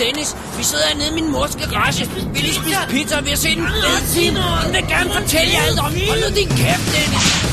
Dennis. Vi sidder hernede i min mors garage. Vi lige spise pizza, og vi har set en fed film. Hun vil gerne fortælle jer alt om. Hold nu din kæft, Dennis.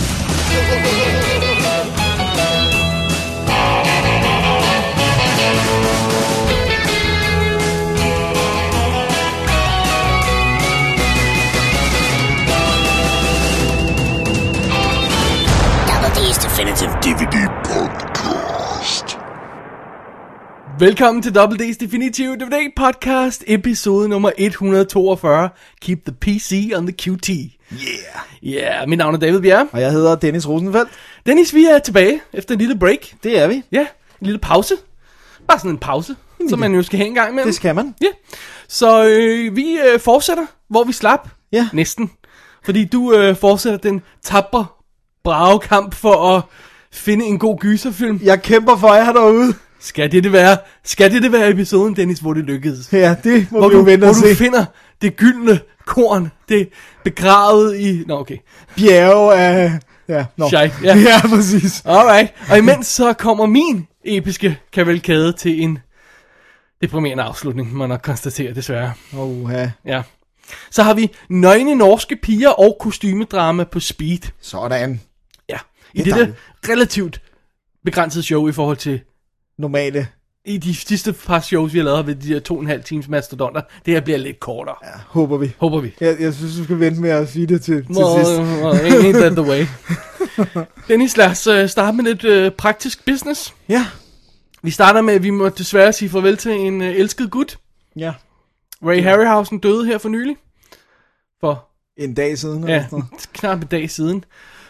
D's Definitive DVD Podcast. Velkommen til Double D's Definitive DVD Podcast, episode nummer 142. Keep the PC on the QT. Yeah, mit navn er David Bjerre. Og jeg hedder Dennis Rosenfeldt. Dennis, vi er tilbage efter en lille break. Det er vi. Ja, en lille pause. Bare sådan en pause, som man jo skal have en gang imellem. Det skal man. Ja, så vi fortsætter, hvor vi slap. Ja. Næsten. Fordi du fortsætter den tapre bragekamp for at finde en god gyserfilm. Jeg kæmper for jer derude. Skal det være episoden, Dennis, hvor det lykkedes? Ja, det må hvor vi jo vente og se. Hvor du finder det gyldne korn, det begravet i... Nå, okay. Bjerge af... Ja, Shite, ja. Ja, præcis. Alright. Og imens så kommer min episke kavalkade til en deprimerende afslutning, må man nok konstatere, desværre. Ja. Så har vi nøgne norske piger og kostymedrama på speed. Sådan. Ja. I dette relativt begrænset show i forhold til... Normale. I de sidste par shows, vi har lavet ved de her 2,5 times mastodonter, det her bliver lidt kortere. Ja, håber vi. Jeg synes, du skal vente med at sige det til sidst. Ain't that the way. Dennis, lad os starte med lidt praktisk business. Ja. Vi starter med, at vi må desværre sige farvel til en elsket gut. Ja. Ray Harryhausen døde her for nylig. For en dag siden. Ja, knap en dag siden.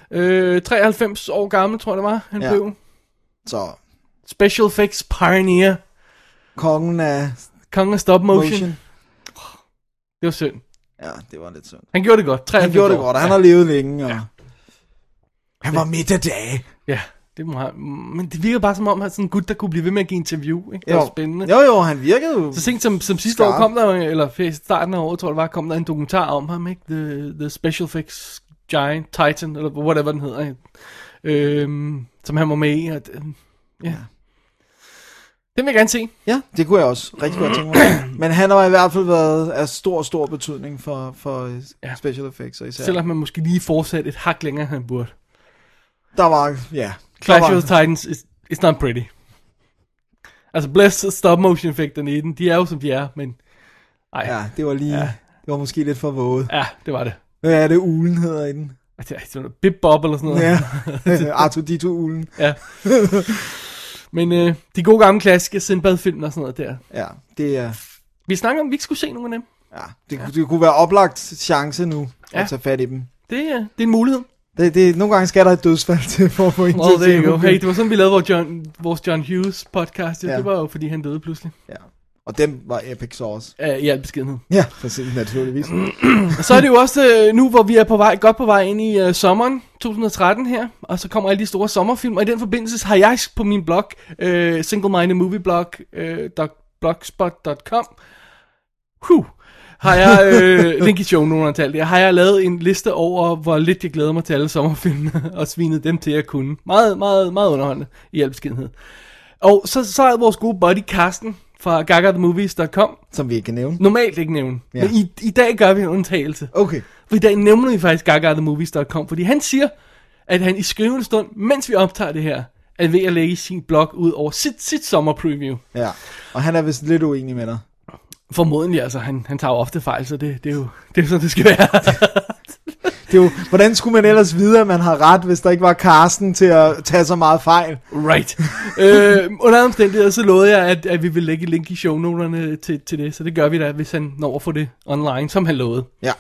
93 år gammel, tror jeg det var, han blev. Så... Special effects pioneer. Kongen af stop motion. Det var synd. Ja, det var lidt synd. Han gjorde det godt. Han gjorde det godt, og han har levet længe. Og... Ja. Han var midt af dag. Ja, det må han. Men det virker bare som om, han er sådan en gut, der kunne blive ved med at give interview. Ikke? Det var spændende. Jo, han virkede jo. Så sent som sidste år kom der, eller starten af året, tror jeg det var, kom der en dokumentar om ham, ikke? The Special Effects Giant Titan, eller whatever den hedder. Som han var med i. Ja. Den vil jeg gerne se. Ja, det kunne jeg også rigtig godt tænke mig. Men han har i hvert fald været af stor betydning for special effects. Og især. Selvom man måske lige fortsatte et hak længere, end han burde. Der var, Clash of the Titans is not pretty. Altså, bless stop motion effekterne i den, de er jo som de er, men... Ej. Ja, det var lige... Ja. Det var måske lidt for våget. Ja, det var det. Hvad er det, ulen hedder i den? Det er sådan noget Bip Bob eller sådan noget. Ja, Artudito-ulen. Ja. Men de gode gamle klassiske Sinbad-film og sådan noget der. Ja, det er... Vi snakker om, vi ikke skulle se nogen af dem. Ja, det kunne være oplagt chance nu at tage fat i dem. Det er en mulighed. Nogle gange skal der et dødsfald til for at få en til at Hey, det var sådan, vi lavede vores John Hughes podcast. Ja. Det var jo, fordi han døde pludselig. Ja. Og dem var epic sauce. I al beskedenhed. Ja, præcis, naturligvis. Og så er det jo også nu, hvor vi er godt på vej ind i sommeren 2013 her, og så kommer alle de store sommerfilm, og i den forbindelse har jeg på min blog, singlemindedmovieblog.blogspot.com, har jeg, link i show nogen har jeg lavet en liste over, hvor lidt jeg glæder mig til alle sommerfilmene, og svinet dem til at kunne. Meget, meget, meget underholdende i al beskedenhed. Og så er vores gode buddy Carsten fra gagathemovies.com, som vi ikke kan nævne. Normalt ikke nævne. Ja. Men i dag gør vi en undtagelse. Okay. For i dag nævner vi faktisk gagathemovies.com, fordi han siger, at han i skrivende stund, mens vi optager det her, er ved at lægge sin blog ud over sit sommerpreview. Ja, og han er vist lidt uenig med dig. Formodentlig, altså. Han tager jo ofte fejl, så det er jo sådan, det skal være. Det er jo, hvordan skulle man ellers vide, at man har ret, hvis der ikke var Carsten til at tage så meget fejl? Right. Under omstændigheder, så lovede jeg, at vi vil lægge et link i shownoterne til det, så det gør vi da, hvis han når at få det online, som han lovede. Ja.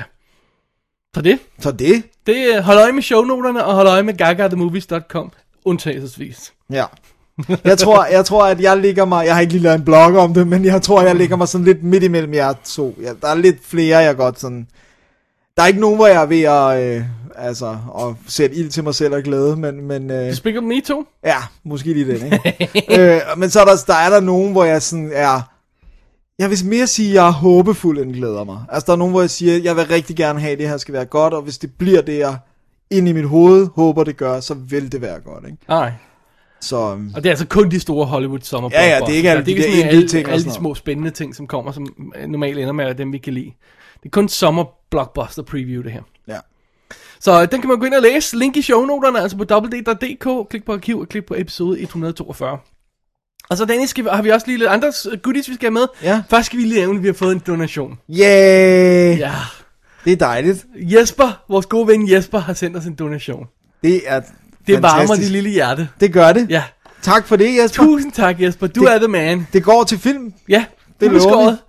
Så det. Hold øje med shownoterne, og hold øje med gagathemovies.com, undtagelsesvis. Ja. Jeg tror, at jeg ligger mig, jeg har ikke lige lavet en blog om det, men jeg tror, jeg ligger mig sådan lidt midt imellem jer to. Ja, der er lidt flere, jeg godt sådan... Der er ikke nogen, hvor jeg er ved at sætte ild til mig selv og glæde, men Du speak of me too? Ja, måske lige den, ikke? Men så er der nogen, hvor jeg sådan er... Jeg vil mere sige, at jeg er håbefuld, end glæder mig. Altså, der er nogen, hvor jeg siger, at jeg vil rigtig gerne have, at det her skal være godt, og hvis det bliver det, jeg ind i mit hoved håber, det gør, så vil det være godt, ikke? Nej. Så, og det er altså kun de store Hollywood sommerblockbuster. Ja, det er ikke alle de der indie-ting og alle de sådan små spændende ting, som kommer, som normalt ender med, at dem vi kan lide. Det er kun sommerblockbuster preview, det her. ja. Så den kan man gå ind og læse. Link i shownoterne, altså på www.dk. Klik på arkiv og klik på episode 142. Og så Dennis, har vi også lige lidt andre goodies, vi skal have med. Ja. Først skal vi lige nævne, at vi har fået en donation. Yeah! Ja. Det er dejligt. Jesper, vores gode ven Jesper, har sendt os en donation. Det er Det varmer dit lille hjerte. Det gør det. Ja. Tak for det, Jesper. Tusind tak, Jesper. Du er the man. Det går til film. Ja, det lover vi.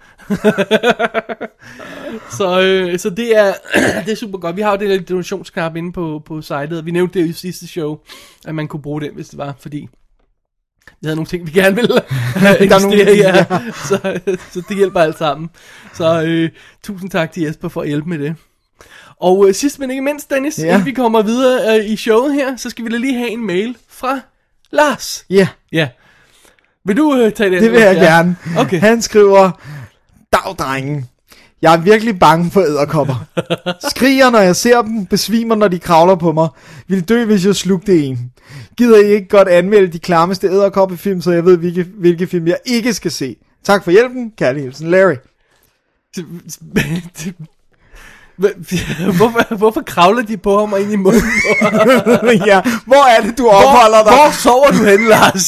Så det er det er super godt. Vi har jo det der donationsknap inde på sitet, og vi nævnte det i sidste show, at man kunne bruge den, hvis det var, fordi vi havde nogle ting, vi gerne ville investere i, ja. Så det hjælper alt sammen. Så tusind tak til Jesper for at hjælpe med det. Og sidst men ikke mindst, Dennis, inden vi kommer videre i showet her, så skal vi da lige have en mail fra Lars. Ja. Ja. Vil du tage den? Det vil jeg gerne. Okay. Han skriver: Dag, drengen. Jeg er virkelig bange for edderkopper. Skriger, når jeg ser dem, besvimer, når de kravler på mig. Vil dø, hvis jeg slugte en. Gider I ikke godt anmelde de klammeste edderkoppefilm, så jeg ved, hvilke film jeg ikke skal se? Tak for hjælpen. Kærlig hilsen, Larry. Hvorfor kravler de på ham og ind i munden på ham? Ja, hvor er det, du opholder dig? Hvor sover du henne, Lars?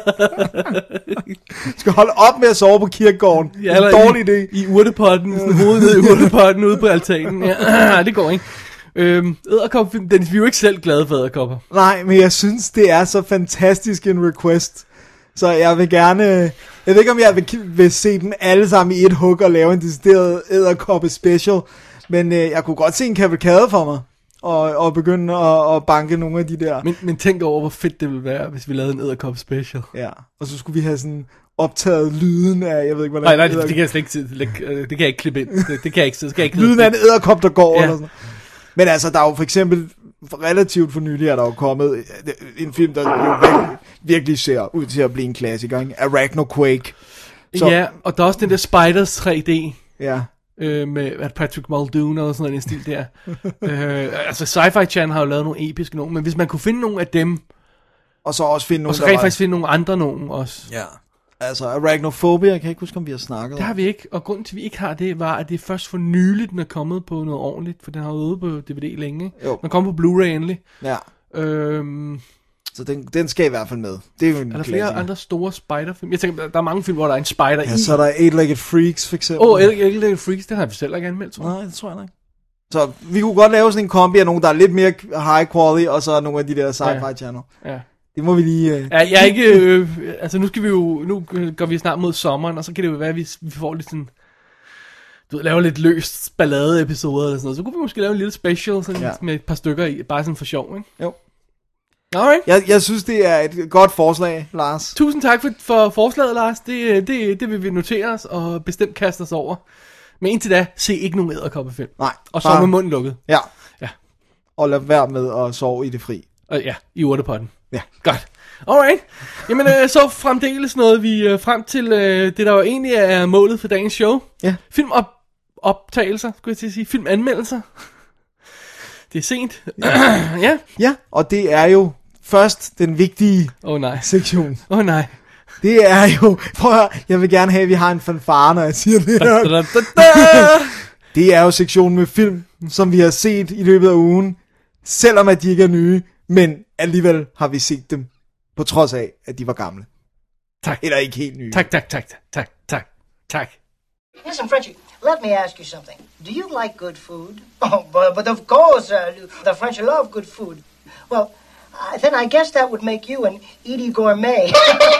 Du skal holde op med at sove på kirkegården. Ja, det er en dårlig idé. I urtepotten, sådan hovedet ned i urtepotten ude på altanen. Ja, det går ikke. Edderkoppefilm, Dennis, vi er jo ikke selv glade for edderkopper. Nej, men jeg synes, det er så fantastisk en request. Så jeg vil gerne... Jeg ved ikke, om jeg vil se dem alle sammen i et hug og lave en decideret edderkoppe special. Men jeg kunne godt se en kavalkade for mig. Og begynde at banke nogle af de der... Men tænk over, hvor fedt det ville være, hvis vi lavede en edderkoppe special. Ja, og så skulle vi have sådan optaget lyden af... Jeg ved ikke, hvordan... Nej, det kan jeg slet ikke... Det kan jeg ikke klippe ind. Det kan jeg ikke... Så skal jeg ikke lyden af en edderkop, der går, eller sådan. Men altså, der er jo for eksempel... Relativt for nylig er der jo kommet en film, der jo virkelig ser ud til at blive en klassiker, ikke? Arachnoquake. Så, ja, og der er også den der Spiders 3D. Ja. Med Patrick Muldoon og sådan en stil der. Altså Sci-Fi Channel har jo lavet nogle episke nogen, men hvis man kunne finde nogle af dem, og så også finde nogle, og så rent faktisk finde nogle andre nogen også. Ja. Altså Arachnophobia, jeg kan ikke huske, om vi har snakket om. Det har vi ikke, og grunden til, at vi ikke har det, var, at det er først for nyligt, den er kommet på noget ordentligt, for den har været ude på DVD længe. Jo. Den er kommet på Blu-ray endelig. Ja. Så den skal i hvert fald med. Det er jo en der flere andre store spider-film? Jeg tænker, der er mange film, hvor der er en spider i. Ja, så er der Eight-Legged Freaks, for eksempel. Eight-Legged Freaks, det har vi selv ikke anmeldt, tror jeg. Nej, det tror jeg ikke. Så vi kunne godt lave sådan en kombi af nogle, der er lidt mere high quality, og så nogle af de der Sci-Fi Channel. Ja. Det må vi lige... Ja, jeg er ikke... altså nu går vi snart mod sommeren, og så kan det jo være, at vi får lidt sådan... Du ved, laver lidt løst ballade-episoder eller sådan noget. Så kunne vi måske lave en lille special sådan, med et par stykker i, bare sådan for sjov, ikke? Jo. Alright. Jeg synes, det er et godt forslag, Lars. Tusind tak for forslaget, Lars. Det vil vi notere os og bestemt kaste os over. Men indtil da, se ikke nogen edderkoppefilm. Nej. Og så med munden lukket. Ja. Og lad være med at sove i det fri. Og ja, i urtepotten. Ja. Godt. Alright. Jamen, så fremdeles nåede vi frem til det, der jo egentlig er målet for dagens show. Ja. Filmoptagelser, skulle jeg til at sige. Filmanmeldelser. Det er sent. Ja, og det er jo først den vigtige sektion. Nej. Det er jo... Prøv at høre, jeg vil gerne have, at vi har en fanfare, når jeg siger det her. Det er jo sektionen med film, som vi har set i løbet af ugen. Selvom at de ikke er nye, men alligevel har vi set dem, på trods af, at de var gamle. Tak. Eller ikke helt nye. Tak. Listen, Frenchie, let me ask you something. Do you like good food? Oh, but of course, the French love good food. Well, then I guess that would make you an Edie Gourmet.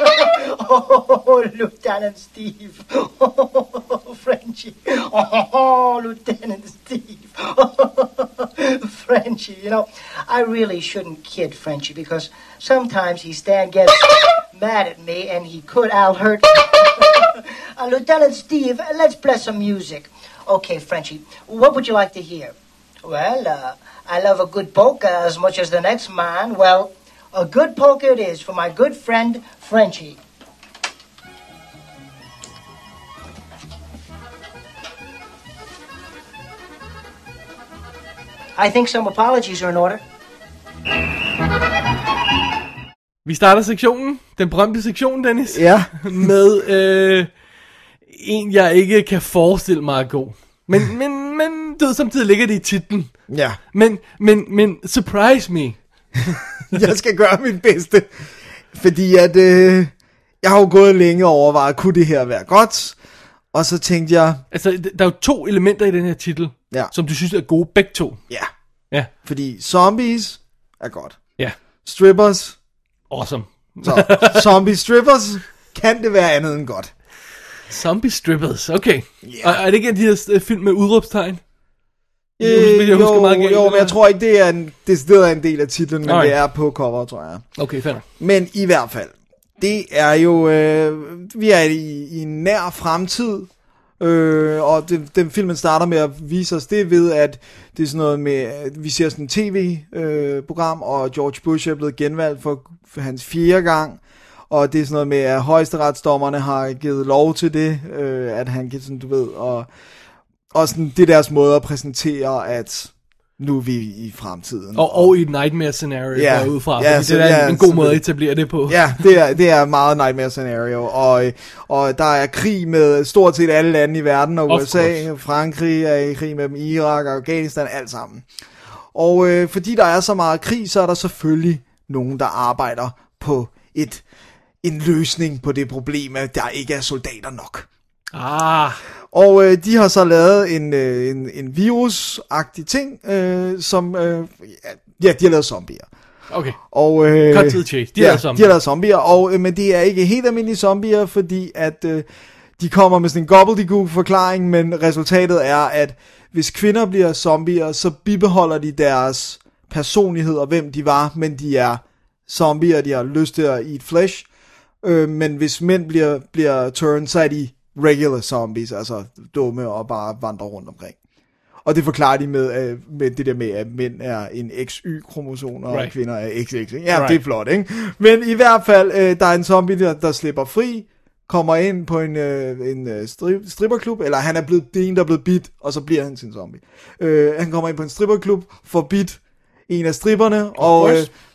Oh, Lieutenant Steve. Oh, Frenchie. Oh, Lieutenant Steve. Frenchie, you know, I really shouldn't kid Frenchie because sometimes he gets mad at me and he could out-hurt me. Lieutenant Steve, let's play some music. Okay, Frenchie, what would you like to hear? Well, I love a good polka as much as the next man. Well, a good polka it is for my good friend, Frenchie. I think some apologies are in order. Vi starter sektionen, den berømte sektion, Dennis, Ja. med en, jeg ikke kan forestille mig er god. Men du ved, samtidig ligger det i titlen. Ja. Men surprise me. Jeg skal gøre mit bedste. Fordi at jeg har jo gået længe og overvejet, kunne det her være godt? Og så tænkte jeg... Altså, der er jo 2 elementer i den her titel, Ja. som du synes er gode, begge 2. Ja. Ja, Fordi zombies er godt. ja, Strippers. awesome. Så zombie strippers kan det være andet end godt. Zombie strippers, okay. Ja. Og er det ikke en af de her film med udråbstegn? Jeg husker meget galt, Jo, men eller? jeg tror ikke, det er en del af titlen, men Alright. det er på cover, tror jeg. Okay, fair. Men i hvert fald, det er jo, vi er i en nær fremtid, og den filmen starter med at vise os det ved, at det er sådan noget med, at vi ser sådan en tv-program, og George Bush er blevet genvalgt for hans 4. gang, og det er sådan noget med, at højesteretsdommerne har givet lov til det, at han kan sådan, du ved, og sådan, det er deres måde at præsentere, at nu er vi i fremtiden. Og i et nightmare scenario Ja. derudefra, Ja, fordi så det er ja, en god så måde at det- etablere det på. Ja, det er meget nightmare scenario, og der er krig med stort set alle lande i verden, og Of USA, course. Frankrig er i krig med dem, Irak, Afghanistan, alt sammen. Og fordi der er så meget krig, så er der selvfølgelig nogen, der arbejder på en løsning på det problem, at der ikke er soldater nok. Og de har så lavet en virus-agtig ting, som, ja, de har lavet zombier. Okay, Og, cut to the chase. De ja, er zombier. de har lavet zombier, men det er ikke helt almindelige zombier, fordi at de kommer med sådan en gobbledygook-forklaring, men resultatet er, at hvis kvinder bliver zombier, så bibeholder de deres personlighed og hvem de var, men de er zombier, de har lyst til at eat flesh. Men hvis mænd bliver turned, så er de regular zombies, altså dumme og bare vandrer rundt omkring. Og det forklarer de med det der med, at mænd er en XY-kromosom, og Right. kvinder er XX. Ja, Right. det er flot, ikke? Men i hvert fald, der er en zombie, der slipper fri, kommer ind på en stripperklub, eller han er blevet, det er en, der er blevet bidt, og så bliver han sin zombie. Han kommer ind på en stripperklub, får bidt en af stripperne, og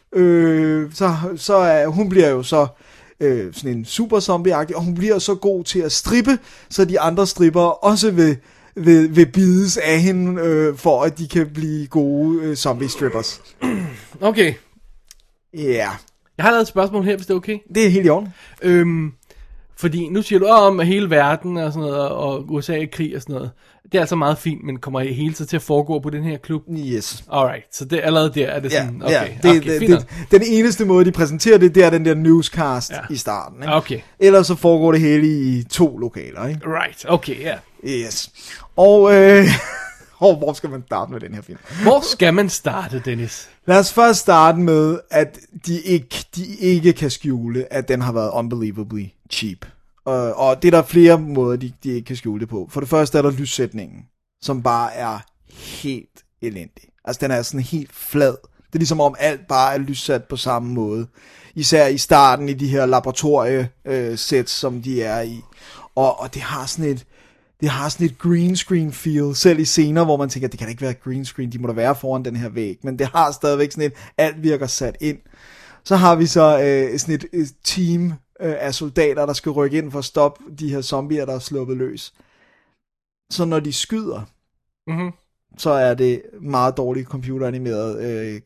så er, hun bliver jo så sådan en super zombie-agtig, og hun bliver så god til at strippe, så de andre stripper også vil bides af hende, for at de kan blive gode zombie-strippers. Okay, Ja, yeah. jeg har lavet et spørgsmål her, hvis det er okay. Det er helt i orden. Fordi nu siger du om at hele verden og sådan noget, og USA i krig og sådan noget. Det er altså meget fint, men kommer I hele tiden til at foregå på den her klub? Yes. Alright, så det allerede der er det sådan, okay, Det, fint nok. den eneste måde, de præsenterer det er den der newscast i starten. Ikke? Okay. Ellers så foregår det hele i 2 lokaler. Ikke? Right, okay, ja. Yes. Og hvor skal man starte med den her film? Hvor skal man starte, Dennis? Lad os først starte med, at de ikke kan skjule, at den har været unbelievably cheap. Og det er der flere måder, de ikke kan skjule det på. For det første er der lyssætningen, som bare er helt elendig. Altså den er sådan helt flad. Det er ligesom om alt bare er lyssat på samme måde. Især i starten i de her laboratorie-sets, som de er i. Og det har sådan et green screen feel, selv i scener, hvor man tænker, det kan da ikke være green screen, de må da være foran den her væg, men det har stadigvæk sådan alt virker sat ind. Så har vi så sådan et team af soldater, der skal rykke ind for at stoppe de her zombier, der er sluppet løs. Så når de skyder, så er det meget dårligt computeranimeret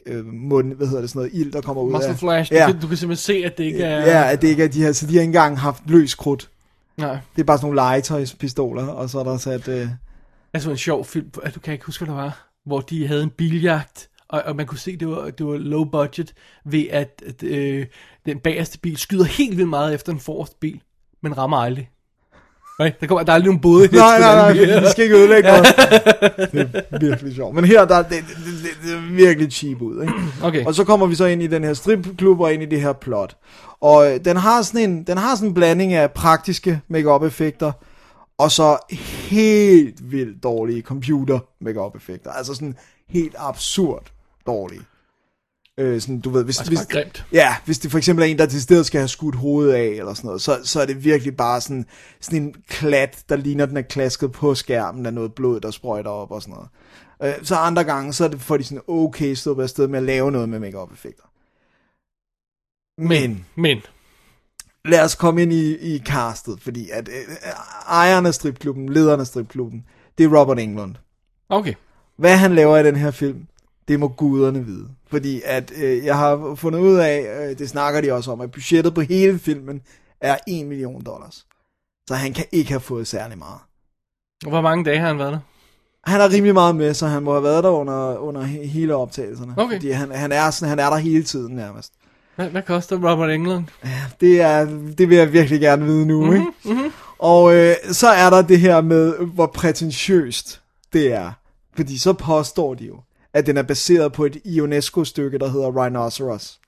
ild, der kommer ud Muscle af. flash, Ja. du kan simpelthen se, at det ikke er... Ja, at det ikke er de her, så de har ikke engang haft løs krudt. Nej. Det er bare sådan nogle legetøjspistoler, og så er der sat... Altså en sjov film, du kan ikke huske, hvad der var, hvor de havde en biljagt, og man kunne se, det var low budget, ved at den bagerste bil skyder helt vildt meget efter den forreste bil, men rammer aldrig. Okay? Der er aldrig nogen både. Nej, vi skal ikke ødelægge noget. Det er virkelig sjovt. Men her, det er virkelig cheap ud, ikke? Okay. Og så kommer vi så ind i den her stripklub og ind i det her plot. Og den har sådan en blanding af praktiske make-up-effekter, og så helt vildt dårlige computer make-up-effekter. Altså sådan helt absurd dårlige. Sådan, du ved, hvis det for eksempel er en, der til stedet skal have skudt hovedet af, eller sådan noget, så er det virkelig bare sådan en klat, der ligner, den er klasket på skærmen af noget blod, der sprøjter op og sådan noget. Så andre gange, så er det for de sådan okay stået afsted med at lave noget med make-up-effekter. Men. Lad os komme ind i castet, fordi at ejeren af stripklubben, lederen af stripklubben, det er Robert Englund. Okay. Hvad han laver i den her film, det må guderne vide. Fordi at jeg har fundet ud af, det snakker de også om, at budgettet på hele filmen er $1 million. Så han kan ikke have fået særlig meget. Hvor mange dage har han været der? Han har rimelig meget med, så han må have været der under hele optagelserne. Okay. Fordi han er der hele tiden nærmest. Hvad koster Robert Englund? Ja, det vil jeg virkelig gerne vide nu, ikke? Mm-hmm. Og så er der det her med, hvor prætentiøst det er. Fordi så påstår de jo, at den er baseret på et Ionesco-stykke, der hedder Rhinoceros.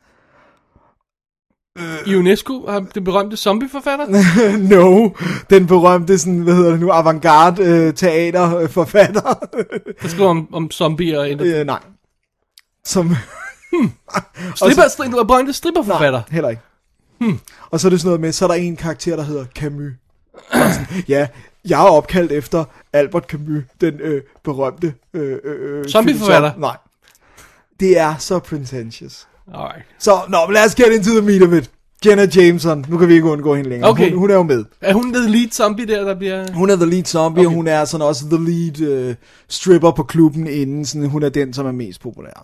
Ionesco? Den berømte zombieforfatter? No, den berømte sådan, avantgarde teaterforfatter. Der skriver om zombier og nej. Som... berømte stripperforfatter? Nej, heller ikke. Og så er det sådan noget med, så er der en karakter, der hedder Camus. Ja, jeg er opkaldt efter Albert Camus, den berømte zombieforfatter? Nej. Det er så pretentious. Alright. Så, lad os get into the meat of it. Jenna Jameson, nu kan vi ikke undgå hende længere. Okay. Hun er jo med. Er hun the lead zombie der bliver... Hun er the lead zombie, okay. Og hun er sådan også the lead stripper på klubben inden. Sådan, hun er den, som er mest populær.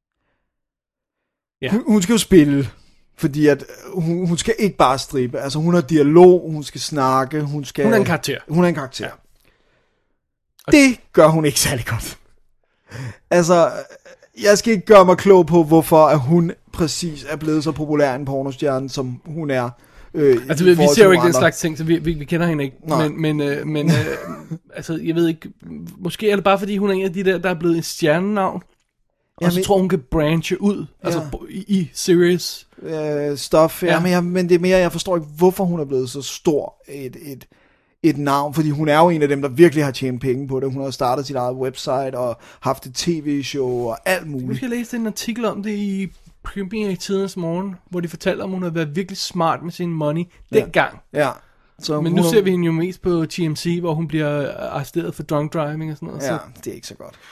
Ja. Hun skal jo spille, fordi at hun skal ikke bare strippe. Altså hun har dialog, hun skal snakke, hun er en karakter. Hun er en karakter. Ja. Okay. Det gør hun ikke særlig godt. Altså, jeg skal ikke gøre mig klog på, hvorfor at hun præcis er blevet så populær en pornostjerne, som hun er. Altså vi ser jo ikke den slags ting, så vi kender hende ikke. Men altså jeg ved ikke, måske er det bare fordi hun er en af de der er blevet en stjernenavn. Og så tror hun kan branche ud, altså i serious stuff. Ja. Men det er mere, jeg forstår ikke, hvorfor hun er blevet så stor et navn, fordi hun er jo en af dem, der virkelig har tjent penge på det. Hun har startet sit eget website og haft et tv-show og alt muligt. Jeg skal læse en artikel om det i Premier i Tidens Morgen, hvor de fortæller om, hun har været virkelig smart med sin money dengang. Ja. Så men nu ser vi hende jo mest på TMZ, hvor hun bliver arresteret for drunk driving og sådan noget. Ja, så det er ikke så godt.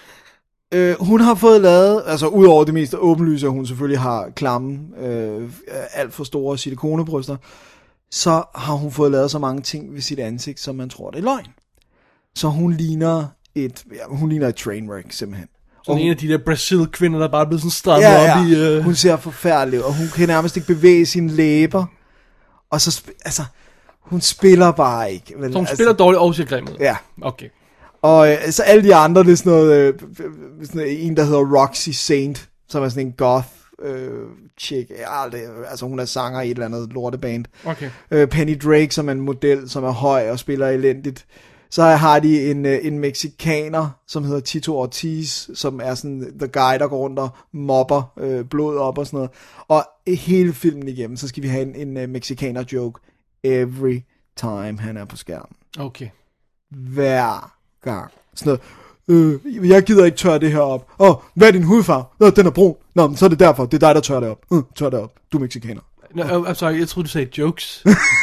Hun har fået lavet, altså udover det mest åbenlyse, at hun selvfølgelig har klamme, alt for store silikonebryster, så har hun fået lavet så mange ting ved sit ansigt, som man tror, det er løgn. Så hun ligner et trainwreck, simpelthen. Sådan en af de der Brazil-kvinder, der bare er blevet sådan strammet op i... Hun ser forfærdelig ud, og hun kan nærmest ikke bevæge sine læber. Og så, hun spiller bare ikke. Vel? Så hun spiller dårligt og ser grim ud? Ja. Okay. Og så alle de andre, det er sådan noget, en der hedder Roxy Saint, som er sådan en goth chick. Altså hun er sanger i et eller andet lorteband. Okay. Penny Drake, som er en model, som er høj og spiller elendigt. Så har de en mexikaner, som hedder Tito Ortiz, som er sådan the guy, der går rundt og mobber blod op og sådan noget. Og hele filmen igennem, så skal vi have en mexikaner joke every time han er på skærmen. Okay. Hver gang. Sådan noget. Jeg gider ikke tørre det her op. Hvad er din hudfarve? Den er brun. Nå, men så er det derfor. Det er dig, der tørrer det op. Tør det op. Du er mexikaner. No, I'm sorry, jeg troede, du sagde jokes.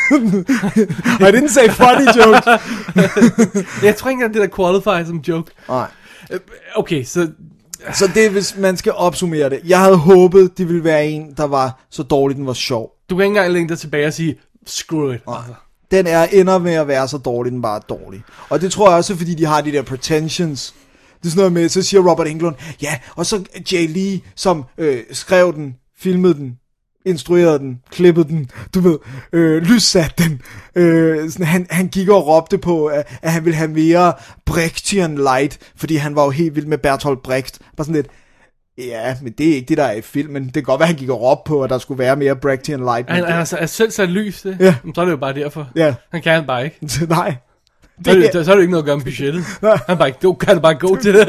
I didn't say funny jokes. Jeg tror ikke, det der qualify som joke. Nej. Okay, så det er, hvis man skal opsummere det. Jeg havde håbet, det ville være en, der var så dårlig, den var sjov. Du kan ikke engang lægge dig tilbage og sige, screw it. Altså. Den ender med at være så dårlig, den bare er dårlig. Og det tror jeg også, fordi de har de der pretensions. Det er sådan noget med, så siger Robert Englund, ja, og så Jay Lee, som skrev den, filmede den, instruerede den, klippede den, du ved, lyssatte den. Sådan, han gik og råbte på, at han ville have mere Brechtian light, fordi han var jo helt vild med Bertolt Brecht. Bare sådan lidt, ja, men det er ikke det, der er i filmen. Det kan godt være, han gik og råbte på, at der skulle være mere Brechtian light. Han er selv sat lys, det. Ja. Så er det jo bare derfor. Ja. Han kan bare ikke. Nej. Så er det ikke noget at gøre med budgettet. Han bare ikke, du kan bare gå til det.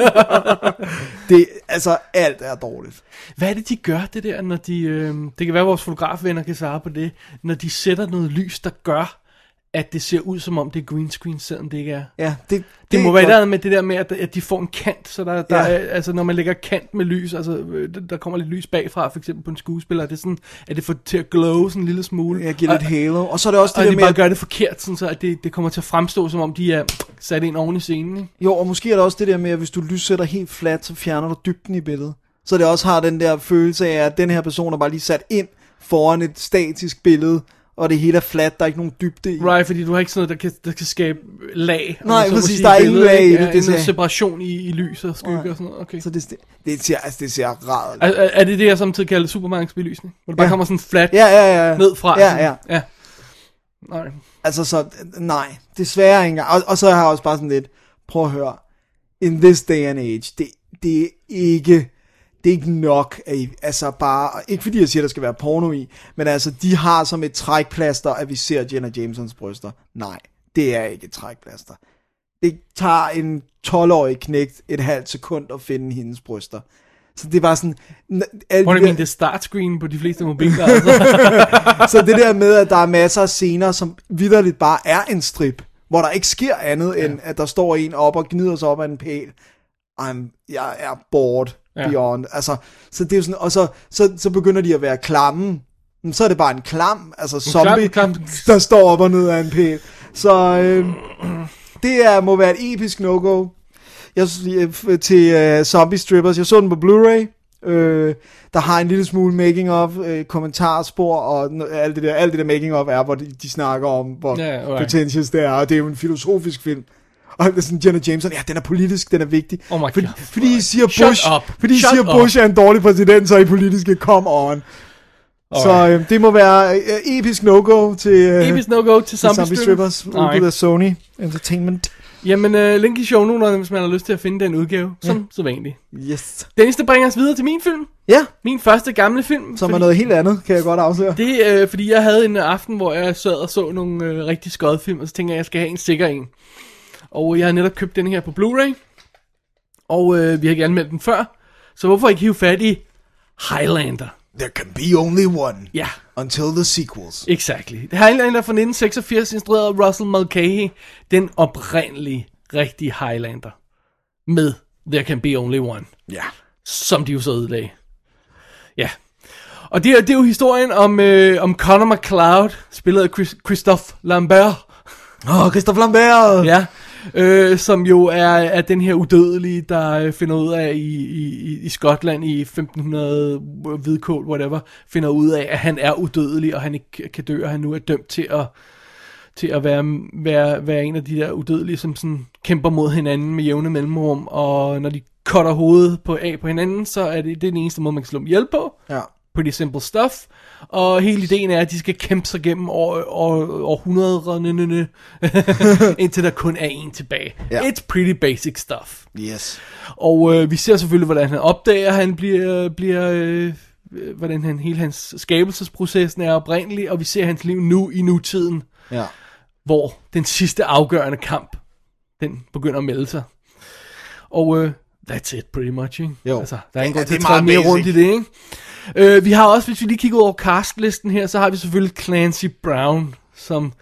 Alt er dårligt. Hvad er det, de gør, det der, når de... det kan være, vores fotografvenner kan svare på det. Når de sætter noget lys, der gør, at det ser ud som om det er green screen, selvom det ikke er. Ja, det må være der med det der med, at de får en kant, så der er, altså når man lægger kant med lys, altså der kommer lidt lys bagfra, for eksempel på en skuespiller, er det sådan, at det får til at glow sådan en lille smule. Ja, giver lidt halo. Og så er det også det der de med... bare gør det forkert, sådan så at det kommer til at fremstå, som om de er sat ind oven i scenen, ikke? Jo, og måske er det også det der med, at hvis du lyssætter helt flat, så fjerner du dybden i billedet. Så det også har den der følelse af, at den her person er bare lige sat ind foran et statisk billede, og det hele er fladt, der er ikke nogen dybde i. Right, fordi du har ikke sådan noget, der kan skabe lag. Nej, præcis, der er ingen lag i det. Det er en separation i lys og skygge og sådan noget. Okay. Så det ser rart. Er det jeg samtidig kalder supermarkedsbelysning? Hvor det bare kommer sådan flat ned fra? Ja. Nej. Altså så, nej, desværre ikke engang. Og så har jeg også bare sådan lidt, prøv at høre, in this day and age, det er ikke nok, altså bare, ikke fordi jeg siger, der skal være porno i, men altså, de har som et trækplaster, at vi ser Jenna Jamesons bryster. Nej, det er ikke et trækplaster. Det tager en 12-årig knægt et halvt sekund at finde hendes bryster. Så det var sådan... Hvor det er startscreen på de fleste mobiler, altså. Så det der med, at der er masser af scener, som vitterligt bare er en strip, hvor der ikke sker andet, end at der står en op og gnider sig op af en pæl. Jeg er bored beyond. Altså, så det er jo sådan, og så begynder de at være klamme. Så er det bare en klam, altså zombie, der står op og ned af en pæl. Så det må være et episk no-go. Til Zombie Strippers. Jeg så den på Blu-ray. Der har en lille smule making of, kommentarspor og alt det der making of er, hvor de snakker om hvor pretentious det er, og det er jo en filosofisk film. Og det er sådan, Jenna Jameson, den er politisk, den er vigtig. Oh my God. Fordi I siger Bush er en dårlig præsident, så er I politiske, come on. Så det må være episk no-go til Zombie Strippers udgivet af Sony Entertainment. Jamen, link i show nu, hvis man har lyst til at finde den udgave, som så vanligt. Yes. Dennis, det bringer os videre til min film. Ja. Min første gamle film. Som er noget helt andet, kan jeg godt afsløre. Det er, fordi jeg havde en aften, hvor jeg sad og så nogle rigtig skøde film, og så tænkte jeg skal have en sikker en. Og jeg har netop købt den her på Blu-ray, og vi har ikke anmeldt den før, så hvorfor ikke hive fat i Highlander? There can be only one. Ja. Until the sequels. Exactly. Highlander fra 1986, instrueret af Russell Mulcahy. Den oprindelige, rigtige Highlander. Med There Can Be Only One. Ja. Som de jo så ødelagde. Ja. Og det er jo historien om Connor McCloud, spillet af Christophe Lambert. Christophe Lambert! Ja. Som jo er den her udødelige, der finder ud af i Skotland i 1500 hvidkål, whatever, finder ud af, at han er udødelig, og han ikke kan dø, og han nu er dømt til at være en af de der udødelige, som sådan kæmper mod hinanden med jævne mellemrum, og når de cutter hovedet på hinanden, så er det den eneste måde, man kan slå dem ihjel på. Ja. Pretty simple stuff. Og hele ideen er, at de skal kæmpe sig gennem århundrederne, indtil der kun er en tilbage. Yeah. It's pretty basic stuff. Yes. Og vi ser selvfølgelig, hvordan han opdager, han bliver hvordan hele hans skabelsesprocessen er oprindelig, og vi ser hans liv nu i nutiden, hvor den sidste afgørende kamp, den begynder at melde sig. Og that's it pretty much, ikke? Jo. Altså, der er ingen grund til at træde mere rundt i det, ikke? Vi har også, hvis vi lige kigger over castlisten her, så har vi selvfølgelig Clancy Brown som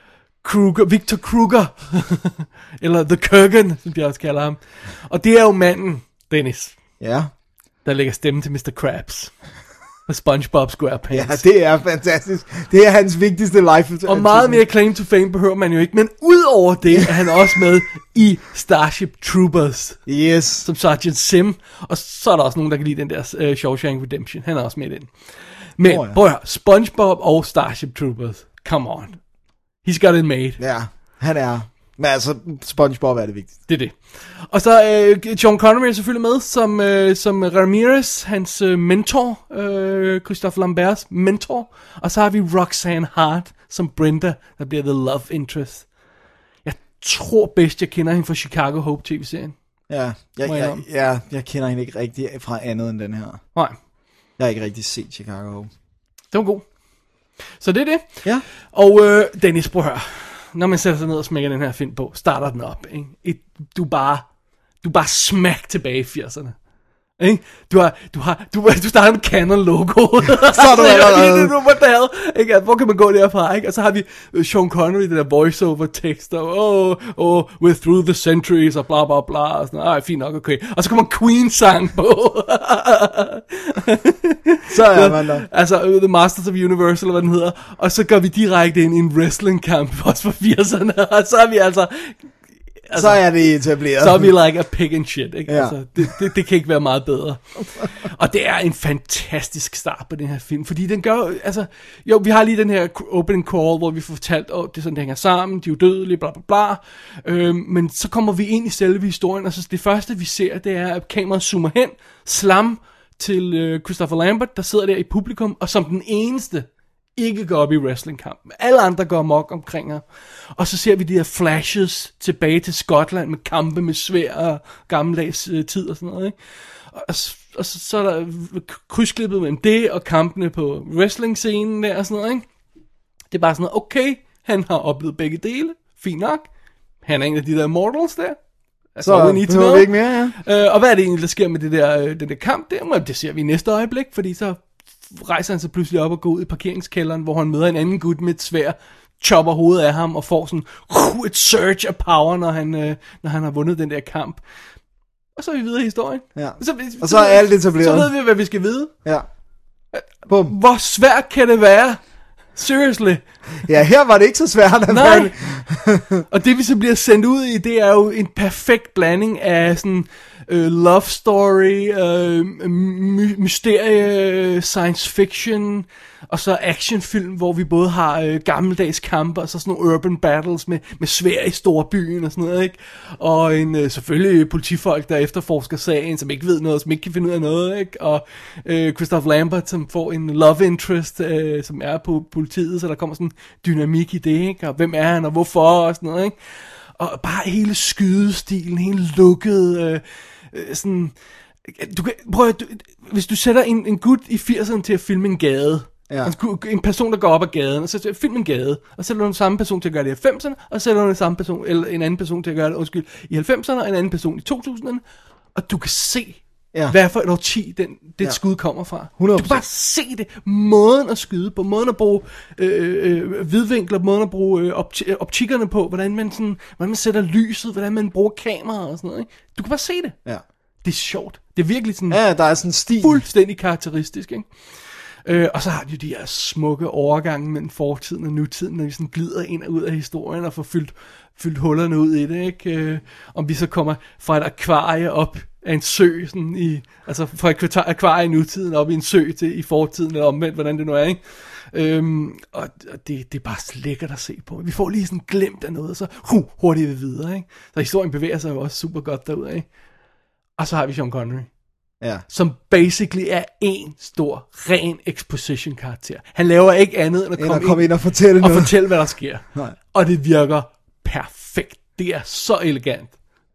Victor Kruger, eller The Kurgan, som jeg også kalder ham. Og det er jo manden, Dennis, der lægger stemme til Mr. Krabs og SpongeBob SquarePants. Ja, det er fantastisk. Det er hans vigtigste life. Og meget mere claim to fame behøver man jo ikke, men udover det er han også med i Starship Troopers. Yes. Som Sergeant Sim. Og så er der også nogen, der kan lide den der Shawshank Redemption. Han er også med i den. Men prøv at høre, SpongeBob og Starship Troopers. Come on. He's got it made. Ja, han er. Men altså, SpongeBob er det vigtigste. Det er det. Og så Sean Connery er selvfølgelig med som Ramirez, hans mentor, Christophe Lamberts mentor. Og så har vi Roxanne Hart som Brenda, der bliver the love interest. Jeg tror bedst, jeg kender hende fra Chicago Hope TV-serien. Ja, jeg kender hende ikke rigtig fra andet end den her. Nej. Jeg har ikke rigtig set Chicago Hope. Det var god. Så det er det. Ja. Og Dennis, prøv at høre. Når man sætter sig ned og smækker den her film på, starter den op, ikke? Du er bare smæk tilbage i 80'erne. Ikke? Du starter med Canon-logo. Så er du allerede. Ikke? Hvor kan man gå derfra? Ikke? Og så har vi Sean Connery, det der voice-over-tekst, og we're through the centuries, og bla bla bla, og sådan noget. Fint nok, okay. Og så kommer Queen-sang på. Så er man der. Altså, The Masters of Universe, eller hvad den hedder. Og så går vi direkte ind i en wrestling-kamp, også fra 80'erne. Og så er vi altså... Altså, så er det etableret. Så er vi like a pig and shit, ikke? Ja. Altså, det kan ikke være meget bedre. Og det er en fantastisk start på den her film, fordi den gør, altså, jo, vi har lige den her opening call, hvor vi får fortalt, det er sådan, det hænger sammen, de er udødelige, bla bla bla, men så kommer vi ind i selve historien, og så det første vi ser, det er, at kameraet zoomer hen, slam til Christopher Lambert, der sidder der i publikum, og som den eneste ikke går op i wrestlingkampen. Alle andre går amok omkring her. Og så ser vi de her flashes tilbage til Skotland med kampe med sværd og gammeldags tid og sådan noget, ikke? Og så er der krydsklippet mellem det og kampene på wrestling-scenen der og sådan noget, ikke? Det er bare sådan noget, okay, han har oplevet begge dele, fint nok. Han er en af de der immortals der. Altså, så behøver vi ikke mere, ja. Og hvad er det egentlig, der sker med den der kamp der? Det ser vi i næste øjeblik, fordi så rejser han sig pludselig op og går ud i parkeringskælderen, hvor han møder en anden gut med et sværd, chopper hovedet af ham og får sådan et surge af power, når han har vundet den der kamp. Og så er vi videre i historien. Ja. Og så er alt etableret. Så ved vi, hvad vi skal vide. Ja. Bum. Hvor svært kan det være? Seriously. Ja, her var det ikke så svært. Nej. Og det vi så bliver sendt ud i, det er jo en perfekt blanding af sådan love story, mysterie, science fiction, og så actionfilm, hvor vi både har gammeldags kampe, og så sådan nogle urban battles med sværd i storbyen og sådan noget, ikke? Og selvfølgelig politifolk, der efterforsker sagen, som ikke ved noget, som ikke kan finde ud af noget, ikke? Og Christopher Lambert, som får en love interest, som er på politiet, så der kommer sådan dynamik i det, ikke? Og hvem er han, og hvorfor, og sådan noget, ikke? Og bare hele skydestilen, hele lukket, sådan... hvis du sætter en gut i 80'erne til at filme en gade, ja. En person, der går op ad gaden, og så film en gade, og så sætter du den samme person til at gøre det i 90'erne, og så sætter du den samme person, eller en anden person til at gøre det, i 90'erne, og en anden person i 2000'erne, og du kan se, hvad for et årti det skud kommer fra. 100%. Du kan bare se det. Måden at skyde på, måden at bruge vidvinkler, måden at bruge optikkerne på, hvordan man sætter lyset, hvordan man bruger kameraet og sådan noget, ikke? Du kan bare se det. Ja. Det er sjovt. Det er virkelig sådan... Ja, der er sådan en stil. Fuldstændig karakteristisk, ikke? Og så har de jo de her smukke overgange mellem fortiden og nutiden, når vi sådan glider ind og ud af historien og får fyldt hullerne ud i det, ikke? Om vi så kommer fra et akvarie op af en sø, sådan altså fra et akvarie i nutiden op i en sø til i fortiden, eller omvendt, hvordan det nu er, ikke? Og det er bare lækkert at se på. Vi får lige sådan glemt af noget, og så hurtigt vi videre, ikke? Så historien bevæger sig jo også super godt derud, ikke? Og så har vi Sean Connery. Ja. Som basically er en stor, ren exposition-karakter. Han laver ikke andet end at komme ind og fortælle noget. Og fortælle, hvad der sker. Nej. Og det virker perfekt. Det er så elegant.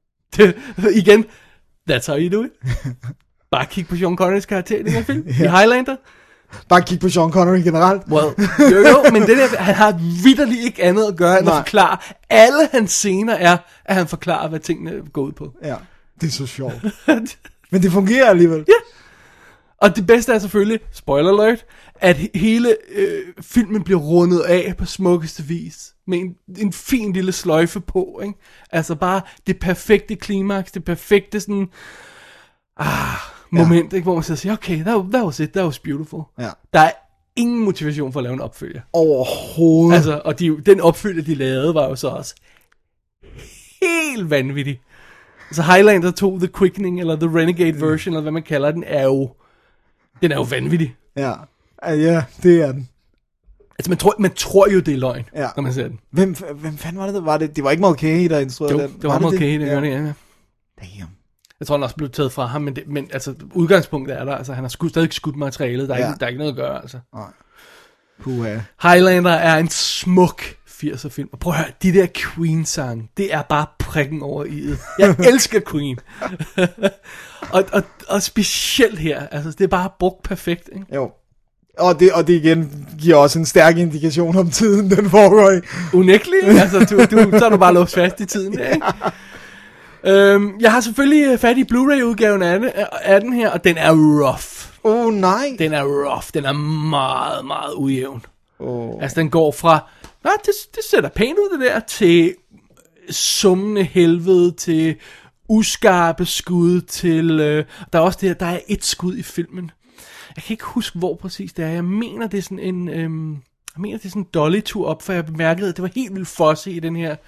Igen, that's how you do it. Bare kig på Sean Connerys karakter i den her film. I Highlander. Bare kig på Sean Connery generelt. Well, jo, men det der, han har vitterligt ikke andet at gøre, end at forklare. Alle hans scener er, at han forklarer, hvad tingene går ud på. Ja, det er så sjovt. Men det fungerer alligevel. Ja. Og det bedste er selvfølgelig, spoiler alert, at hele filmen bliver rundet af på smukkeste vis. Med en fin lille sløjfe på, ikke? Altså bare det perfekte klimaks, det perfekte sådan... moment, ikke? Hvor man siger, okay, that was it, that was beautiful. Ja. Der er ingen motivation for at lave en opfølger. Overhovedet. Altså, og den opfølger, de lavede, var jo så også helt vanvittig. Så Highlander 2, The Quickening, eller The Renegade version, eller hvad man kalder den, er jo vanvittig. Ja, ja, det er den. Altså, man tror jo, det er løgn, når man ser den. Hvem fanden var det? Det var ikke Mulcahy, der instruerede den. Det var Mulcahy, der gjorde det, ja. Damn. Jeg tror, den også blev taget fra ham, men altså, udgangspunktet er der, altså, han har stadig skudt materialet, der er ikke noget at gøre, altså. Nej. Highlander er en smuk 80'er film, og prøv at høre, de der Queen-sange, det er bare prikken over i'et. Jeg elsker Queen. og specielt her, altså, det er bare brugt perfekt, ikke? Jo. Og det igen giver også en stærk indikation om tiden, den foregår i. Unægteligt, altså, så er du bare låst fast i tiden, ikke? Jeg har selvfølgelig fat i Blu-ray-udgaven af den her, og den er rough. Nej. Den er rough, den er meget, meget ujævn. Altså, den går fra, det ser pænt ud det der, til summende helvede, til uskarpe skud, til, der er også det her, der er et skud i filmen. Jeg kan ikke huske, hvor præcis det er. Jeg mener, det er sådan en, Dolly-tur op, for jeg bemærkede, at det var helt vildt fosse i den her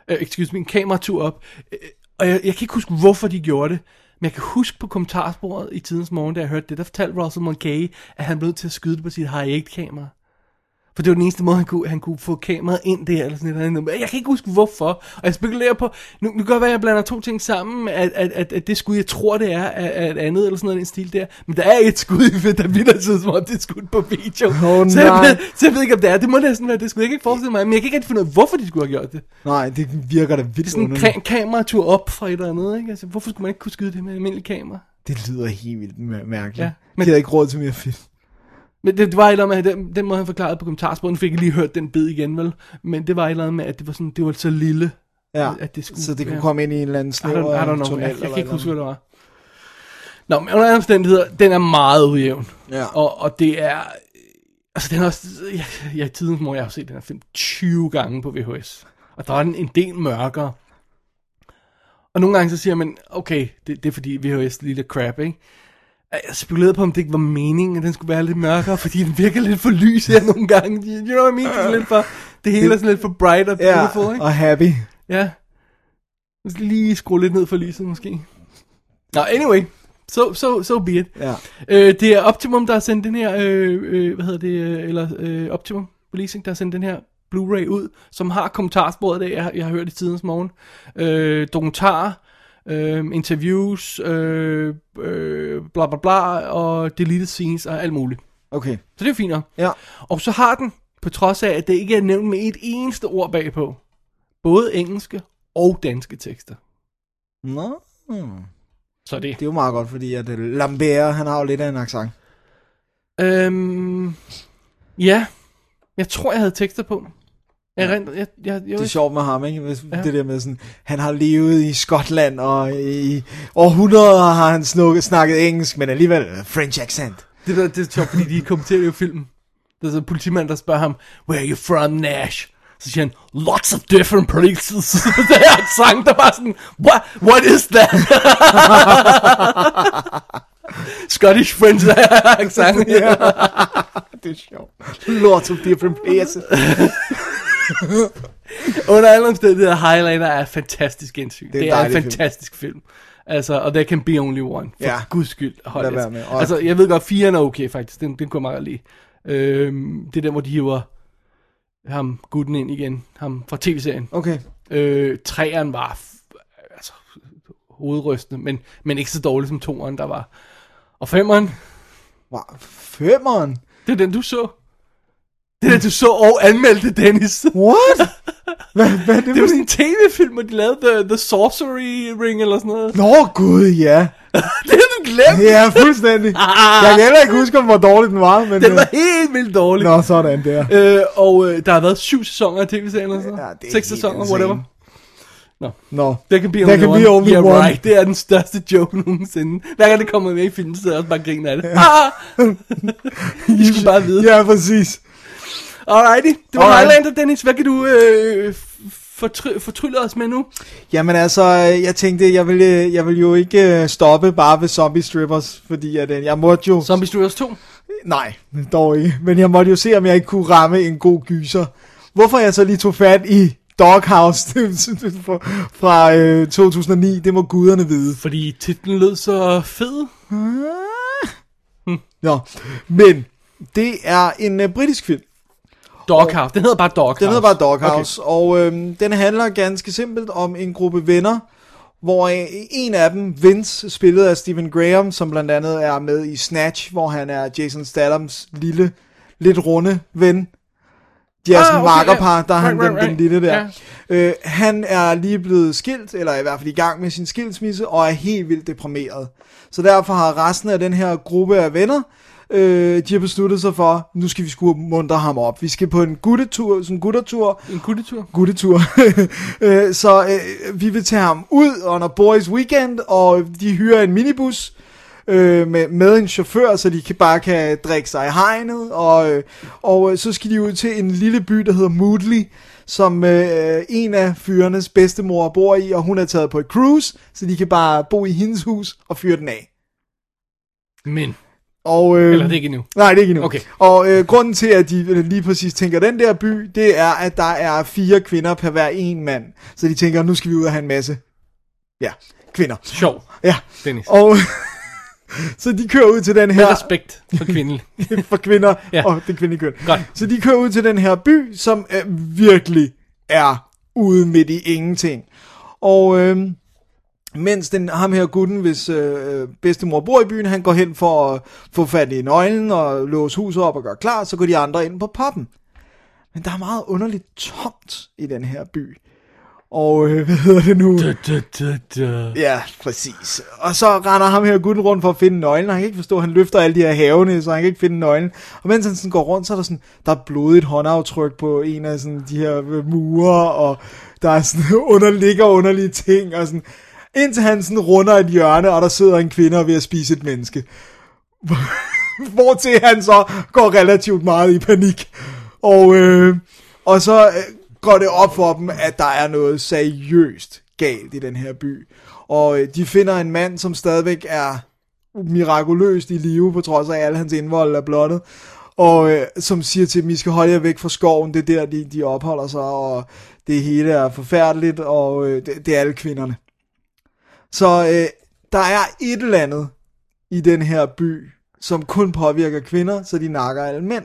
en kameratur op. Og jeg kan ikke huske, hvorfor de gjorde det. Men jeg kan huske på kommentarsporet i Tidens Morgen, da jeg hørte det, der fortalte Russell Mulcahy, at han blev nødt til at skyde det på sit Hi8-kamera. For det var den eneste måde, han kunne få kameraet ind der, eller sådan noget. Jeg kan ikke huske, hvorfor. Og jeg spekulerer på, nu kan godt være, at jeg blander to ting sammen, at det skud, jeg tror, det er et andet, eller sådan noget, en stil der. Men der er et skud, der vildt tid, som om det er skudt på video. Så jeg ved ikke, om det er. Det må næsten være det skud. Jeg kan ikke forestille mig, men jeg kan ikke rigtig finde ud af, hvorfor de skulle have gjort det. Nej, det virker da vildt. Det er sådan en kameratur op fra et eller andet, ikke? Altså, hvorfor skulle man ikke kunne skyde det med en almindelig kamera? Det lyder helt vildt mærkeligt. Ja, men de havde ikke råd til mere film. Men det var et eller andet med, den måde han forklarede på kommentarsporet, nu fik jeg lige hørt den bid igen, vel? Men det var et eller andet med, at det var sådan, det var så lille, at det skulle... Så det kunne komme ind i en eller anden snæver tunnel. Jeg kan ikke huske, hvad det var. Nå, men under andre omstændigheder, den er meget ujævn. Ja. Og det er... Altså, den er også... Jeg i Tidens Morgen, jeg har set den her film 20 gange på VHS. Og der er den en del mørkere. Og nogle gange så siger man, okay, det er fordi VHS er lidt crap, ikke? Jeg spekulerede på, om det ikke var meningen, at den skulle være lidt mørkere, fordi den virker lidt for lys her nogle gange. You know what I mean? Det, er lidt for, det hele er sådan lidt for bright og beautiful, ikke? Og happy. Ja. Jeg skal lige skrue lidt ned for lyset, måske. Nå, anyway. So be it. Ja. Det er Optimum, der har sendt den her, Optimum Releasing, der har sendt den her Blu-ray ud, som har kommentarsporet der, jeg har hørt i Tidens Morgen. Dokumentarer. Interviews, bla bla bla, og deleted scenes og alt muligt. Okay. Så det er fint nok. Ja. Og så har den, på trods af, at det ikke er nævnt med et eneste ord bagpå, både engelske og danske tekster. Nå. Så det er jo meget godt, fordi at Lambert, han har jo lidt af en accent. Ja. Jeg tror, jeg havde tekster på. Det er sjovt med ham, ikke? Det der med sådan, han har levet i Skotland, og i århundreder har han snakket engelsk, men alligevel French accent. Det er sjovt, fordi de kommenterer jo filmen. Der er så en politimand, der spørger ham, where are you from, Nash? Så siger han, lots of different places. Det er accent, der bare sådan, what is that? Scottish French accent. Det er sjovt. Lots of different places. Under alle omstændigheder, Highlander er fantastisk gensyn. Det er en fantastisk film. Altså, og there can be only one. For guds skyld. Altså, jeg ved godt, 4'eren er okay faktisk. Den kunne jeg meget lide. Det er den, hvor de hiver ham gutten ind igen. Ham fra tv-serien. Okay. 3'eren var hovedrystende, men ikke så dårlig som 2'eren, der var. Og 5'eren. Wow, 5'eren? Det er den, du så. Det er du så og anmeldte, Dennis. What? Hvad det var sådan en tv-film, hvor de lavede The Sorcery Ring eller sådan noget. Nå gud, ja. Det har du glemt. Ja, fuldstændig. Jeg kan heller ikke huske, hvor dårlig den var. Men, den var helt vildt dårlig. Nå, sådan der. Og der har været 7 sæsoner af tv-serien eller sådan noget. 6 sæsoner, whatever. Nå. There can be only one. Yeah, right. Det er den største joke nogensinde. Hver gang det kommer med i filmen, så sidder jeg også bare griner af det. I skulle bare vide. Ja, præcis. Alrighty, det var Highlander, Dennis. Hvad kan du fortrylle os med nu? Jamen altså, jeg tænkte, jeg vil jo ikke stoppe bare ved Zombie Strippers, fordi at jeg måtte jo... Zombie Strippers 2? Nej, dog ikke. Men jeg måtte jo se, om jeg ikke kunne ramme en god gyser. Hvorfor jeg så lige tog fat i Doghouse fra 2009, det må guderne vide. Fordi titlen lød så fed. Nå, men det er en britisk film. Doghouse, den hedder bare Doghouse. Den hedder bare Doghouse, okay. Og den handler ganske simpelt om en gruppe venner, hvor en af dem, Vince, spillet af Stephen Graham, som blandt andet er med i Snatch, hvor han er Jason Statham's lille, lidt runde ven. De er sådan en makkerpar, der er han den lille der. Yeah. Han er lige blevet skilt, eller i hvert fald i gang med sin skilsmisse, og er helt vildt deprimeret. Så derfor har resten af den her gruppe af venner, de har besluttet sig for, nu skal vi sgu muntre ham op. Vi skal på en guttetur, sådan en guttertur. En guttetur? Guttetur. Så vi vil tage ham ud under Boys Weekend, og de hyrer en minibus med en chauffør, så de bare kan drikke sig i hegnet, og så skal de ud til en lille by, der hedder Moodley, som en af fyrenes bedstemor bor i, og hun er taget på et cruise, så de kan bare bo i hendes hus og fyre den af. Men Og, Eller det er ikke endnu? Nej, det er ikke endnu. Okay. Og grunden til, at de lige præcis tænker den der by, det er, at der er 4 kvinder per hver en mand. Så de tænker, nu skal vi ud og have en masse kvinder. Sjov, Ja. Dennis. Og så de kører ud til den her... Med respekt for kvinden. for kvinder Ja. og det kvindelige køn. Godt. Så de kører ud til den her by, som virkelig er ude midt i ingenting. Og mens ham her gutten, hvis bedstemor bor i byen, han går hen for at få fat i nøglen og låse huset op og gøre klar, så går de andre ind på pubben. Men der er meget underligt tomt i den her by. Og hvad hedder det nu? Ja, præcis. Og så render ham her gutten rundt for at finde nøglen. Han kan ikke forstå, at han løfter alle de her havene, så han kan ikke finde nøglen. Og mens han sådan går rundt, så er der er blodigt håndaftryk på en af sådan de her mure, og der er sådan underlige ting, og sådan. Indtil han sådan runder et hjørne, og der sidder en kvinde og er ved at spise et menneske. Hvortil han så går relativt meget i panik. Og så går det op for dem, at der er noget seriøst galt i den her by. Og de finder en mand, som stadigvæk er mirakuløst i live, på trods af alle hans indvold er blottet. Og som siger til dem, I skal holde jer væk fra skoven, det er der, de opholder sig, og det hele er forfærdeligt, og det er alle kvinderne. Så der er et eller andet i den her by, som kun påvirker kvinder, så de nakker alle mænd.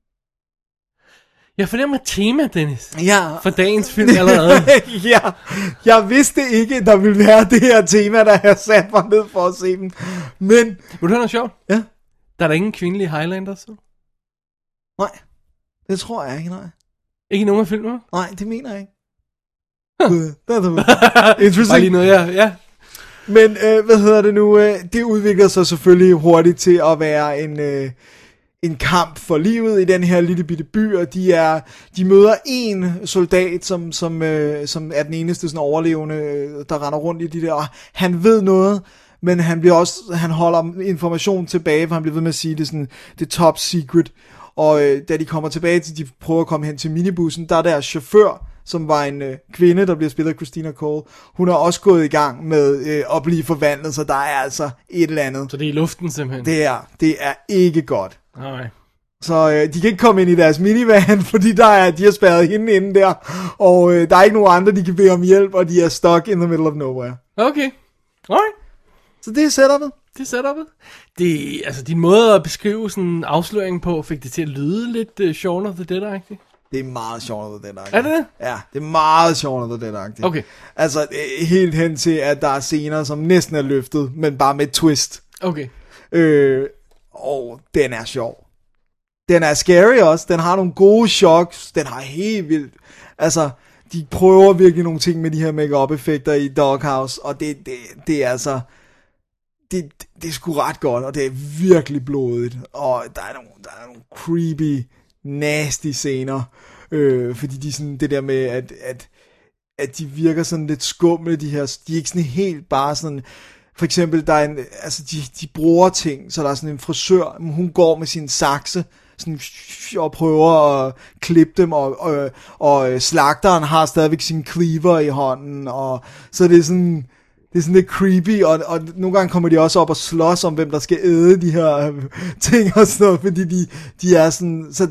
Jeg fornemmer et tema, Dennis. Ja. For dagens film allerede. Ja, jeg vidste ikke, der ville være det her tema, der jeg sat mig ned for at se dem. Men... Vil du høre noget sjovt? Ja. Der er der ingen kvindelige Highlanders, så? Nej, det tror jeg ikke, nej. Ikke i nogen af filmene? Nej, det mener jeg ikke. Interesting. Bare lige noget, ja. Men hvad hedder det nu? Det udvikler sig selvfølgelig hurtigt til at være en kamp for livet i den her lille bitte by, og de møder en soldat, som er den eneste sådan overlevende, der render rundt i de der, og han ved noget, men han holder information tilbage, for han bliver ved med at sige, det er sådan, det er top secret, og da de kommer tilbage til, de prøver at komme hen til minibussen, der er deres chauffør, som var en kvinde, der bliver spillet af Christina Cole. Hun er også gået i gang med at blive forvandlet, så der er altså et eller andet. Så det er i luften simpelthen? Det er ikke godt. Nej. Så de kan ikke komme ind i deres minivan, fordi de har spærret hende inde der, og der er ikke nogen andre, de kan bede om hjælp, og de er stuck in the middle of nowhere. Okay. Alright. Så det er setupet. Det er setupet. Altså din måde at beskrive sådan en afsløring på, fik det til at lyde lidt Shaun of the Dead-agtigt? Det er meget Shaun of the Dead-agtigt. Er det det? Ja, det er meget Shaun of the Dead-agtigt. Okay. Altså helt hen til, at der er scener, som næsten er løftet, men bare med et twist. Okay. Og den er sjov. Den er scary også. Den har nogle gode shocks. Den har helt vildt. Altså, de prøver virkelig nogle ting med de her make-up effekter i Doghouse, og det er altså... Det er sgu ret godt, og det er virkelig blodigt. Og der er nogle creepy, nasty scener. Fordi de sådan, det der med, at de virker sådan lidt skumle, de her... De er ikke sådan helt bare sådan... For eksempel, der er de bruger ting, så der er sådan en frisør, hun går med sin sakse, sådan, og prøver at klippe dem, og slagteren har stadigvæk sin cleaver i hånden, og så det er sådan lidt creepy, og nogle gange kommer de også op og slås om, hvem der skal æde de her ting og sådan noget, fordi de er sådan, så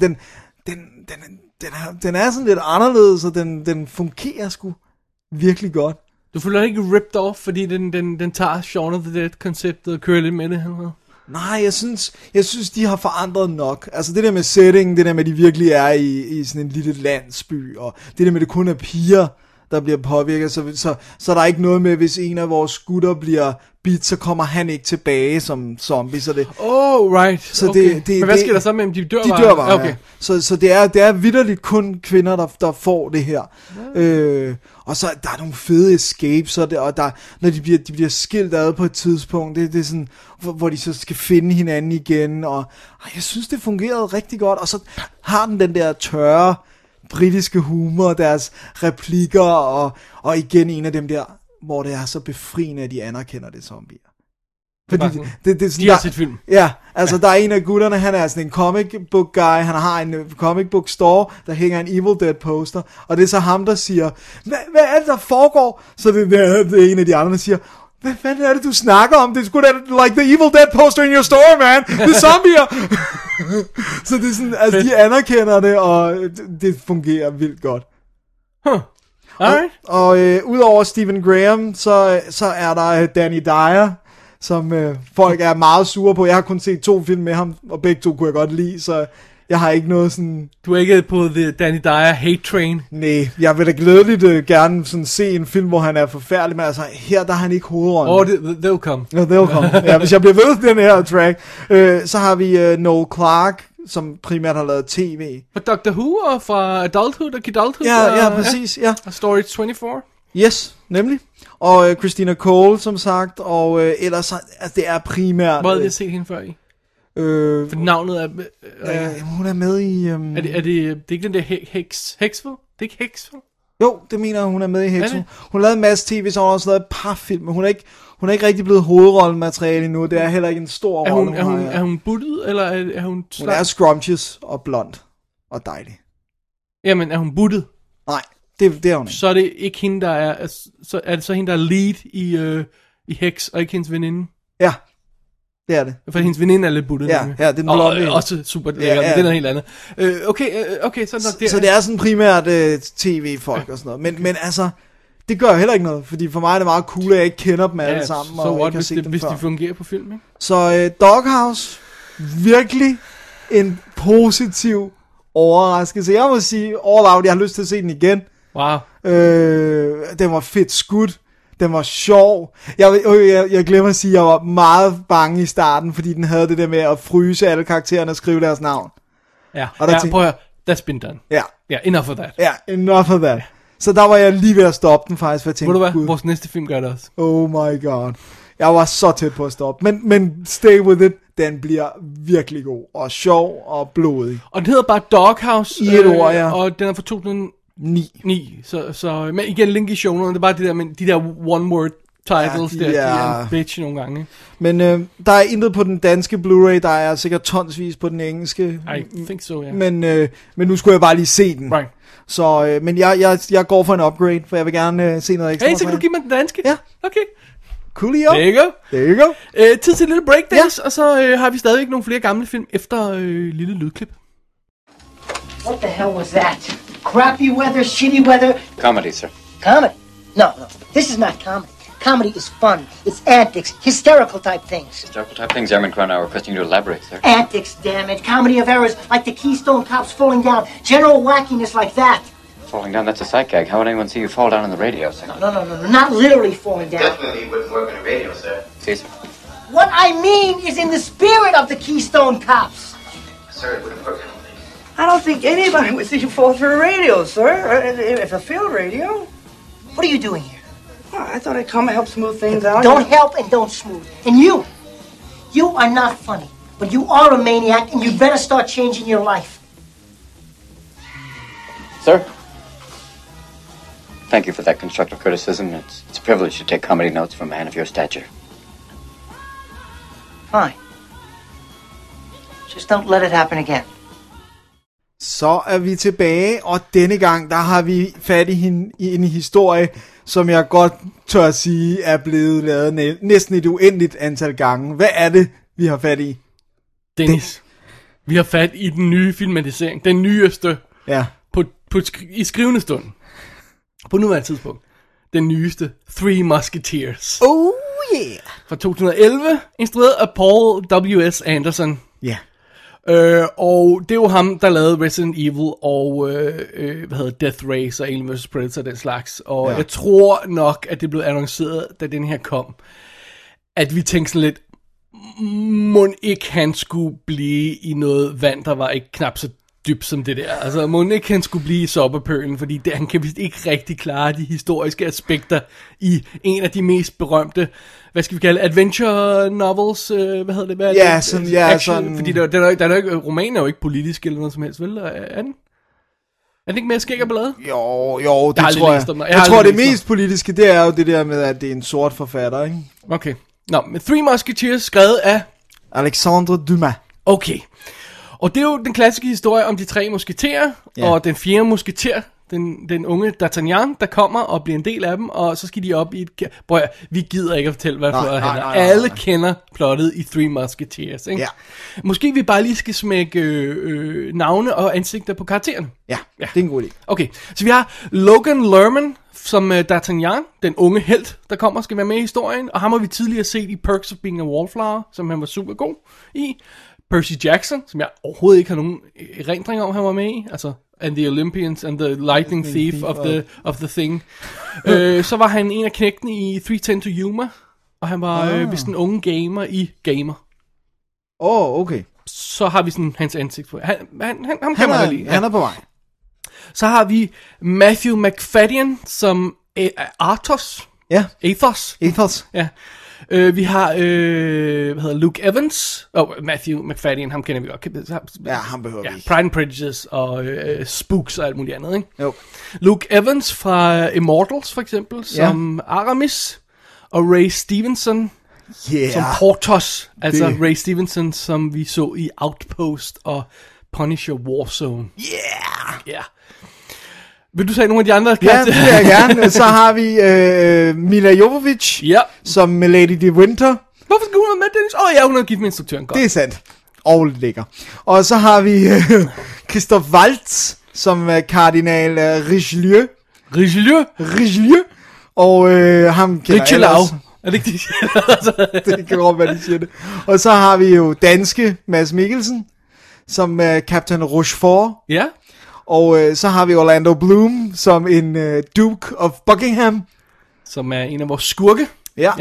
den er sådan lidt anderledes, og den fungerer sgu virkelig godt. Du føler ikke ripped off, fordi den tager Shaun of the Dead-konceptet og kører lidt med det her? Nej, jeg synes, de har forandret nok. Altså det der med setting, det der med, at de virkelig er i sådan en lille landsby, og det der med, at det kun er piger, der bliver påvirket, så er der ikke noget med, hvis en af vores gutter bliver bidt, så kommer han ikke tilbage som zombie. Så det, right. Så okay. Men hvad sker der så med dem? De dør bare? De dør bare, okay. Ja. Så det er vitterligt kun kvinder, der får det her. Ja. Og så der er nogle fede escapes, og når de bliver skilt ad på et tidspunkt, det er sådan, hvor de så skal finde hinanden igen, og jeg synes, det fungerede rigtig godt, og så har den der tørre britiske humor, deres replikker, og igen en af dem der, hvor det er så befriende, at de anerkender det zombier. Fordi det er sådan, de har set film. Ja, altså der er en af gutterne, han er sådan en comic book guy, han har en comic book store, der hænger en Evil Dead poster, og det er så ham, der siger, hvad er det, der foregår? Så det er en af de andre, der siger, hvad fanden er det, du snakker om? Det er sgu da like the Evil Dead poster in your store, man. Det er zombier. Så det er sådan, altså de anerkender det, og det fungerer vildt godt. Alright. Og udover Stephen Graham, så er der Danny Dyer, som folk er meget sure på. Jeg har kun set 2 film med ham, og begge 2 kunne jeg godt lide, så jeg har ikke noget sådan... Du er ikke på the Danny Dyer hate train? Nej, jeg vil da glædeligt gerne sådan se en film, hvor han er forfærdelig, men altså her der er han ikke hovedrollen. They'll come. Ja, they'll come. Ja, hvis jeg bliver ved den her track. Så har vi Noel Clarke, som primært har lavet tv. Fra Doctor Who og fra Adulthood og Kid Adulthood? Ja, præcis, ja. Story 24? Yes, nemlig. Og Christina Cole, som sagt, og ellers, altså det er primært... Hvor havde jeg set hende før i? For navnet er... hun er med i... Er det ikke den der Hexville? Det er ikke Hexville? Jo, det mener hun er med i Hexville. Hun har lavet en masse tv, så hun har også lavet et par film, men hun er ikke rigtig blevet hovedrollemateriale endnu. Det er heller ikke en stor rolle. Er hun buttet, eller er hun slank? Hun er scrumptious og blond og dejlig. Jamen, er hun buttet? Nej, det er hun ikke. Så er det ikke hende, der er... Er det så hende, der er lead i Hex, og ikke hendes veninde? Ja. Det er det. For hendes veninde er lidt buttet. Ja, det er den blonde. Også super lækker, det er noget helt andet. Okay, så nok det. Så det er sådan primært tv-folk og sådan noget. Men altså, det gør heller ikke noget, fordi for mig er det meget cool, at jeg ikke kender dem alle sammen. Så what, hvis de fungerer på film, ikke? Så Doghouse, virkelig en positiv overraskelse. Jeg må sige, all out, jeg har lyst til at se den igen. Wow. Den var fedt skudt. Den var sjov. Jeg glemmer at sige, at jeg var meget bange i starten, fordi den havde det der med at fryse alle karaktererne og skrive deres navn. Ja, og der prøv at høre, that's been done. Ja, enough of that. Ja, enough of that. Så der var jeg lige ved at stoppe den faktisk, for jeg tænkte, ved du hvad, vores næste film gør det også. Oh my god. Jeg var så tæt på at stoppe. Men stay with it. Den bliver virkelig god og sjov og blodig. Og den hedder bare Doghouse. I et ord, ja. Og den er fra 2009. Så men igen, link i shownoten. Det er bare det der, men de der one-word titles, de er en bitch nogle gange. Men der er intet på den danske Blu-ray. Der er sikkert tonsvis på den engelske. I think so, ja. Men nu skulle jeg bare lige se den. Right. Så, men jeg går for en upgrade, for jeg vil gerne se noget ekstra. Hey, så kan du give mig den danske? Ja. Okay. Coolio. There you go. Tid til et lille breakdance, og så har vi stadigvæk nogle flere gamle film efter lille lydklip. What the hell was that? Crappy weather, shitty weather? Comedy, sir. Comedy? No. This is not comedy. Comedy is fun. It's antics, hysterical type things. Hysterical type things, Airman Cronauer, requesting you to elaborate, sir. Antics, damn it. Comedy of errors, like the Keystone Cops falling down. General wackiness like that. Falling down, that's a sight gag. How would anyone see you fall down on the radio, sir? No. Not literally falling down. Definitely wouldn't work on a radio, sir. See, sir. What I mean is in the spirit of the Keystone Cops. Sir, it wouldn't work on a radio. I don't think anybody would see you fall through a radio, sir. If a field radio. What are you doing here? Oh, I thought I'd come and help smooth things out. Don't help and don't smooth. And you are not funny, but you are a maniac, and you better start changing your life. Sir? Thank you for that constructive criticism. It's a privilege to take comedy notes from a man of your stature. Fine. Just don't let it happen again. Så er vi tilbage, og denne gang, der har vi fat i en historie, som jeg godt tør at sige, er blevet lavet næsten et uendeligt antal gange. Hvad er det, vi har fat i? Dennis, vi har fat i den nye filmatisering, den nyeste, i skrivende stund. På nuværende tidspunkt. Den nyeste, Three Musketeers. Oh yeah! Fra 2011, instrueret af Paul W.S. Anderson. Ja. Og det er jo ham, der lavede Resident Evil og Death Race og Alien vs. Predator og den slags. Og jeg tror nok, at det blev annonceret, da den her kom, at vi tænkte sådan lidt, mon ikke han skulle blive i noget vand, der var ikke knap så dybt som det der. Altså, mon ikke han skulle blive i sopperpølen, fordi han kan vist ikke rigtig klare de historiske aspekter i en af de mest berømte, hvad skal vi kalde, adventure novels, hvad hedder det? Ja, sådan. Fordi der er ikke, romanen er jo ikke politisk eller noget som helst, vel? Er den? Er det ikke mere skæg og ballade? Jo, det tror jeg. Jeg tror, det mest politiske, det er jo det der med, at det er en sort forfatter, ikke? Okay. Nå, men Three Musketeers skrevet af Alexandre Dumas. Okay. Og det er jo den klassiske historie om de tre musketerer, og den fjerde musketer den unge D'Artagnan, der kommer og bliver en del af dem, og så skal de op i et... Vi gider ikke at fortælle, hvad plottet handler. Alle kender plottet i Three Musketeers, ikke? Ja. Måske vi bare lige skal smække navne og ansigter på karaktererne. Ja, det er en god idé. Okay, så vi har Logan Lerman som D'Artagnan, den unge helt, der kommer, skal være med i historien, og ham har vi tidligere set i Perks of Being a Wallflower, som han var super god i. Percy Jackson, som jeg overhovedet ikke har nogen erindring om, han var med i, altså And the Olympians and the Lightning Thief of the Thing. Så var han en af knægtene i 3:10 to Yuma, og han var vist en unge gamer i Gamer. Okay. Så har vi sådan hans ansigt på. Han er på vej. Så har vi Matthew McFadden som Athos. Ja. Athos. Ja. Vi har hvad hedder Luke Evans. Matthew McFadden, ham kender vi godt. Ja, ham behøver vi ikke. Pride and Prejudice og Spooks og alt muligt andet, ikke? Jo. Luke Evans fra Immortals for eksempel, som Aramis. Og Ray Stevenson som Porthos. Altså Ray Stevenson, som vi så i Outpost og Punisher Warzone. Yeah. Vil du sige nogle af de andre? Ja, det vil jeg gerne. Så har vi Mila Jovovich som Lady de Winter. Hvorfor skal hun være med, Dennis? Hun har givet med instruktøren. Godt. Det er sandt. Og lidt lækker. Og så har vi Christoph Waltz som Kardinal Richelieu. Og ham kender Richelieu. Er det ikke det, det kan godt være, de siger det. Og så har vi jo danske Mads Mikkelsen som Captain Rochefort. Ja. Og så har vi Orlando Bloom som en Duke of Buckingham. Som er en af vores skurke. Ja.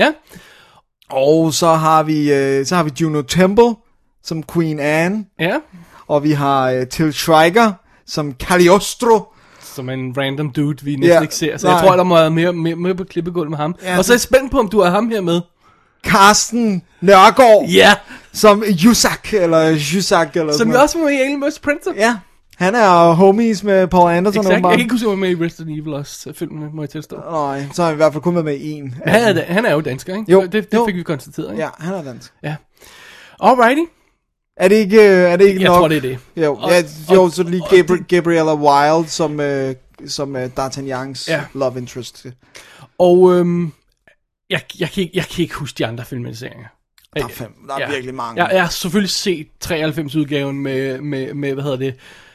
Og så har vi Juno Temple som Queen Anne. Ja. Og vi har Til Schweiger som Cagliostro. Som en random dude, vi næsten ikke ser. Så jeg tror, der må være mere på klippegulvet med ham. Ja. Og så er jeg spændt på, om du har ham her med. Carsten Nørgaard. Ja. Som Yusak, eller Jusak, eller som jo også var med i Alien vs. Predator. Ja. Han er homies med Paul Anderson. Exakt. Jeg kan ikke huske, at han var med i Resident Evil også, filmen, må jeg tilstå. Nej, så har han i hvert fald kun været med i en. Han er jo dansker, ikke? Jo. Det fik vi konstateret, ikke? Ja, han er dansk. Ja. Alrighty. Er det ikke nok? Jeg tror, det er det. Jo, så lige Gabriella Wilde som D'Artagnans love interest. Og jeg kan ikke huske de andre filmatiseringer. Der er virkelig mange. Jeg har selvfølgelig set 93-udgaven med hvad hedder det?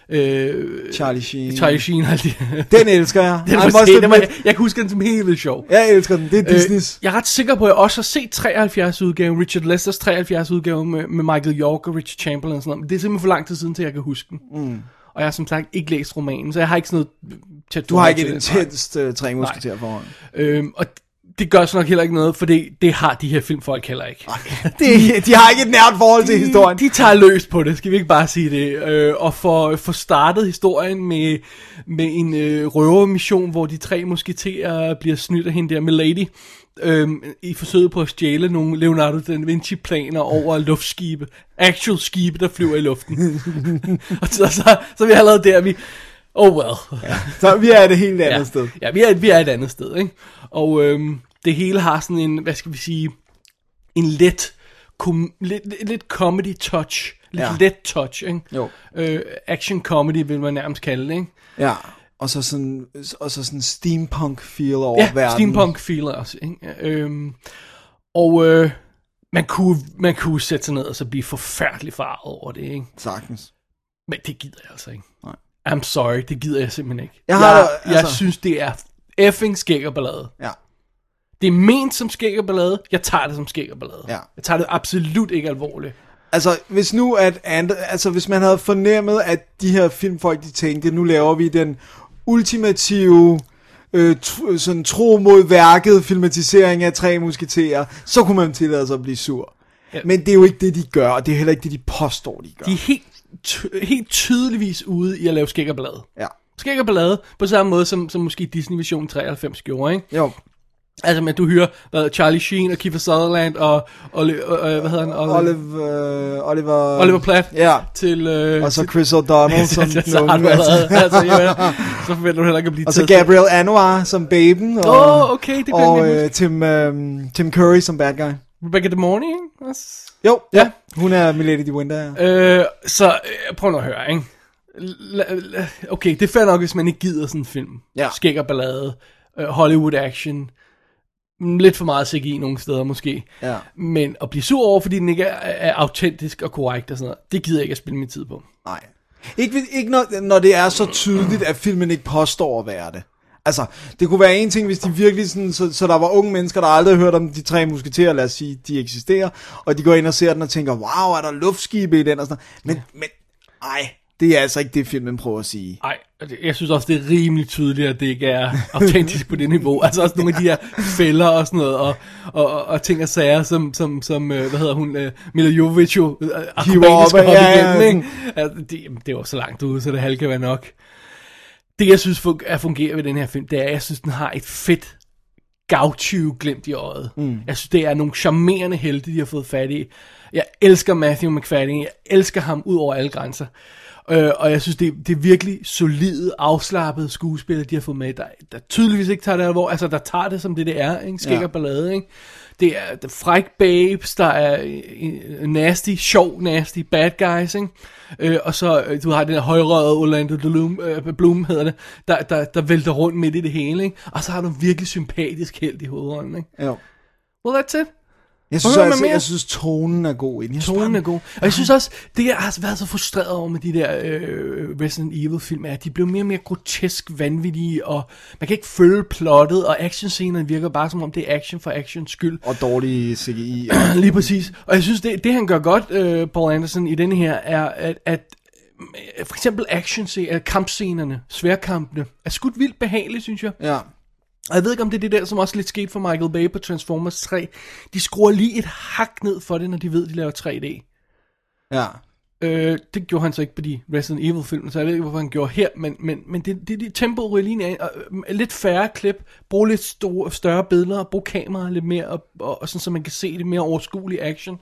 Charlie Sheen. Den elsker jeg. Jeg kan huske den som helt vildt sjov. Jeg elsker den, det er Disney's. Jeg er ret sikker på, at jeg også har set 73-udgaven, Richard Lesters 73-udgave med Michael York og Richard Chamberlain og sådan noget. Men det er simpelthen for lang tid siden, til jeg kan huske den. Og jeg har som sagt ikke læst romanen, så jeg har ikke sådan noget... Du har ikke et intenst Tre Musketerer forhold. Og det gør så nok heller ikke noget, for det har de her filmfolk heller ikke. De har ikke et nært forhold til historien. De tager løs på det, skal vi ikke bare sige det. Og får startet historien med en røvermission, hvor de tre musketerer bliver snydt af hende der med Lady. I forsøget på at stjæle nogle Leonardo da Vinci-planer over luftskibe. Actual skibe, der flyver i luften. Og så vi allerede der, så vi er et helt andet sted. Ja, vi er et andet sted, ikke? Og det hele har sådan en, hvad skal vi sige, en lidt comedy touch. Let touch, ikke? Jo. Action comedy vil man nærmest kalde det, ikke? Ja, og så sådan steampunk feel over verden. Ja, steampunk feel også, ikke? Man kunne sætte sig ned og så blive forfærdelig farvet over det, ikke? Sagtens. Men det gider jeg altså ikke. Nej. I'm sorry, det gider jeg simpelthen ikke. Jeg synes, det er effing skæg og ballade. Ja. Det er ment som skæg og ballade. Jeg tager det som skæg og ballade. Ja. Jeg tager det absolut ikke alvorligt. Altså, hvis man havde fornemmet, at de her filmfolk, de tænkte, nu laver vi den ultimative, sådan tro mod værket filmatisering af Tre Musketerer, så kunne man tillade sig at blive sur. Ja. Men det er jo ikke det, de gør, og det er heller ikke det, de påstår, de gør. De er helt tydeligvis ude i at lave skæg og ballade. Ja. Skæg og ballade, på samme måde som måske Disney-version 93 gjorde, ikke? Jo. Altså, men du hører Charlie Sheen og Kiefer Sutherland og hvad hedder han? Oliver Platt. Ja. Til, og så Chris O'Donnell som så forventer du heller ikke at blive og så Gabriel Anwar som baben. Okay, det og Tim Curry som bad guy. Rebecca De Morney, ikke? Jo, ja. Hun er Milady de Winter. Så prøv nu at høre, ikke? Okay, det er fair nok, hvis man ikke gider sådan en film. Ja. Skæg og ballade, Hollywood action, lidt for meget CGI nogle steder måske. Ja. Men at blive sur over, fordi den ikke er autentisk og korrekt og sådan noget, det gider jeg ikke at spille min tid på. Nej. Ikke når det er så tydeligt, at filmen ikke påstår at være det. Altså, det kunne være en ting, hvis de virkelig sådan, så der var unge mennesker, der aldrig har hørt om de 3 musketerer, lad os sige, de eksisterer, og de går ind og ser den og tænker, wow, er der luftskibe i den og sådan noget. Men ej, det er altså ikke det, filmen prøver at sige. Nej, jeg synes også, det er rimelig tydeligt, at det ikke er autentisk på det niveau. Altså også nogle af de her fælder og sådan noget, og ting og sager, som hvad hedder hun, Mila Jovovich jo, akrobatisk op igennem, ikke? Altså, det er jo så langt ude, så det halv kan være nok. Det, jeg synes fungerer ved den her film, det er, at jeg synes, den har et fedt gaucho glimt i øjet. Jeg synes, det er nogle charmerende helte, de har fået fat i. Jeg elsker Matthew McFadden, jeg elsker ham ud over alle grænser. Og jeg synes, det er virkelig solide, afslappede skuespillere, de har fået med, der tydeligvis ikke tager det alvor, altså der tager det som det er, ikke? Skæg og ballade, ikke? Det er fræk babes, der er nasty, sjov, nasty bad guys, ikke? Og så, du har den her højrøde Orlando Bloom, hedder det, der vælter rundt midt i det hele, ikke? Og så har du virkelig sympatisk helt i hovedrollen, ikke? Jo. Well, that's it. Jeg synes tonen er god i den. Tonen er god. Og jeg synes også, det jeg har været så frustreret over med de der Resident Evil film, er, at de blev mere og mere grotesk vanvittige, og man kan ikke følge plottet, og actionscenerne virker bare som om det er action for actions skyld. Og dårlige CGI. Lige præcis. Og jeg synes, det han gør godt, Paul Anderson, i denne her, er, at for eksempel kampscenerne, sværkampene, er skudt vildt behageligt, synes jeg. Ja. Og jeg ved ikke, om det er det der, som også lidt skete for Michael Bay på Transformers 3. De skruer lige et hak ned for det, når de ved, de laver 3D. Ja. Det gjorde han så ikke på de Resident Evil-film, så jeg ved ikke, hvorfor han gjorde her, men det tempoet ryger lige af. Lidt færre klip, bruge lidt større billeder, bruge kameraer lidt mere, og sådan, så man kan se det mere overskuelig action.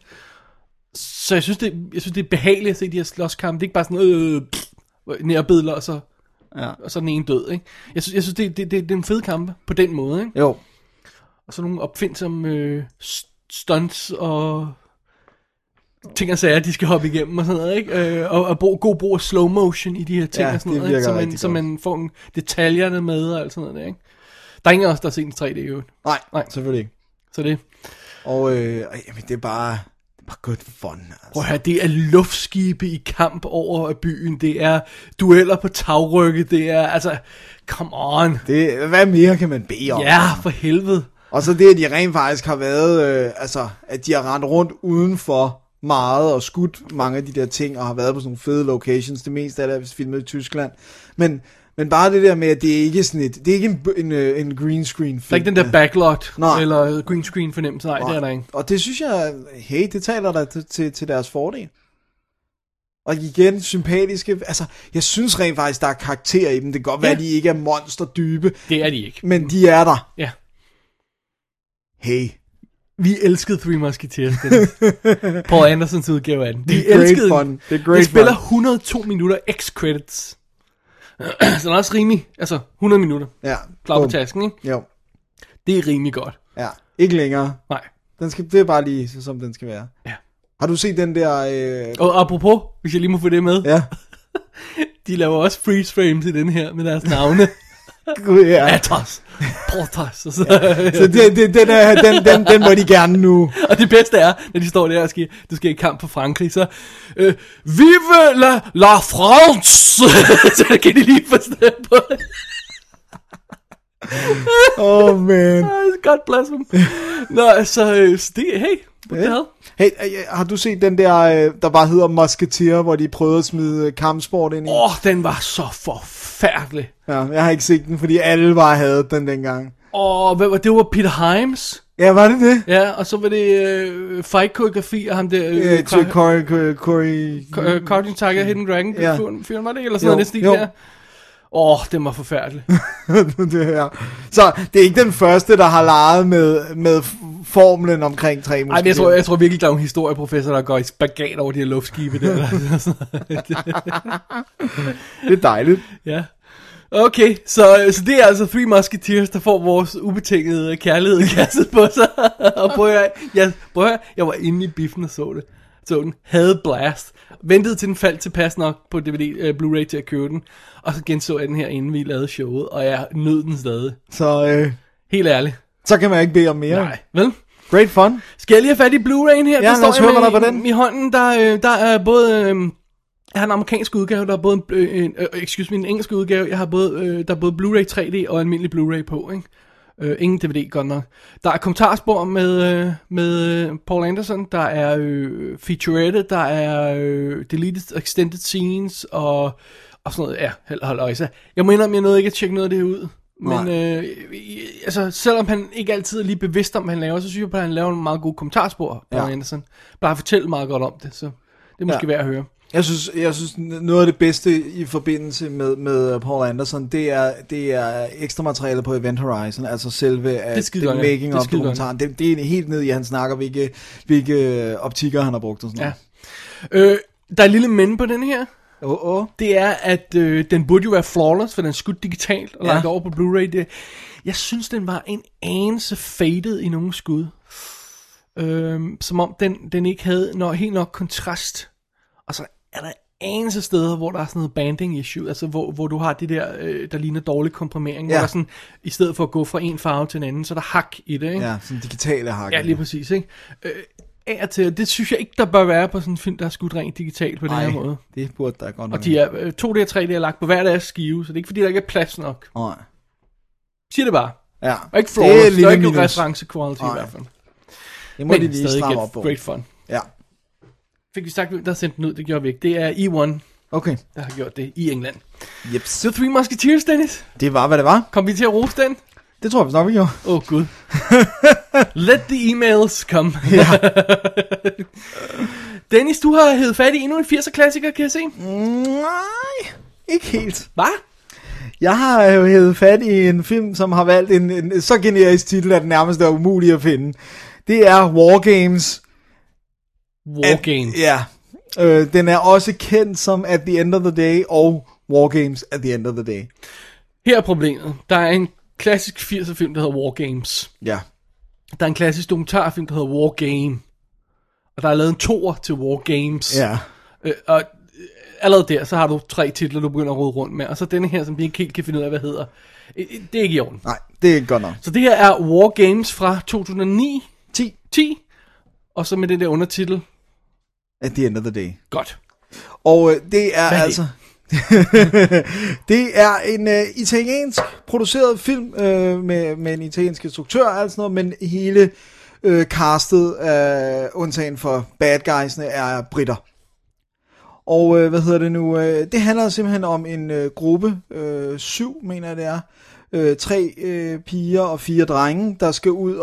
Så jeg synes, det er behageligt at se de her slåskampe. Det er ikke bare sådan nærbilleder, og så... Ja. Og så den ene død, ikke? Jeg synes det er en fed kampe på den måde, ikke? Jo. Og så nogle opfindsomme stunts og ting og sager, de skal hoppe igennem og sådan noget, ikke? Og god brug af slow motion i de her ting og sådan noget, ikke? Så man får detaljerne med og alt sådan noget der, ikke? Der er ingen af os, der har set en 3D jo. Nej, selvfølgelig ikke. Så det. Og det er bare good fun, altså. Prøv at høre, det er luftskibe i kamp over byen, det er dueller på tagrygge, det er, altså, come on. Hvad mere kan man bede om? Ja, for helvede. Og så det, at de rent faktisk har været, at de har rendt rundt udenfor meget og skudt mange af de der ting, og har været på sådan nogle fede locations, det meste af det er filmet i Tyskland. Men bare det der med, at det er ikke sådan det er ikke en green screen film. Der er ikke den der backlot, eller green screen fornemmelse, nej, det er der ikke. Og det synes jeg, hey, det taler der til deres fordel. Og igen, sympatiske, altså, jeg synes rent faktisk, der er karakter i dem. Det kan godt være, at de ikke er monsterdybe. Det er de ikke. Men de er der. Ja. Hey. Vi elskede Three Musketeers. Paul Andersons udgave af den. Vi elskede den. Det spiller 102 minutter x-credits. Så det er også rimelig, 100 minutter. Ja. Klar på tasken, ikke? Jo. Det er rimelig godt. Ja, ikke længere. Nej. Det er bare lige, som den skal være. Ja. Har du set den der... Og apropos, hvis jeg lige må få det med. Ja. De laver også freeze frames i den her, med deres navne. Gud, ja. Athos. Porthos. Så den må de gerne nu. Og det bedste er, når de står der og du skal i kamp for Frankrig, så Vive la France! Så kan de lige forstå på det. Oh man. God bless them. Nå, så det, hey, har du set den der bare hedder Musketeer, hvor de prøvede at smide kampsport ind i? Den var så forfærdelig. Ja, jeg har ikke set den, fordi alle bare havde den dengang. Det var Peter Hyams. Ja, var det det? Ja, og så var det fight-koreografi af ham der... Cartoon Tiger, Hidden Dragon, fyren var det, eller sådan noget stil der. Den var forfærdelig. Det her. Så det er ikke den første, der har leget med formlen omkring 3 musketerer. Nej, jeg tror virkelig, der er en historieprofessor, der går i spagat over de her luftskibe der. Det er dejligt. Ja. Okay, så det er altså Three Musketeers, der får vores ubetingede kærlighed kastet på sig. Og prøv at høre, jeg var inde i biffen og så det. så den, havde blast, ventede til den faldt tilpas nok på DVD, Blu-ray til at købe den, og så genså jeg den her, inden vi lavede showet, og jeg nød den stadig. Så, helt ærligt. Så kan man ikke bede om mere. Nej, vel? Great fun. Skal jeg lige have fat i Blu-ray'en her? Ja, lad os høre, hvad der er på den. I hånden, der er både... Jeg har en amerikansk udgave, der er både en engelsk udgave. Jeg har der er både Blu-ray 3D og almindelig Blu-ray på, ikke? Ingen DVD, godt nok. Der er kommentarspor med Paul Anderson. Der er featurette, der er deleted extended scenes og sådan noget. Ja, hold øjse. Jeg må indrømme, jeg nåede ikke at tjekke noget af det her ud. Men altså, selvom han ikke altid er lige bevidst om, hvad han laver, så synes jeg, at han laver en meget god kommentarspor, Paul Anderson. Bare fortælle meget godt om det, så det er måske værd at høre. Jeg synes noget af det bedste i forbindelse med Paul Anderson, det er ekstra materiale på Event Horizon, altså selve det making of dokumentaren. Det er helt ned i, han snakker, hvilke optikker han har brugt og sådan noget. Der er et lille men på den her. Det er, at den burde jo være flawless, for den er skudt digitalt og lagt over på Blu-ray. Jeg synes, den var en anelse faded i nogle skud. Som om den ikke havde helt nok kontrast. Og så er der eneste steder, hvor der er sådan noget banding issue, altså hvor du har det der ligner dårlig komprimering, hvor der sådan, i stedet for at gå fra en farve til en anden, så er der hak i det, ikke? Ja, sådan digitale hak. Ja, lige præcis, ikke? Det synes jeg ikke, der bør være på sådan en film, der er skudt rent digitalt på den her måde. Det burde der godt nok. Og de er 2D og 3D er lagt på hver deres skive, så det er ikke fordi, der ikke er plads nok. Nej. Siger det bare. Ja. Og ikke flawless, det er ikke reference quality i hvert fald. Det må de lige stramme op på. Great fun. Ja. Fik vi sagt, der sendte den ud, det gjorde vi ikke. Det er E1, der har gjort det i England. Yep. Så Three Musketeers, Dennis. Det var, hvad det var. Kom vi til at rose den? Det tror jeg nok, vi gjorde. Gud. Let the emails come. Ja. Dennis, du har hævet fat i endnu en 80'er-klassiker, kan jeg se? Nej, ikke helt. Hvad? Jeg har jo hævet fat i en film, som har valgt en så generisk titel, at den nærmest er umulig at finde. Det er War Games. War Games. Ja. Den er også kendt som At the End of the Day og War Games at the End of the Day. Her er problemet. Der er en klassisk 80'er film, der hedder War Games. Ja. Der er en klassisk dokumentarfilm, der hedder War Game. Og der er lavet en toer til War Games. Ja. Og allerede der, så har du 3 titler, du begynder at rode rundt med. Og så denne her, som vi ikke helt kan finde ud af, hvad hedder. Det er ikke i orden. Nej, det er ikke godt nok. Så det her er War Games fra 2009. 10. Og så med den der undertitel. At the End of the Day. Godt. Og det er altså... det er en italiensk produceret film med en italiensk instruktør og alt sådan noget, men hele castet, undtagen for bad guysene, er britter. Og det handler simpelthen om en gruppe, 7 mener jeg det er, 3 piger og 4 drenge, der skal ud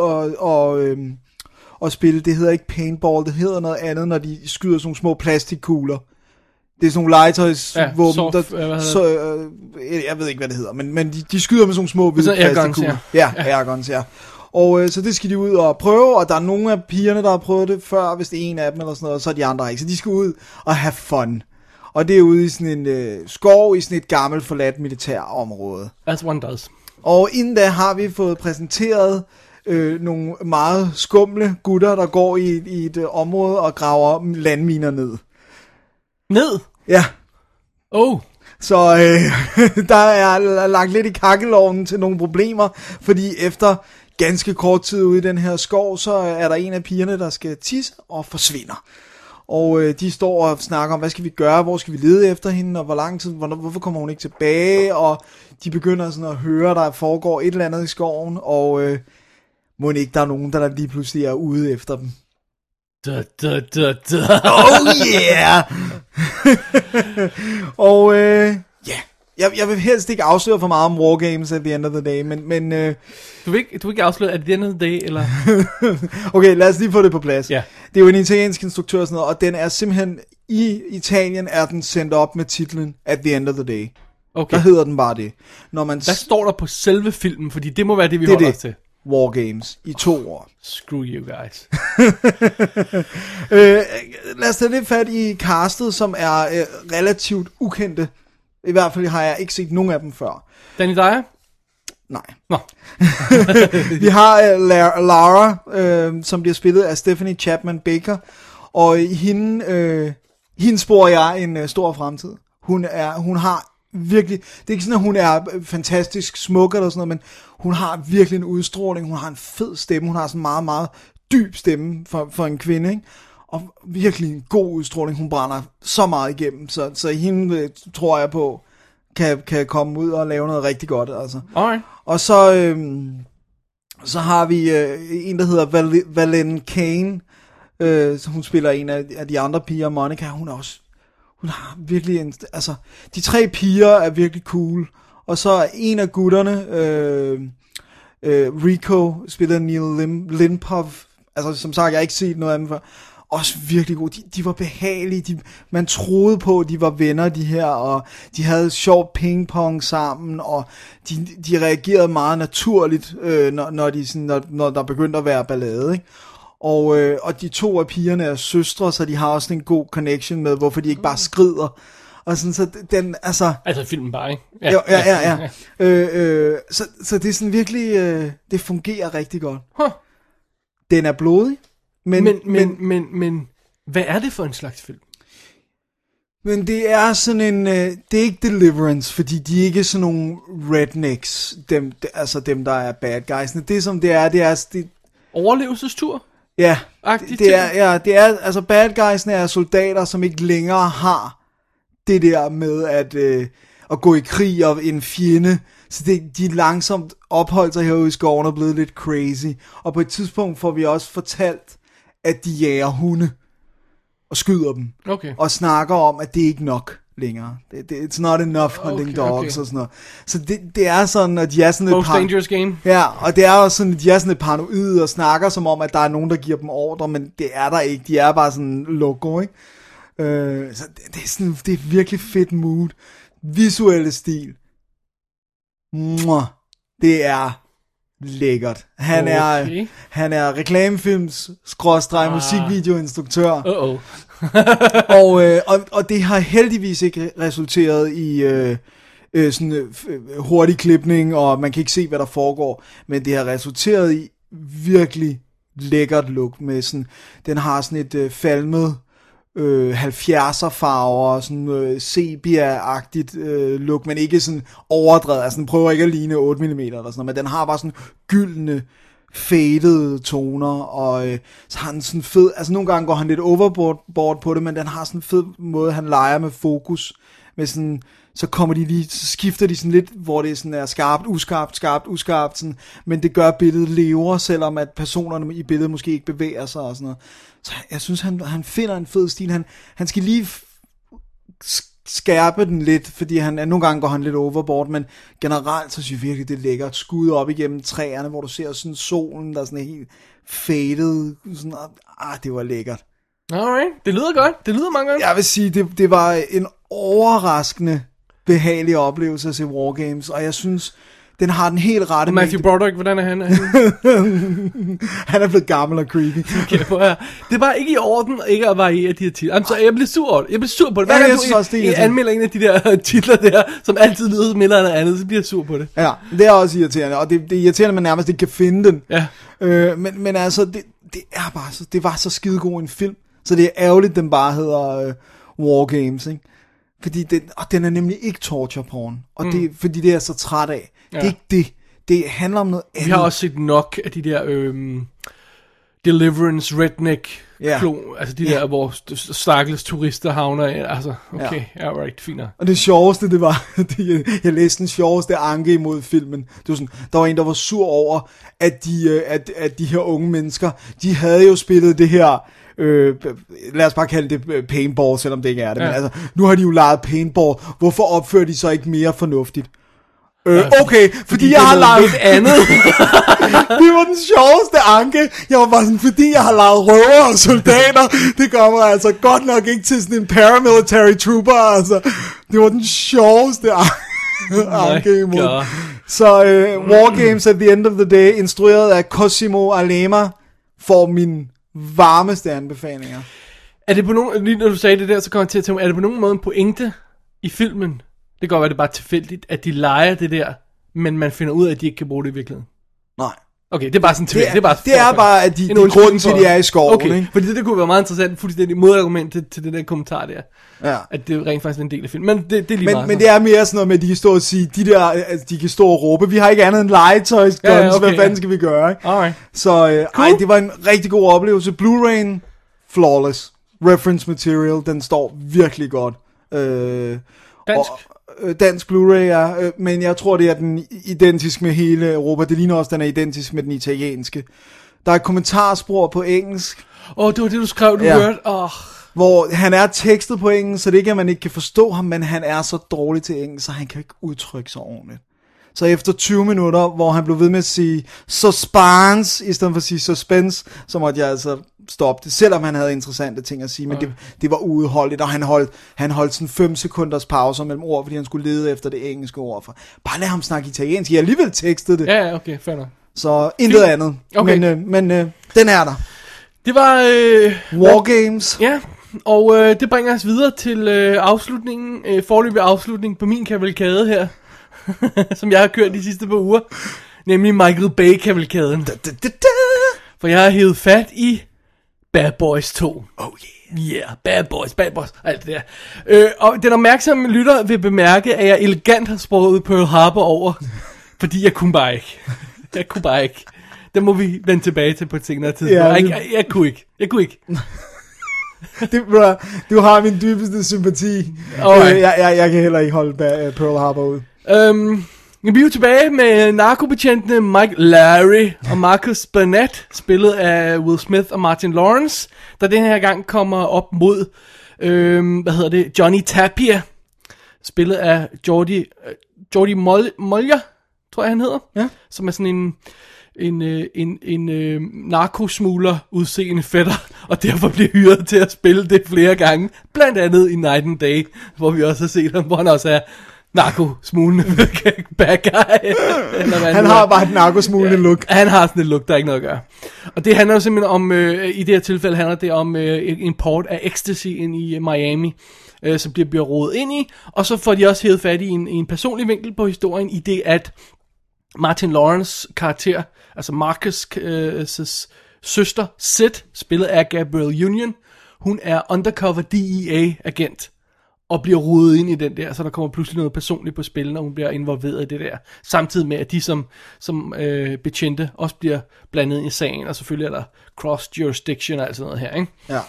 og spille. Det hedder ikke paintball, det hedder noget andet, når de skyder sådan nogle små plastikkugler. Det er sådan nogle legetøjsvåben, jeg ved ikke, hvad det hedder, men de skyder med sådan nogle små hvide plastikkugler. Ja, airguns, ja. Og så det skal de ud og prøve, og der er nogle af pigerne, der har prøvet det før, hvis det er en af dem eller sådan noget, og så er de andre ikke. Så de skal ud og have fun. Og det er ude i sådan en skov, i sådan et gammelt forladt militærområde. As one does. Og inden da har vi fået præsenteret nogle meget skumle gutter, der går i et område og graver landminer ned. Ned? Ja. Så der er lagt lidt i kakkelovnen til nogle problemer, fordi efter ganske kort tid ude i den her skov, så er der en af pigerne, der skal tisse og forsvinder. Og de står og snakker om, hvad skal vi gøre, hvor skal vi lede efter hende, og hvor lang tid, hvorfor kommer hun ikke tilbage, og de begynder sådan at høre, der foregår et eller andet i skoven, og må ikke der er nogen, der lige pludselig er ude efter dem. Oh yeah! Og jeg vil helst ikke afsløre for meget om War Games at the End of the Day, men du vil ikke afsløre at the End of the Day, eller? Okay, lad os lige få det på plads. Yeah. Det er jo en italiensk instruktør og sådan noget, og den er simpelthen, i Italien er den sendt op med titlen At the End of the Day. Okay. Der hedder den bare det. Hvad står der på selve filmen? Fordi det må være det, vi holder os til. War Games i 2 år. Screw you guys. Lad os tage lidt fat i castet, som er relativt ukendte. I hvert fald har jeg ikke set nogen af dem før. Danny Dyer? Nej. Nå. Vi har Lara, som bliver spillet af Stephanie Chapman Baker. Og hende spår jeg en stor fremtid. Hun har virkelig, det er ikke sådan, at hun er fantastisk smuk eller sådan noget, men hun har virkelig en udstråling, hun har en fed stemme, hun har sådan en meget, meget dyb stemme for en kvinde, ikke? Og virkelig en god udstråling, hun brænder så meget igennem, så hende tror jeg på, kan komme ud og lave noget rigtig godt, altså. Alright. Og så har vi en, der hedder Valene Kane, hun spiller en af de andre piger, Monica, hun har virkelig altså, de 3 piger er virkelig cool, og så er en af gutterne, Rico, spiller Neil Lindpov, altså som sagt, jeg har ikke set noget af dem før, også virkelig gode, de var behagelige, man troede på, de var venner, de her, og de havde sjov pingpong sammen, og de reagerede meget naturligt, når der begyndte at være ballade, ikke? Og de 2 af pigerne er søstre, så de har også en god connection med, hvorfor de ikke bare skrider. Og sådan, så den, altså filmen bare, ikke? Ja. Så det er sådan virkelig, det fungerer rigtig godt. Den er blodig, men hvad er det for en slags film? Men det er sådan en, det er ikke Deliverance, fordi de er ikke sådan nogle rednecks, dem der er bad guys. Det som det er overlevelsestur? Ja, det er, altså bad guysene er soldater, som ikke længere har det der med at gå i krig og en fjende, så de langsomt opholdt sig herude i skoven og blevet lidt crazy, og på et tidspunkt får vi også fortalt, at de jager hunde og skyder dem, og snakker om, at det ikke nok længere. It's not enough hunting dogs og sådan noget. Så det er sådan, at de er sådan Most dangerous game. Ja, og det er også sådan, at de er sådan et paranoide og snakker som om, at der er nogen, der giver dem ordre, men det er der ikke. De er bare sådan loco, ikke? Så det er sådan, det er virkelig fedt mood. Visuelle stil. Det er lækkert. Han er reklamefilms musikvideoinstruktør. Og det har heldigvis ikke resulteret i sådan hurtig klipning, og man kan ikke se, hvad der foregår, men det har resulteret i virkelig lækkert look med sådan, den har sådan et falmet 70'er farver, sådan sepia-agtigt look, men ikke sådan overdrevet, altså den prøver ikke at ligne 8 mm eller sådan noget, men den har bare sådan gyldne faded toner, og så har den sådan fed, altså nogle gange går han lidt overboard på det, men den har sådan en fed måde, han leger med fokus, med sådan, så skifter de sådan lidt, hvor det sådan er skarpt, uskarpt, sådan, men det gør billedet lever, selvom at personerne i billedet måske ikke bevæger sig og sådan noget. Så jeg synes, han finder en fed stil. Han skal lige skærpe den lidt, fordi nogle gange går han lidt overboard, men generelt så synes jeg virkelig, det er lækkert. Skud op igennem træerne, hvor du ser sådan solen, der er sådan helt faded. Sådan, det var lækkert. Alright, det lyder godt. Det lyder meget godt. Jeg vil sige, det var en overraskende behagelig oplevelse at se War Games, og jeg synes, den har den helt rette. Matthew Broderick, hvordan er han? Han er blevet gammel og creepy. Okay, det er bare ikke i orden ikke at variere de her titler. Jeg bliver sur på det. Hver gang du anmelder en af de der titler der, som altid lyder som eller andet, så bliver jeg sur på det. Ja, det er også irriterende, og det er irriterende, at man nærmest ikke kan finde den. Ja. Men altså, det er bare så, det var så skidegod en film, så det er ærgerligt, den bare hedder War Games, ikke? Fordi den er nemlig ikke torture porn, og det fordi det er så træt af. Ja. Det er ikke det. Det handler om noget andet. Vi har også set nok af de der Deliverance redneck altså de der, hvor stakkels turister havner. Altså, okay, right, fint. Og det sjoveste, det var, jeg læste den sjoveste anke imod filmen. Det var sådan, der var en, der var sur over, at de her unge mennesker, de havde jo spillet det her, lad os bare kalde det paintball, selvom det ikke er det. Men altså, nu har de jo leget paintball. Hvorfor opfører de så ikke mere fornuftigt? Okay, fordi jeg har leget andet. Det var den sjoveste anke. Jeg var bare sådan, fordi jeg har leget røver og soldater, det gør mig altså godt nok ikke til sådan en paramilitary trooper, altså. Det var den sjoveste anke imod. Så War Games at the end of the day, instrueret af Cosimo Alema, får min varmeste anbefalinger. Er det på nogen, lige når du sagde det der, så kommer jeg til at tænke, er det på nogen måde en pointe i filmen? Det kan godt være, det er bare tilfældigt, at de leger det der, men man finder ud af, at de ikke kan bruge det i virkeligheden. Nej. Okay, det er bare sådan det er bare, at de grunden til, at de er i skoven. Okay, ikke? fordi det kunne være meget interessant, fuldstændig modargument til det der kommentar der. Ja. At det rent faktisk er en del af filmen. Men det er lige meget. Men det er mere sådan noget med, at de kan stå og sige, de kan stå og råbe, vi har ikke andet end legetøj, okay, hvad fanden skal vi gøre? Ikke? Alright. Så cool. Det var en rigtig god oplevelse. Blu-ray'en, flawless. Reference material, den står virkelig godt. Dansk? Dansk Blu-ray, ja. Men jeg tror, det er den identisk med hele Europa. Det ligner også, den er identisk med den italienske. Der er et kommentarspor på engelsk. Det var det, du skrev, du hørte. Hvor han er tekstet på engelsk, så det ikke er, at man ikke kan forstå ham, men han er så dårlig til engelsk, så han kan ikke udtrykke sig ordentligt. Så efter 20 minutter, hvor han blev ved med at sige suspense, i stedet for at sige suspense, så måtte jeg altså stoppe det, selvom han havde interessante ting at sige, men det var uudholdeligt, og han holdt sådan 5 sekunders pauser mellem ord, fordi han skulle lede efter det engelske ord. For bare lad ham snakke italiensk, jeg alligevel tekstede det. Ja, okay, fair nok. Så intet andet, okay. men den er der. Det var Wargames. Ja, og det bringer os videre til afslutningen, foreløbig afslutning på min kavalkade her, som jeg har kørt de sidste par uger, nemlig Michael Bay-kavalkaden. For jeg har hævet fat i Bad Boys 2. Oh yeah. Yeah, Bad Boys, alt det der. Og den opmærksomme lytter vil bemærke, at jeg elegant har sproget Pearl Harbor over, fordi jeg kunne bare ikke. Det må vi vende tilbage til på et senere tidspunkt. Jeg kunne ikke. Du har min dybeste sympati. Jeg kan heller ikke holde Pearl Harbor ud. Vi er jo tilbage med narkobetjentene Mike Larry og Marcus Burnett, spillet af Will Smith og Martin Lawrence, der den her gang kommer op mod Johnny Tapia, spillet af Jordi Moller, tror jeg han hedder, ja. Som er sådan en narkosmugler udseende fætter, og derfor bliver hyret til at spille det flere gange, blandt andet i Night and Day, hvor vi også har set ham, hvor han også er narkosmuglende bad guy. Han har bare et narkosmuglende look. Han har sådan et look, der er ikke noget at gøre. Og det handler jo simpelthen om, i det her tilfælde handler det om import af ecstasy ind i Miami, som bliver rodet ind i, og så får de også hævet fat i en personlig vinkel på historien, i det at Martin Lawrence karakter, altså Marcus' søster, Sid, spillet af Gabrielle Union, hun er undercover DEA-agent, og bliver rodet ind i den der, så der kommer pludselig noget personligt på spil, når hun bliver involveret i det der. Samtidig med, at de som betjente også bliver blandet i sagen, og selvfølgelig er der cross-jurisdiction og alt sådan noget her, ikke? Ja.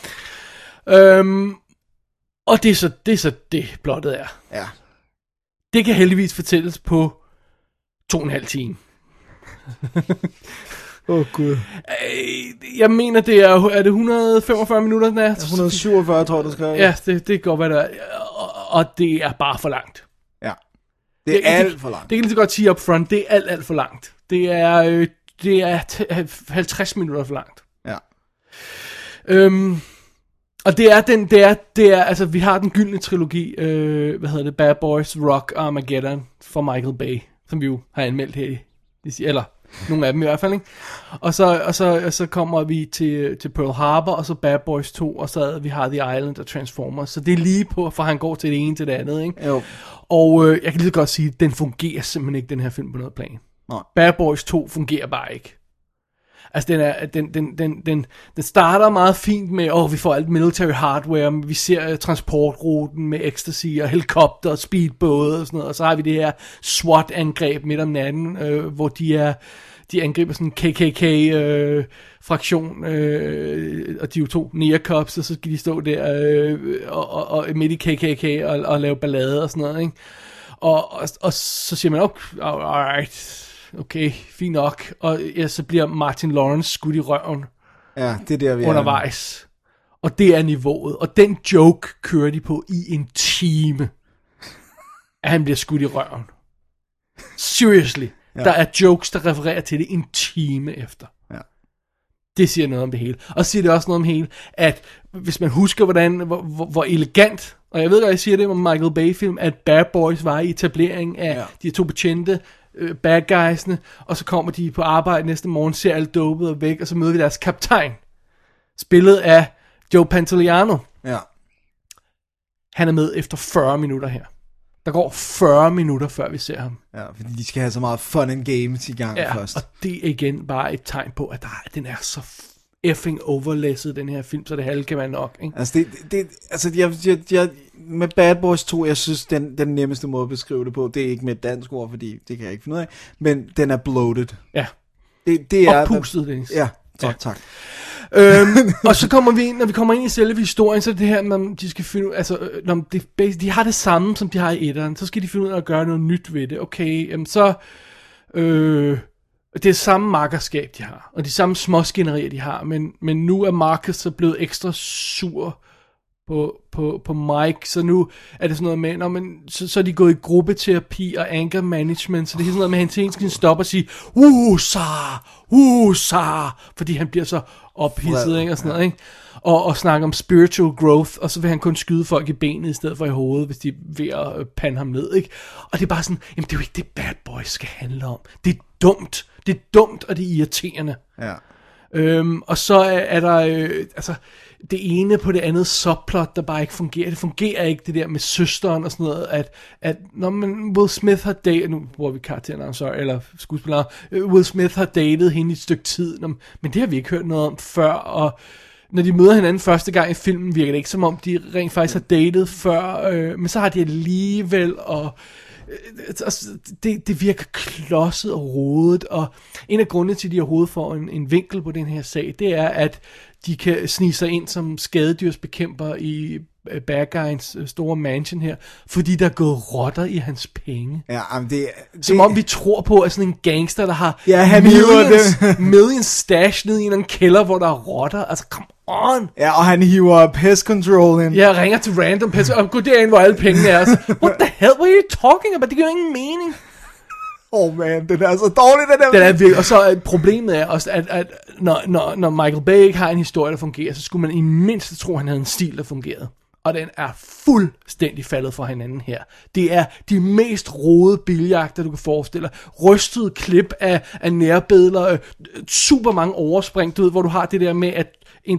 Og det er så det plottet er. Ja. Det kan heldigvis fortælles på 2,5 timer. Gud. Jeg mener, det er det 145 minutter, den er? 147, tror jeg, du skrev. Ja, det kan godt være, der og det er bare for langt. Ja. Det er alt for langt. Det kan lige så godt sige up front, det er alt for langt. Det er 50 minutter for langt. Ja. Og det er, altså vi har den gyldne trilogi, Bad Boys, Rock, Armageddon for Michael Bay, som vi jo har anmeldt her eller nogle af dem i hvert fald, ikke? Og så kommer vi til Pearl Harbor, og så Bad Boys 2, og så vi har The Island og Transformers, så det er lige på, for han går til det ene til det andet, ikke? Jo. Og jeg kan lige godt sige, at den fungerer simpelthen ikke, den her film, på noget plan. Nej. Bad Boys 2 fungerer bare ikke. Altså den starter meget fint med, vi får alt military hardware, vi ser transportruten med ecstasy og helikopter og speedbåde og sådan noget, og så har vi det her SWAT-angreb midt om natten, hvor de angriber sådan en KKK-fraktion, og de er jo 2 neocops, og så skal de stå der og midt i KKK og lave ballade og sådan noget, ikke? Og så siger man, alright, okay, fint nok. Og ja, så bliver Martin Lawrence skudt i røven. Ja, det er der, vi undervejs. Og det er niveauet. Og den joke kører de på i en time. At han bliver skudt i røven. Seriously. Ja. Der er jokes, der refererer til det en time efter. Ja. Det siger noget om det hele. Og så siger det også noget om det hele, at hvis man husker, hvor elegant, og jeg ved godt, jeg siger det om Michael Bay-film, at Bad Boys var i etablering af de 2 betjente, bad guysene, og så kommer de på arbejde næste morgen, ser alt dopet og væk, og så møder vi deres kaptajn, spillet af Joe Pantoliano. Ja. Han er med efter 40 minutter her. Der går 40 minutter, før vi ser ham. Ja, fordi de skal have så meget fun and games i gang først. Og det er igen bare et tegn på, at den er så effing overlæsset, den her film, så det halve kan være nok, ikke? Altså, jeg med Bad Boys 2, jeg synes, den nemmeste måde at beskrive det på, det er ikke med et dansk ord, fordi det kan jeg ikke finde ud af, men den er bloated. Ja. Det er oppustet, Dennis. Ja, tak. Og så kommer vi ind, når vi kommer ind i selve historien, så er det her, når de skal finde ud, altså, når de har det samme, som de har i etteren, så skal de finde ud af at gøre noget nyt ved det. Okay, så det er samme makkerskab, de har, og de samme småskænderier, de har, men nu er Marcus så blevet ekstra sur på Mike, så nu er det sådan noget med, så er de gået i gruppeterapi og anger management, så det er sådan noget med, at han skal stoppe og sige, Sar, fordi han bliver så ophidset, ikke, og sådan noget, ikke? Og snakke om spiritual growth, og så vil han kun skyde folk i benet i stedet for i hovedet, hvis de er ved at pande ham ned, ikke? Og det er bare sådan, jamen det er jo ikke det Bad Boys skal handle om. Det er dumt, og det er irriterende. Ja. Og så er der altså det ene på det andet subplot, der bare ikke fungerer. Det fungerer ikke, det der med søsteren og sådan noget, at når man, Will Smith har datet, nu bruger vi karakteren, eller skuespillere, Will Smith har datet hende i et stykke tid, men det har vi ikke hørt noget om før, og når de møder hinanden første gang i filmen, virker det ikke som om, de rent faktisk har datet før, men så har de alligevel, og det virker klodset og rodet, og en af grundene til, at de overhovedet får en vinkel på den her sag, det er, at de kan snige sig ind som skadedyrsbekæmper i bad guys store mansion her, fordi der er gået rotter i hans penge. Ja, som om vi tror på, at sådan en gangster, der har millions stash ned i en kælder, hvor der er rotter. Altså, come on! Ja, og han hiver pest control ind. Ja, ringer til random pest, og gå derind, hvor alle pengene er. Så, what the hell were you talking about? Det giver jo ingen mening. Man, den er så dårlig, den er virkelig. Og så problemet er også, at når Michael Bay ikke har en historie, der fungerer, så skulle man i mindste tro, at han havde en stil, der fungerede. Og den er fuldstændig faldet fra hinanden her. Det er de mest rodede biljagter, du kan forestille dig. Rystede klip af nærbilleder, super mange overspring, du ved, hvor du har det der med, at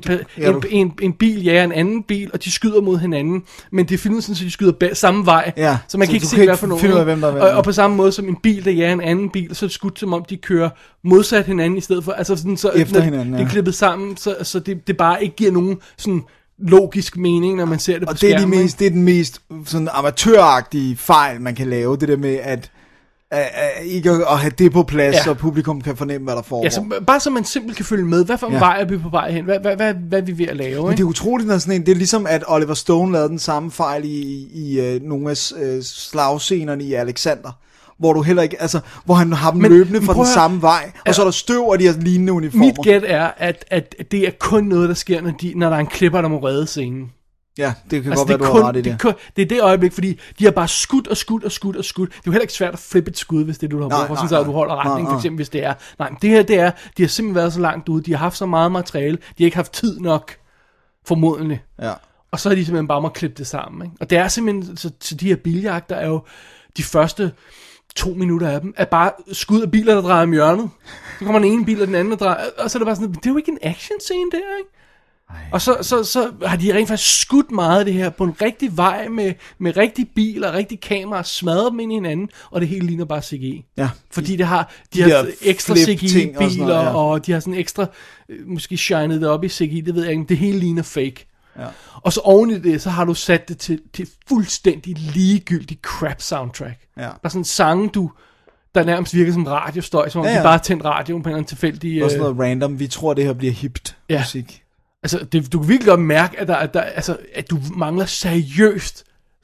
en bil jager en anden bil, og de skyder mod hinanden, men det er filmet sådan, så de skyder samme vej, så man kan ikke se, hvad for nogen. Og på samme måde som en bil, der jager en anden bil, så er det skudt, som om de kører modsat hinanden, i stedet for, altså sådan, så efter hinanden, det er klippet sammen, så det bare ikke giver nogen sådan logisk mening, når man ser det på skærmen. Og det er den mest sådan amatøragtige fejl, man kan lave, det der med at ikke at have det på plads, så publikum kan fornemme, hvad der foregår. Ja, så, bare så man simpelthen kan følge med. Hvad for en vej er vi på vej hen? Hvad er vi ved at lave? Men det er utroligt, når sådan en, det er ligesom, at Oliver Stone lavede den samme fejl i nogle af slagscenerne i Alexander, hvor du heller ikke, altså, hvor han har dem løbende fra den samme vej, og så er der støv, og de har lignende uniformer. Mit gæt er, at det er kun noget, der sker, når der er en klipper, der må redde scenen. Ja, det kan godt være, du har ret i det. Det er det øjeblik, fordi de har bare skudt. Det er jo heller ikke svært at flippe et skud, hvis det du har brug for, sådan så du holder retning, for eksempel, hvis det er. Nej, det her, det er, de har simpelthen været så langt ude, de har haft så meget materiale, de har ikke haft tid nok, formodentlig. Ja. Og så har de simpelthen bare må klippe det sammen, ikke? Og det er simpelthen, så de her biljagter er jo de første 2 minutter af dem, er bare skud af biler, der drejer om hjørnet. Så kommer den ene bil, og den anden, der drejer, og så er det bare sådan, det er jo ikke en action scene der, ikke? Og så har de rent faktisk skudt meget af det her på en rigtig vej med rigtig bil og rigtig kamera, smadret dem ind i hinanden, og det hele ligner bare CGI. Ja. Fordi de har ekstra CGI-biler, og de har sådan ekstra, måske shined det op i CGI, det ved jeg ikke, det hele ligner fake. Ja. Og så oven i det, så har du sat det til fuldstændig ligegyldig crap soundtrack. Ja. Bare sådan en sang, der nærmest virker som radiostøj, som om de bare tændt radioen på en eller anden tilfældig... Også noget random, vi tror det her bliver hipt musik. Altså, du kan virkelig godt mærke, at du mangler seriøst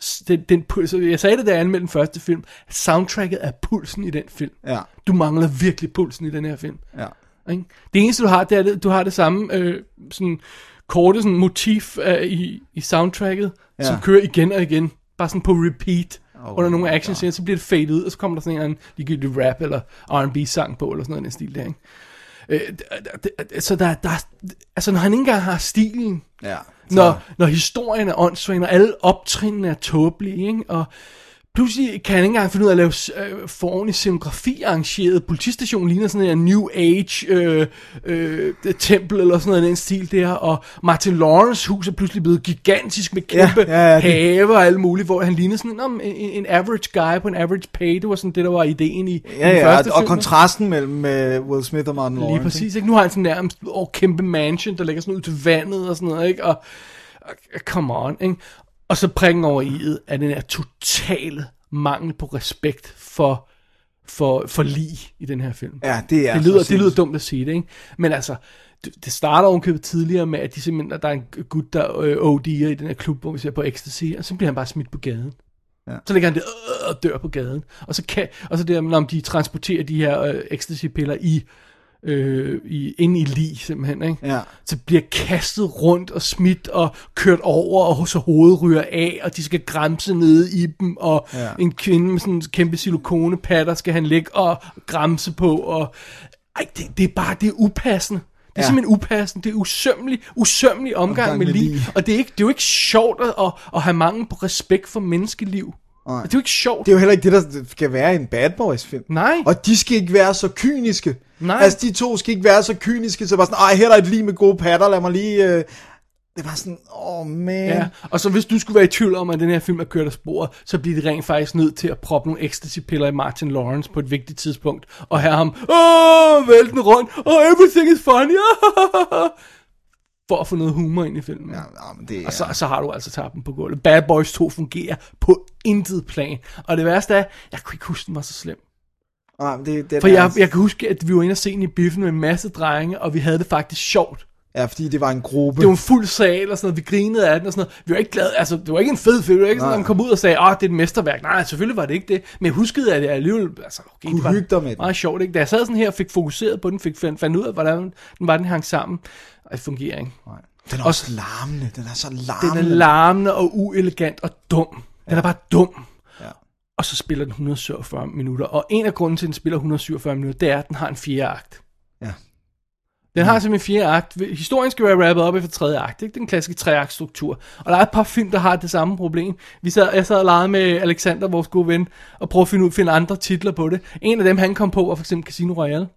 jeg sagde det, da jeg anmeldte den første film, at soundtracket er pulsen i den film. Ja. Du mangler virkelig pulsen i den her film. Ja. Ikke? Det eneste, du har, det er, at du har det samme sådan korte sådan motiv i soundtracket, som kører igen og igen, bare sådan på repeat. Under nogle action scener, så bliver det fade ud, og så kommer der sådan en eller anden ligegyldig rap eller R&B sang på, eller sådan noget i den stil der, ikke? Så der altså når han ikke engang har stilen, når historien er åndssvag, når alle optrinene er tåbelige, ikke? Og Pludselig kan han ikke engang finde ud af at lave for ordentlig scenografi arrangeret. Politistationen ligner sådan en New Age tempel eller sådan noget i den stil der. Og Martin Lawrence hus er pludselig blevet gigantisk med kæmpe have og alt muligt, hvor han ligner sådan en average guy på en average pay. Det var sådan det, der var ideen i den første og film. kontrasten mellem Will Smith og Martin Lawrence. Lige præcis, ikke? Nu har han sådan nærmest kæmpe mansion, der ligger sådan ud til vandet og sådan noget, ikke? Og come on, ikke? Og så prikken over i'et er den her totale mangel på respekt for lig i den her film. Ja, det lyder dumt at sige det, ikke? Men altså, det starter ovenkøbet tidligere med, at de simpelthen, der er en gut, der OD'er i den her klub, hvor vi ser på ecstasy, og så bliver han bare smidt på gaden. Ja. Så ligger han der og dør på gaden. Og så der, når de transporterer de her ecstasy-piller ind i lig simpelthen, ikke? Ja. Så bliver kastet rundt og smidt og kørt over, og så hovedet ryger af, og de skal gramse nede i dem, og en kvinde med sådan en kæmpe silikonepatter skal han ligge og gramse på, og det er upassende. Det er simpelthen upassende. Det er usømmelig omgang med lig. Og det er jo ikke sjovt at have mangel på respekt for menneskeliv. Nej. Det er jo ikke sjovt. Det er jo heller ikke det, der skal være i en Bad Boys film. Nej. Og de skal ikke være så kyniske. Nej. Altså, de to skal ikke være så kyniske, så bare sådan, her er et lig med gode patter, lad mig lige... Det var sådan, man. Ja, og så hvis du skulle være i tvivl om, at den her film er kørt af sporet, så bliver de rent faktisk nødt til at proppe nogle ecstasy-piller i Martin Lawrence på et vigtigt tidspunkt, og have ham, væltende rundt, everything is funny, for at få noget humor ind i filmen. Ja, men det er... Og så har du altså tabt den på gulvet. Bad Boys 2 fungerer på intet plan. Og det værste er, jeg kunne ikke huske, den var så slem. For jeg kan huske, at vi var inde og se den i biffen med en masse drenge, og vi havde det faktisk sjovt. Ja, fordi det var en gruppe. Det var en fuld sal og sådan noget, vi grinede af den og sådan noget. Vi var ikke glade, altså det var ikke en fed film, det var ikke sådan, at man kom ud og sagde, det er et mesterværk. Nej, selvfølgelig var det ikke det, men jeg huskede, at det alligevel, altså okay, det var meget sjovt, ikke? Da jeg sad sådan her og fik fokuseret på den, fandt ud af, hvordan den hang sammen, og det fungerer ikke. Nej. Den er også larmende, den er så larmende. Den er larmende og uelegant og dum. Den er bare dum. Ja. Og så spiller den 147 minutter, og en af grunden til, at den spiller 147 minutter, det er, at den har en 4. akt. Ja. Den har simpelthen 4 akt. Historien skal være rappet op efter 3. akt. Ikke? Det er den klassiske 3-akt struktur. Og der er et par film, der har det samme problem. Jeg sad og legede med Alexander, vores gode ven, og prøvede at finde andre titler på det. En af dem, han kom på, var for eksempel Casino Royale.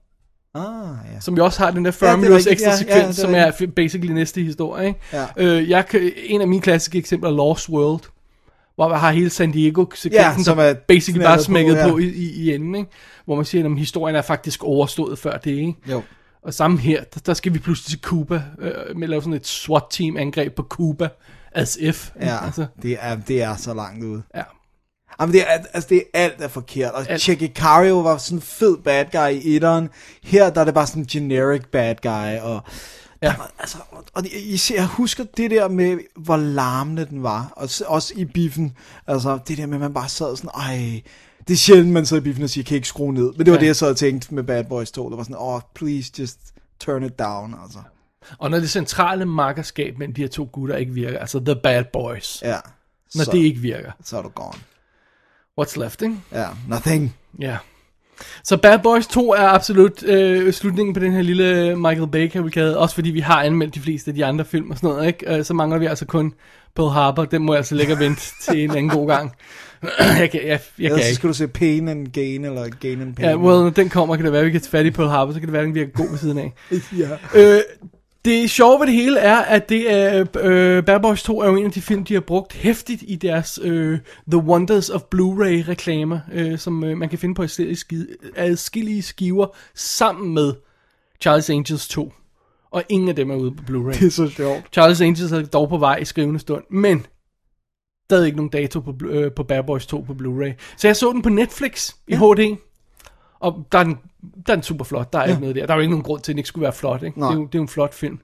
Ja. Som jo også har den der 40 minutters ekstra sekvens, som er basically næste historie. Ikke? Ja. En af mine klassiske eksempler er Lost World, hvor man har hele San Diego-sekvensen, som er basically bare smækket på i enden. Ikke? Hvor man siger, at historien er faktisk overstået før det. Ikke? Jo. Og sammen her, der skal vi pludselig til Cuba, med at lave sådan et SWAT-team angreb på Cuba, as if. Ja, altså. det er så langt ude. Ja. Jamen alt er forkert, og Che Cario var sådan en fed bad guy i etteren. Her, der er det bare sådan en generic bad guy, og... Ja. Og jeg husker det der med, hvor larmende den var, og også i biffen, altså det der med, at man bare sad sådan, det er sjældent, man sidder i biffen og siger, kan ikke skrue ned, men det var det, jeg sad og tænkte med Bad Boys 2, der var sådan, please just turn it down, altså. Og når det centrale makkerskab mellem de her to gutter ikke virker, altså The Bad Boys, når det ikke virker, så er du gone. What's left, ikke? Ja, nothing. Ja. Så Bad Boys 2 er absolut slutningen på den her lille Michael Bay-kavalkade, også fordi vi har anmeldt de fleste af de andre film og sådan noget, ikke? Så mangler vi altså kun Pearl Harbor, den må jeg altså lægge og vente til en anden god gang. Jeg kan ikke. Så skal du se Pain and Gain, eller Gain and Pain. Ja, well, den kommer, kan det være, vi kan tage fat i Pearl Harbor, så kan det være, den virker god ved siden af. Ja. Det sjove ved det hele er, at det er, Bad Boys 2 er jo en af de film, de har brugt hæftigt i deres The Wonders of Blu-ray reklamer, som man kan finde på adskillige skiver, sammen med Charlie's Angels 2. Og ingen af dem er ude på Blu-ray. Det er så sjovt. Charlie's Angels er dog på vej i skrivende stund, men stadig ikke nogen dato på Bad Boys 2 på Blu-ray. Så jeg så den på Netflix i HD. Og der er den super flot. Der er ikke noget der. Der er jo ikke nogen grund til, at den ikke skulle være flot. Ikke? Det er jo en flot film.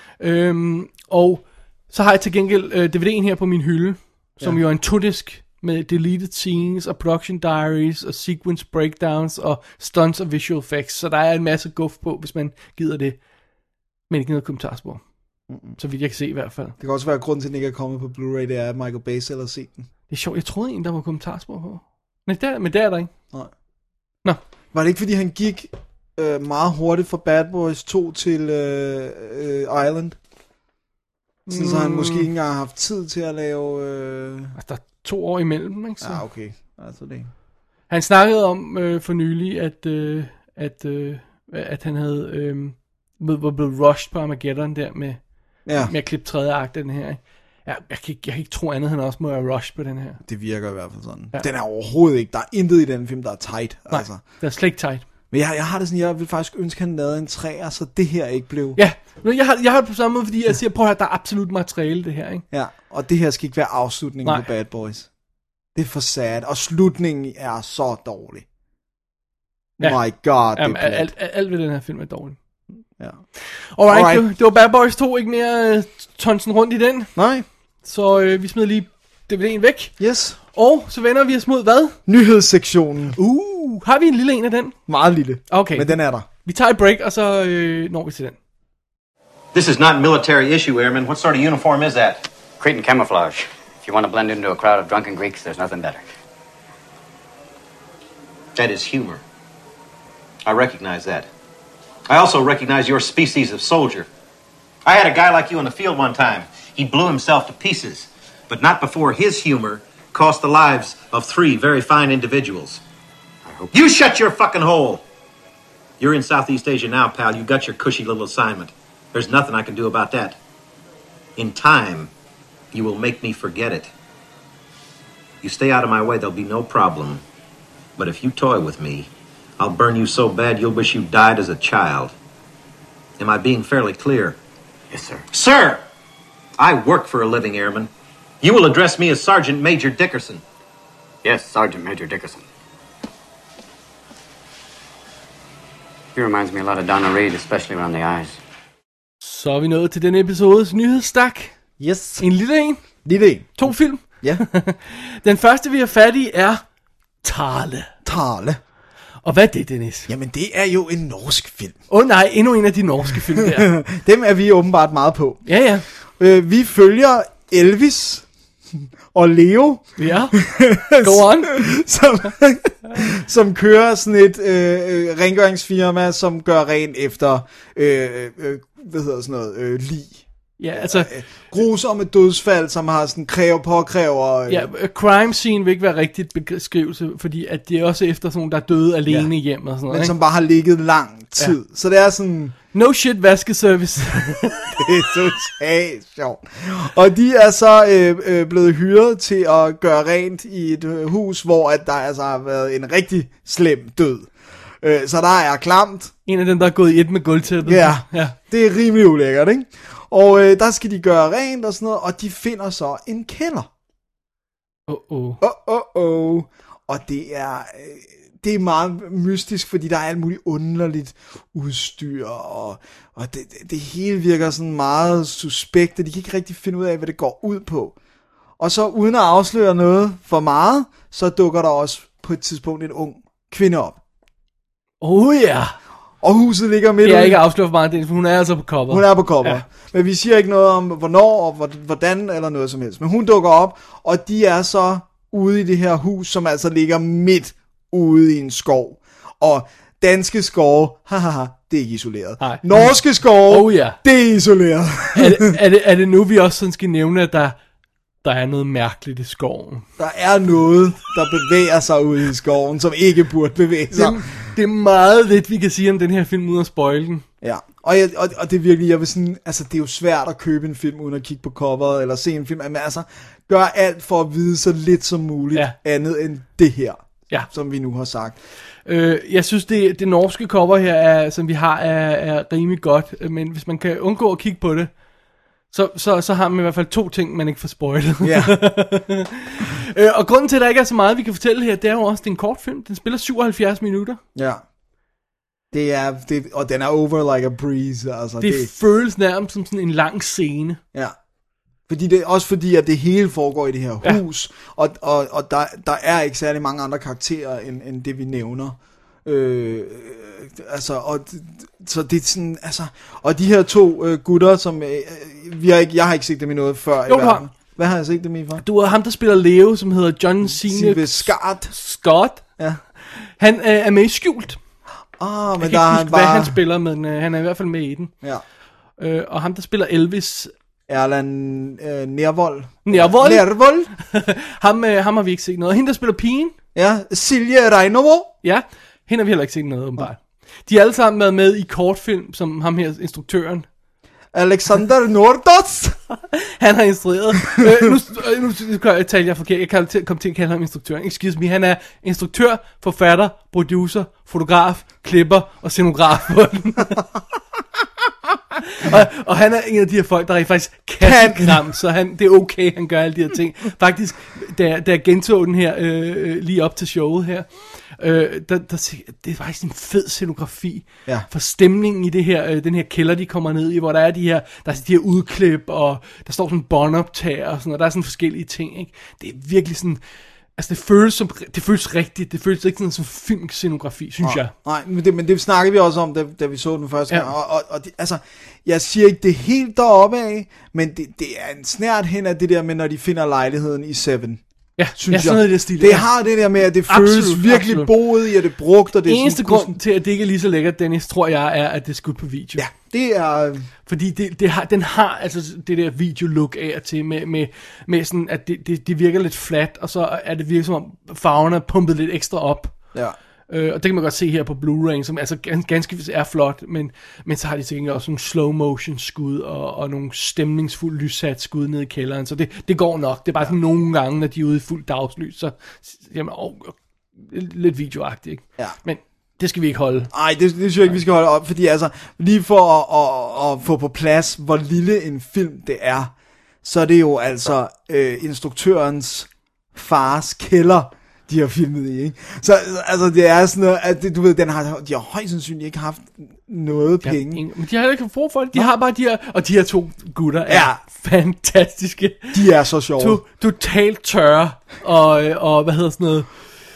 Og så har jeg til gengæld DVD'en her på min hylde, som jo er en 2-disk med deleted scenes og production diaries og sequence breakdowns og stunts og visual effects. Så der er en masse guf på, hvis man gider det. Men ikke noget kommentarspor. Så vidt jeg kan se i hvert fald. Det kan også være, at grunden til, at den ikke er kommet på Blu-ray, det er, at Michael Bay selv har set den. Det er sjovt. Jeg troede egentlig, der var kommentarspor på. Men der er der ikke. Nej. Nå. Var det ikke, fordi han gik meget hurtigt fra Bad Boys 2 til Island? Så han måske ikke engang har haft tid til at lave... Altså, der er 2 år imellem, ikke? Så. Ja, okay. Altså det. Han snakkede om for nylig, at han havde var blevet rushed på Armageddon der med at klippe 3. akt af den her. Jeg kan ikke tro andet, han også må have rushed på den her. Det virker i hvert fald sådan. Ja. Den er overhovedet ikke. Der er intet i den film, der er tight. Nej, altså. der er slet ikke tight. Men jeg har det sådan, jeg vil faktisk ønske, at han lavede en 3'er, så det her ikke blev... Ja, jeg har det på samme måde, fordi jeg siger, prøv at høre, der er absolut materiale det her, ikke? Ja, og det her skal ikke være afslutningen på Bad Boys. Det er for sad, og slutningen er så dårlig. Ja. My god, jamen, alt ved den her film er dårlig. Ja. Alright. Det var Bad Boys 2, ikke mere tonsen rundt i den. Nej. Så vi smider lige DVD'en væk. Yes. Og så vender vi os mod hvad? Nyhedssektionen. Har vi en lille en af den? Meget lille. Okay. Men den er der. Vi tager et break, og så når vi til den. This is not a military issue, Airman. What sort of uniform is that? Cretan camouflage. If you want to blend into a crowd of drunken Greeks, there's nothing better. That is humor. I recognize that. I also recognize your species of soldier. I had a guy like you in the field one time. He blew himself to pieces, but not before his humor cost the lives of 3 very fine individuals. You shut your fucking hole! You're in Southeast Asia now, pal. You got your cushy little assignment. There's nothing I can do about that. In time, you will make me forget it. You stay out of my way, there'll be no problem. But if you toy with me, I'll burn you so bad you'll wish you died as a child. Am I being fairly clear? Yes, sir. Sir! I work for a living, Airman. You will address me as Sergeant Major Dickerson. Yes, Sergeant Major Dickerson. He reminds me a lot of Donna Reed, especially around the eyes. Så er vi nået til denne episodes nyhedsstak. Yes. En lille en. Lille en. 2 film. Ja. Den første, vi har fat i, er Tale. Tale. Og hvad er det, Dennis? Jamen, det er jo en norsk film. Nej, endnu en af de norske film der. Dem er vi åbenbart meget på. Ja. Vi følger Elvis og Leo. Ja, go on. som kører sådan et rengøringsfirma, som gør rent efter, hvad hedder sådan noget, lig. Ja, altså... grusomme dødsfald, som har sådan påkræver... Ja, crime scene vil ikke være rigtigt beskrivelse, fordi at det er også efter sådan der er døde alene i hjemmet og sådan noget. Men ikke? som bare har ligget lang tid. Ja. Så det er sådan... No shit vaskeservice. Det er totalt sjovt. Og de er så blevet hyret til at gøre rent i et hus, hvor at der altså har været en rigtig slem død. Så der er klamt. En af dem, der er gået i et med gulvtæppet. Ja, det er rimelig ulækkert, ikke? Og der skal de gøre rent og sådan noget, og de finder så en kælder. Og det er meget mystisk, fordi der er alt muligt underligt udstyr, og det hele virker sådan meget suspekt, og de kan ikke rigtig finde ud af, hvad det går ud på. Og så uden at afsløre noget for meget, så dukker der også på et tidspunkt en ung kvinde op. Ja. Og huset ligger midt ude. Jeg ikke afsløre for meget, for hun er altså på cover. Hun er på cover. Ja. Men vi siger ikke noget om, hvornår og hvordan eller noget som helst. Men hun dukker op, og de er så ude i det her hus, som altså ligger midt ude i en skov. Og danske skove, det er ikke isoleret. Nej. Norske skove, det er isoleret. er det nu, vi også sådan skal nævne, at der er noget mærkeligt i skoven? Der er noget, der bevæger sig ude i skoven, som ikke burde bevæge sig. Det er meget lidt, vi kan sige om den her film, uden at spoile den. Ja, og det er virkelig, jeg vil sådan, altså det er jo svært at købe en film, uden at kigge på coveret, eller se en film, men altså, gør alt for at vide så lidt som muligt, andet end det her, som vi nu har sagt. Jeg synes, det norske cover her, som vi har, er rimelig godt, men hvis man kan undgå at kigge på det, så har man i hvert fald 2 ting, man ikke får spoilet. Ja. Og grunden til, at der ikke er så meget, vi kan fortælle her, det er jo også, det er en kortfilm. Den spiller 77 minutter. Ja. Og den er over like a breeze. Altså, det føles nærmest som sådan en lang scene. Ja. Fordi at det hele foregår i det her hus, og der er ikke særlig mange andre karakterer, end det vi nævner. Så det er sådan, altså, og de her 2 gutter, som jeg har ikke set dem i noget før. Jo, har. Hvad har jeg set dem i for? Du har ham, der spiller Leo, som hedder John Cena Scott. Ja. Han er med i Skjult. Men jeg kan der ikke huske, hvad han spiller, men han er i hvert fald med i den. Ja. Og ham, der spiller Elvis, Erland Nervold. Nervold. ham har vi ikke set noget. Hende, der spiller pigen. Ja, Silje Reinovo. Ja, hende har vi heller ikke set noget om bare. De har alle sammen været med i kortfilm, som ham her, instruktøren. Alexander Nordos. Han har instrueret. Nu taler jeg forkert. Jeg kan komme til at kalde ham instruktøren. Excuse me. Han er instruktør, forfatter, producer, fotograf, klipper og scenograf på den. og han er en af de her folk, der er faktisk kassekram, så det er okay, han gør alle de her ting. Faktisk, da jeg gentog den her lige op til showet her, det er faktisk en fed scenografi for stemningen i det her, den her kælder, de kommer ned i, hvor der er de her udklip, og der står sådan en båndoptager og sådan noget, der er sådan forskellige ting, ikke? Det er virkelig sådan, altså det føles rigtigt, det føles ikke sådan som filmscenografi, synes jeg. Nej, men det snakkede vi også om, da vi så den første gang, og det, altså, jeg siger ikke, det er helt deroppe af, men det er en snært hen af det der med, når de finder lejligheden i Seven. Ja, synes jeg. Det stil. Det har det der med, at det føles virkelig boet i, at det brugt, og det er eneste grund til, at det ikke er lige så lækkert, Dennis, tror jeg, er, at det er skudt på video. Ja, det er... Fordi den har altså det der video-look af og til, med sådan, at det virker lidt flat, og så er det virkelig som om farverne er pumpet lidt ekstra op. Ja. Og det kan man godt se her på Blu-ray, som altså ganske er flot, men så har de sikkert også nogle slow motion skud og nogle stemningsfuldt lyssat skud ned i kælderen, så det går nok. Det er bare sådan nogle gange, når de er ude i fuld dagslys, så jamen, lidt videoagtigt, ikke? Ja. Men det skal vi ikke holde. Nej, det synes jeg ikke, vi skal holde op, fordi altså, lige for at få på plads, hvor lille en film det er, så er det jo altså instruktørens fars kælder, de har filmet i, ikke? Så altså, det er sådan noget, at du ved, de har højst sandsynligt ikke haft noget penge. Men de har ikke brug for det. De har bare de her, og de her to gutter er fantastiske. De er så sjove. Totalt tørre, og hvad hedder sådan noget,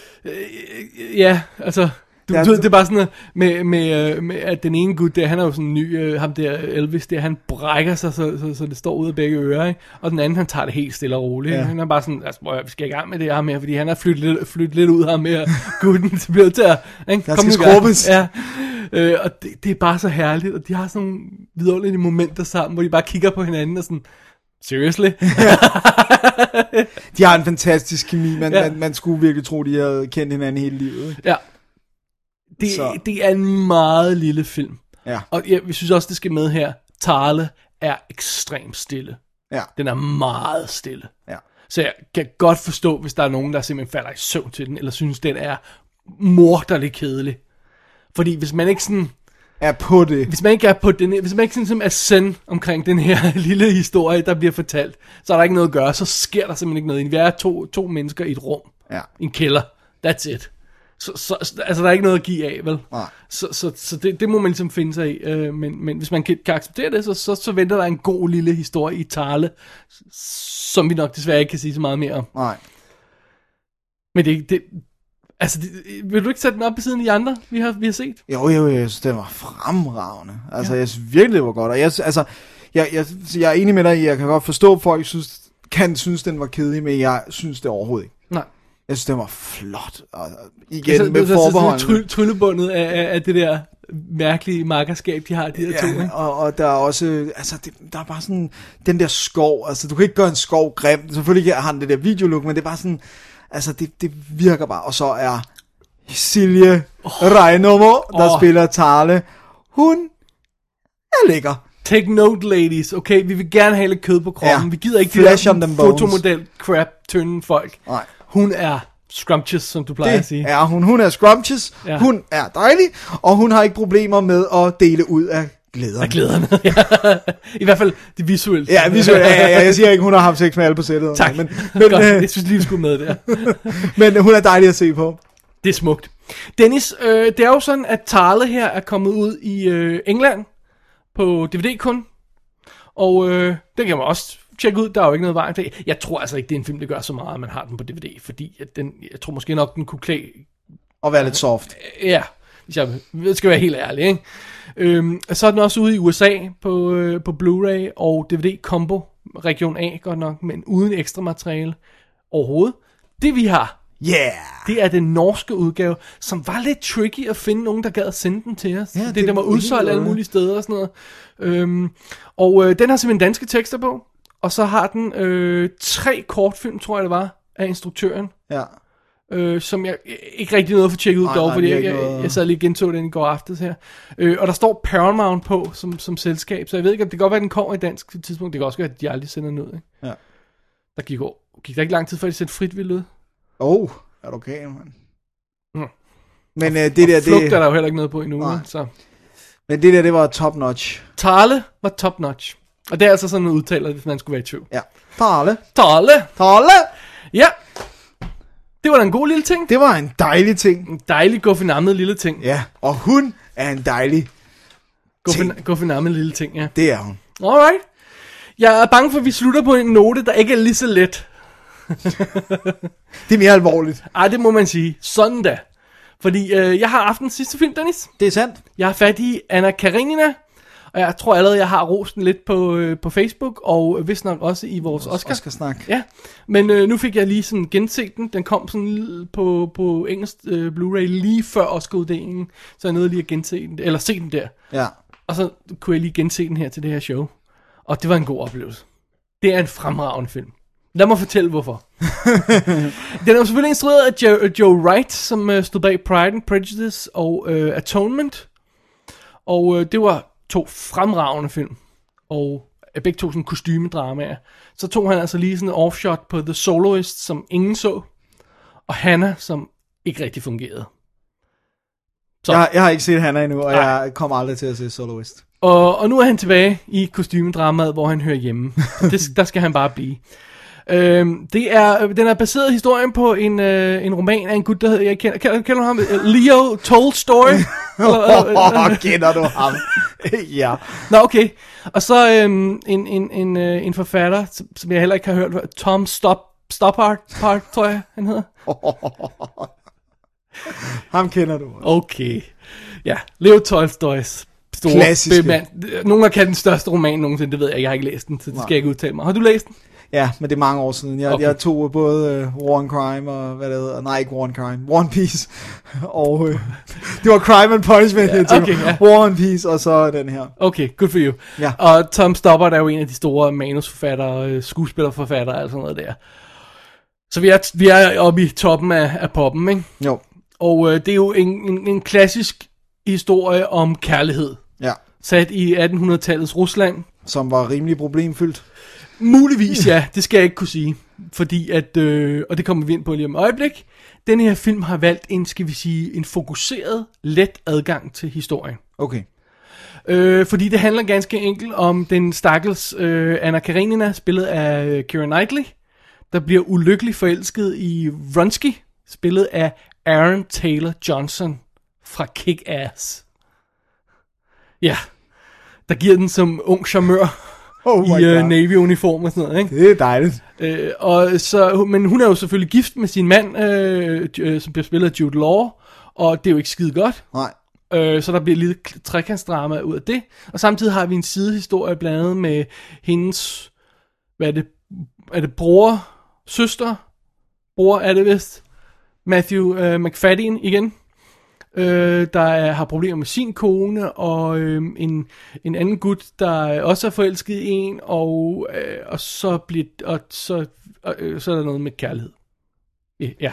ja, altså... Du ved, det er bare sådan noget, med at den ene gut der, han er jo sådan en ny, ham der Elvis der, han brækker sig, så det står ud af begge ører, ikke? Og den anden, han tager det helt stille og roligt. Ja. Han er bare sådan, altså, vi skal i gang med det her med, fordi han har flyttet lidt ud her med gutten, så bliver til at, ikke? Der skal skrubbes. Ja. Og det er bare så herligt, og de har sådan nogle vidunderlige momenter sammen, hvor de bare kigger på hinanden og sådan, seriously? De har en fantastisk kemi, man skulle virkelig tro, de havde kendt hinanden hele livet, ikke? Ja. Det er en meget lille film. Ja. Og vi synes også, det skal med her. Tale er ekstremt stille. Ja. Den er meget stille. Ja. Så jeg kan godt forstå, hvis der er nogen, der simpelthen falder i søvn til den, eller synes, den er morderligt kedelig. Fordi hvis man ikke sådan... er på det. Hvis man ikke er på den, hvis man ikke sådan er send omkring den her lille historie, der bliver fortalt, så er der ikke noget at gøre. Så sker der simpelthen ikke noget. Vi er to mennesker i et rum. Ja. I en kælder. That's it. Så altså, der er ikke noget at give af, vel? Nej. Så det må man ligesom finde sig i. Men hvis man kan acceptere det, så venter der en god lille historie i Tale, som vi nok desværre ikke kan sige så meget mere om. Nej. Men vil du ikke sætte den op på siden af de andre, vi har set? Jo, jeg synes, det var fremragende. Altså, jeg synes virkelig, det var godt. Og jeg er enig med dig, jeg kan godt forstå, at folk synes, den var kedelig, men jeg synes det overhovedet ikke. Nej. Jeg synes, den var flot. Og igen, altså, med forbeholdene. Tryllebundet af det der mærkelige makkerskab, de har, de her to. Ikke? Og der er også, altså, der er bare sådan, den der skov, altså, du kan ikke gøre en skov grim. Selvfølgelig har den det der videolook, men det er bare sådan, altså, det virker bare. Og så er Silje Reinovo, der spiller Tale. Hun er lækker. Take note, ladies. Okay, vi vil gerne have lidt kød på kroppen. Ja. Vi gider ikke de der fotomodel crap tynde folk. Nej. Hun er scrumptious, som du plejer at sige. Ja, hun er scrumptious. Ja. Hun er dejlig, og hun har ikke problemer med at dele ud af glæderne. Af glæderne, ja. I hvert fald det visuelle. Ja, visuelt. Ja, jeg siger ikke, hun har haft sex med alle på sættet. Tak. Men godt, jeg synes lige, vi skulle med der. Men hun er dejlig at se på. Det er smukt. Dennis, det er jo sådan, at Tale her er kommet ud i England på DVD kun. Og det kan man også tjekke ud, der er jo ikke noget vejen. Jeg tror altså ikke, det er en film, der gør så meget, at man har den på DVD, fordi jeg tror måske nok, den kunne klæde... Og være lidt soft. Ja, hvis jeg skal være helt ærlig, ikke? Så er den også ude i USA på Blu-ray og DVD-combo, region A godt nok, men uden ekstra materiale overhovedet. Det vi har Yeah! Det er den norske udgave, som var lidt tricky at finde nogen, der gad at sende den til os. Ja, Den var udsolgt alle mulige steder og sådan noget. Den har simpelthen danske tekster på, og så har den 3 kortfilm, tror jeg det var, af instruktøren. Ja. Som jeg ikke rigtig nåede at få tjekket ud dog, fordi jeg sad lige og gentog den i går aftes her. Og der står Paramount på som selskab, så jeg ved ikke, om det kan godt være, at den kommer i dansk på et tidspunkt. Det kan også være, at de aldrig sender den ud. Ikke? Ja. Der gik der ikke lang tid før, de sendte Fritvildt ud. Er du okay, mand? Men det der... Flugt er der jo heller ikke noget på endnu. Så. Men det der, det var top notch. Tale var top notch. Og det er altså sådan en udtaler, hvis man skulle være i tvivl. Ja. Tale. Ja. Det var da en god lille ting. Det var en dejlig ting. En dejlig guffinammet lille ting. Ja, og hun er en dejlig guffinammet lille ting, ja. Det er hun. Alright. Jeg er bange for, at vi slutter på en note, der ikke er lige så let. Det er mere alvorligt. Ej, det må man sige. Sådan da. Fordi jeg har aftens sidste film, Dennis. Det er sandt. Jeg har fat i Anna Karenina. Og jeg tror allerede, jeg har rost den lidt på Facebook, og vist nok også i vores Oscar-snak. Ja, men nu fik jeg lige sådan genset den. Den kom sådan på engelsk Blu-ray lige før Oscar-uddelingen, så jeg nåede lige at gense den, eller se den der. Ja. Og så kunne jeg lige gense den her til det her show. Og det var en god oplevelse. Det er en fremragende film. Lad mig fortælle, hvorfor. Den er jo selvfølgelig instrueret af Joe Wright, som stod bag Pride and Prejudice og Atonement. Og det var 2 fremragende film, og begge 2 sådan kostymedramaer. Så tog han altså lige sådan en offshot på The Soloist, som ingen så, og Hannah, som ikke rigtig fungerede. Så. Jeg har ikke set Hannah endnu, og jeg kommer aldrig til at se Soloist. Og nu er han tilbage i kostymedramaet, hvor han hører hjemme. Der skal han bare blive. Den er baseret historien på en roman af en gut, der hedder, jeg kender du ham? Leo Tolstoy. Kender du ham? Ja. Nå, okay. Og så en forfatter, som jeg heller ikke har hørt, Tom Stoppard, tror jeg, han hedder. Ham kender du. Okay. Ja, Leo Tolstoys store klassiske. Nogen har kaldt den største roman nogensinde, det ved jeg har ikke læst den, så det skal jeg ikke udtale mig. Har du læst den? Ja, men det er mange år siden. Jeg tog både War and Crime og hvad det hedder. Nej, ikke War and Crime. War and Peace. Og det var Crime and Punishment. War and Peace, og så den her. Okay, good for you. Ja. Og Tom Stoppard er jo en af de store manusforfattere, skuespillerforfattere og sådan noget der. Så vi er oppe i toppen af poppen, ikke? Jo. Og det er jo en klassisk historie om kærlighed. Ja. Sat i 1800-tallets Rusland. Som var rimelig problemfyldt. Muligvis, ja. Det skal jeg ikke kunne sige. Fordi at, og det kommer vi ind på lige om et øjeblik, den her film har valgt en fokuseret, let adgang til historien. Okay. Fordi det handler ganske enkelt om den stakkels Anna Karenina, spillet af Keira Knightley, der bliver ulykkelig forelsket i Vronsky, spillet af Aaron Taylor Johnson fra Kick-Ass. Ja, der giver den som ung charmeur i Navy-uniform og sådan noget, ikke? Det er dejligt. Men hun er jo selvfølgelig gift med sin mand, som bliver spillet af Jude Law, og det er jo ikke skide godt. Nej. Så der bliver lidt trekantsdrama ud af det. Og samtidig har vi en sidehistorie blandt andet med hendes, er det bror, søster? Bror er det vist. Matthew McFadden igen. Der har problemer med sin kone, og en anden gut, der også er forelsket i en, og så er der noget med kærlighed. Ja.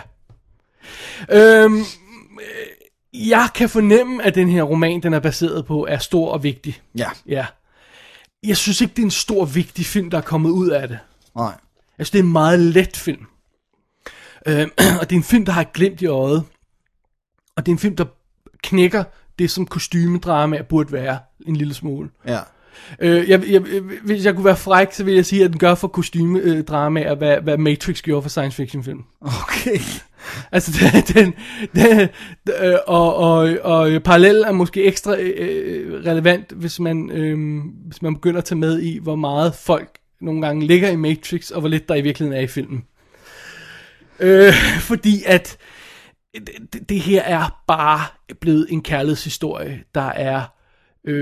Jeg kan fornemme, at den her roman, den er baseret på, er stor og vigtig. Ja. Jeg synes ikke, det er en stor, vigtig film, der er kommet ud af det. Nej. Jeg synes, det er en meget let film. Og det er en film, der har glimt i øjet. Og det er en film, der knækker det, som kostymedrama burde være en lille smule. Ja. Hvis jeg kunne være fræk, så vil jeg sige, at den gør for kostymedramaer, hvad Matrix gjorde for science fiction film. Okay. Altså, og parallel er måske ekstra relevant, hvis man begynder at tage med i, hvor meget folk nogle gange ligger i Matrix, og hvor lidt der i virkeligheden er i filmen. Fordi at det her er bare blevet en kærlighedshistorie, der er,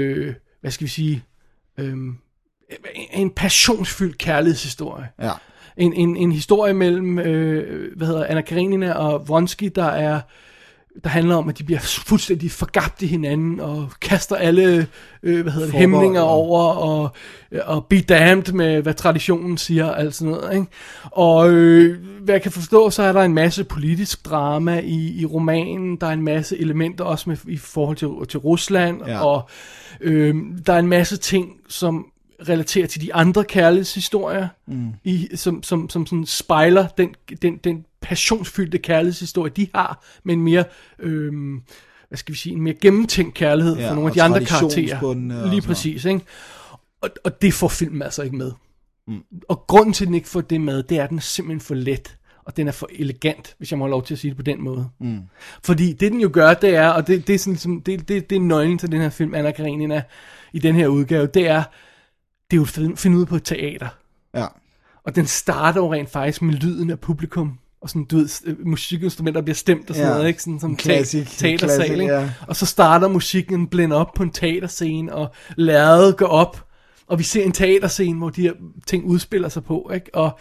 hvad skal vi sige, en passionsfyldt kærlighedshistorie. Ja. en historie mellem, Anna Karenina og Vronsky, der handler om, at de bliver fuldstændig forgabt i hinanden, og kaster alle, hæmninger over, og be damned med, hvad traditionen siger, alt sådan noget, ikke? Og hvad jeg kan forstå, så er der en masse politisk drama i romanen, der er en masse elementer også i forhold til Rusland, og der er en masse ting, som relaterer til de andre kærlighedshistorier, som sådan spejler den passionsfyldte kærlighedshistorie, de har, med en mere, en mere gennemtænkt kærlighed for nogle af de andre karakterer. Lige præcis, ikke? Og det får filmen altså ikke med. Og grunden til, at den ikke får det med, det er, at den er simpelthen for let, og den er for elegant, hvis jeg må have lov til at sige det på den måde. Fordi det, den jo gør, det er, og det er sådan, det er nøglen til den her film, Anna Karenina, i den her udgave, det er jo finde ud på et teater. Ja. Og den starter jo rent faktisk med lyden af publikum, og sådan, du ved, musikinstrumenter bliver stemt og sådan noget, ikke? Sådan som teatersal, ikke? Ja. Og så starter musikken blænder op på en teaterscene, og lærredet går op, og vi ser en teaterscene, hvor de her ting udspiller sig på, ikke? Og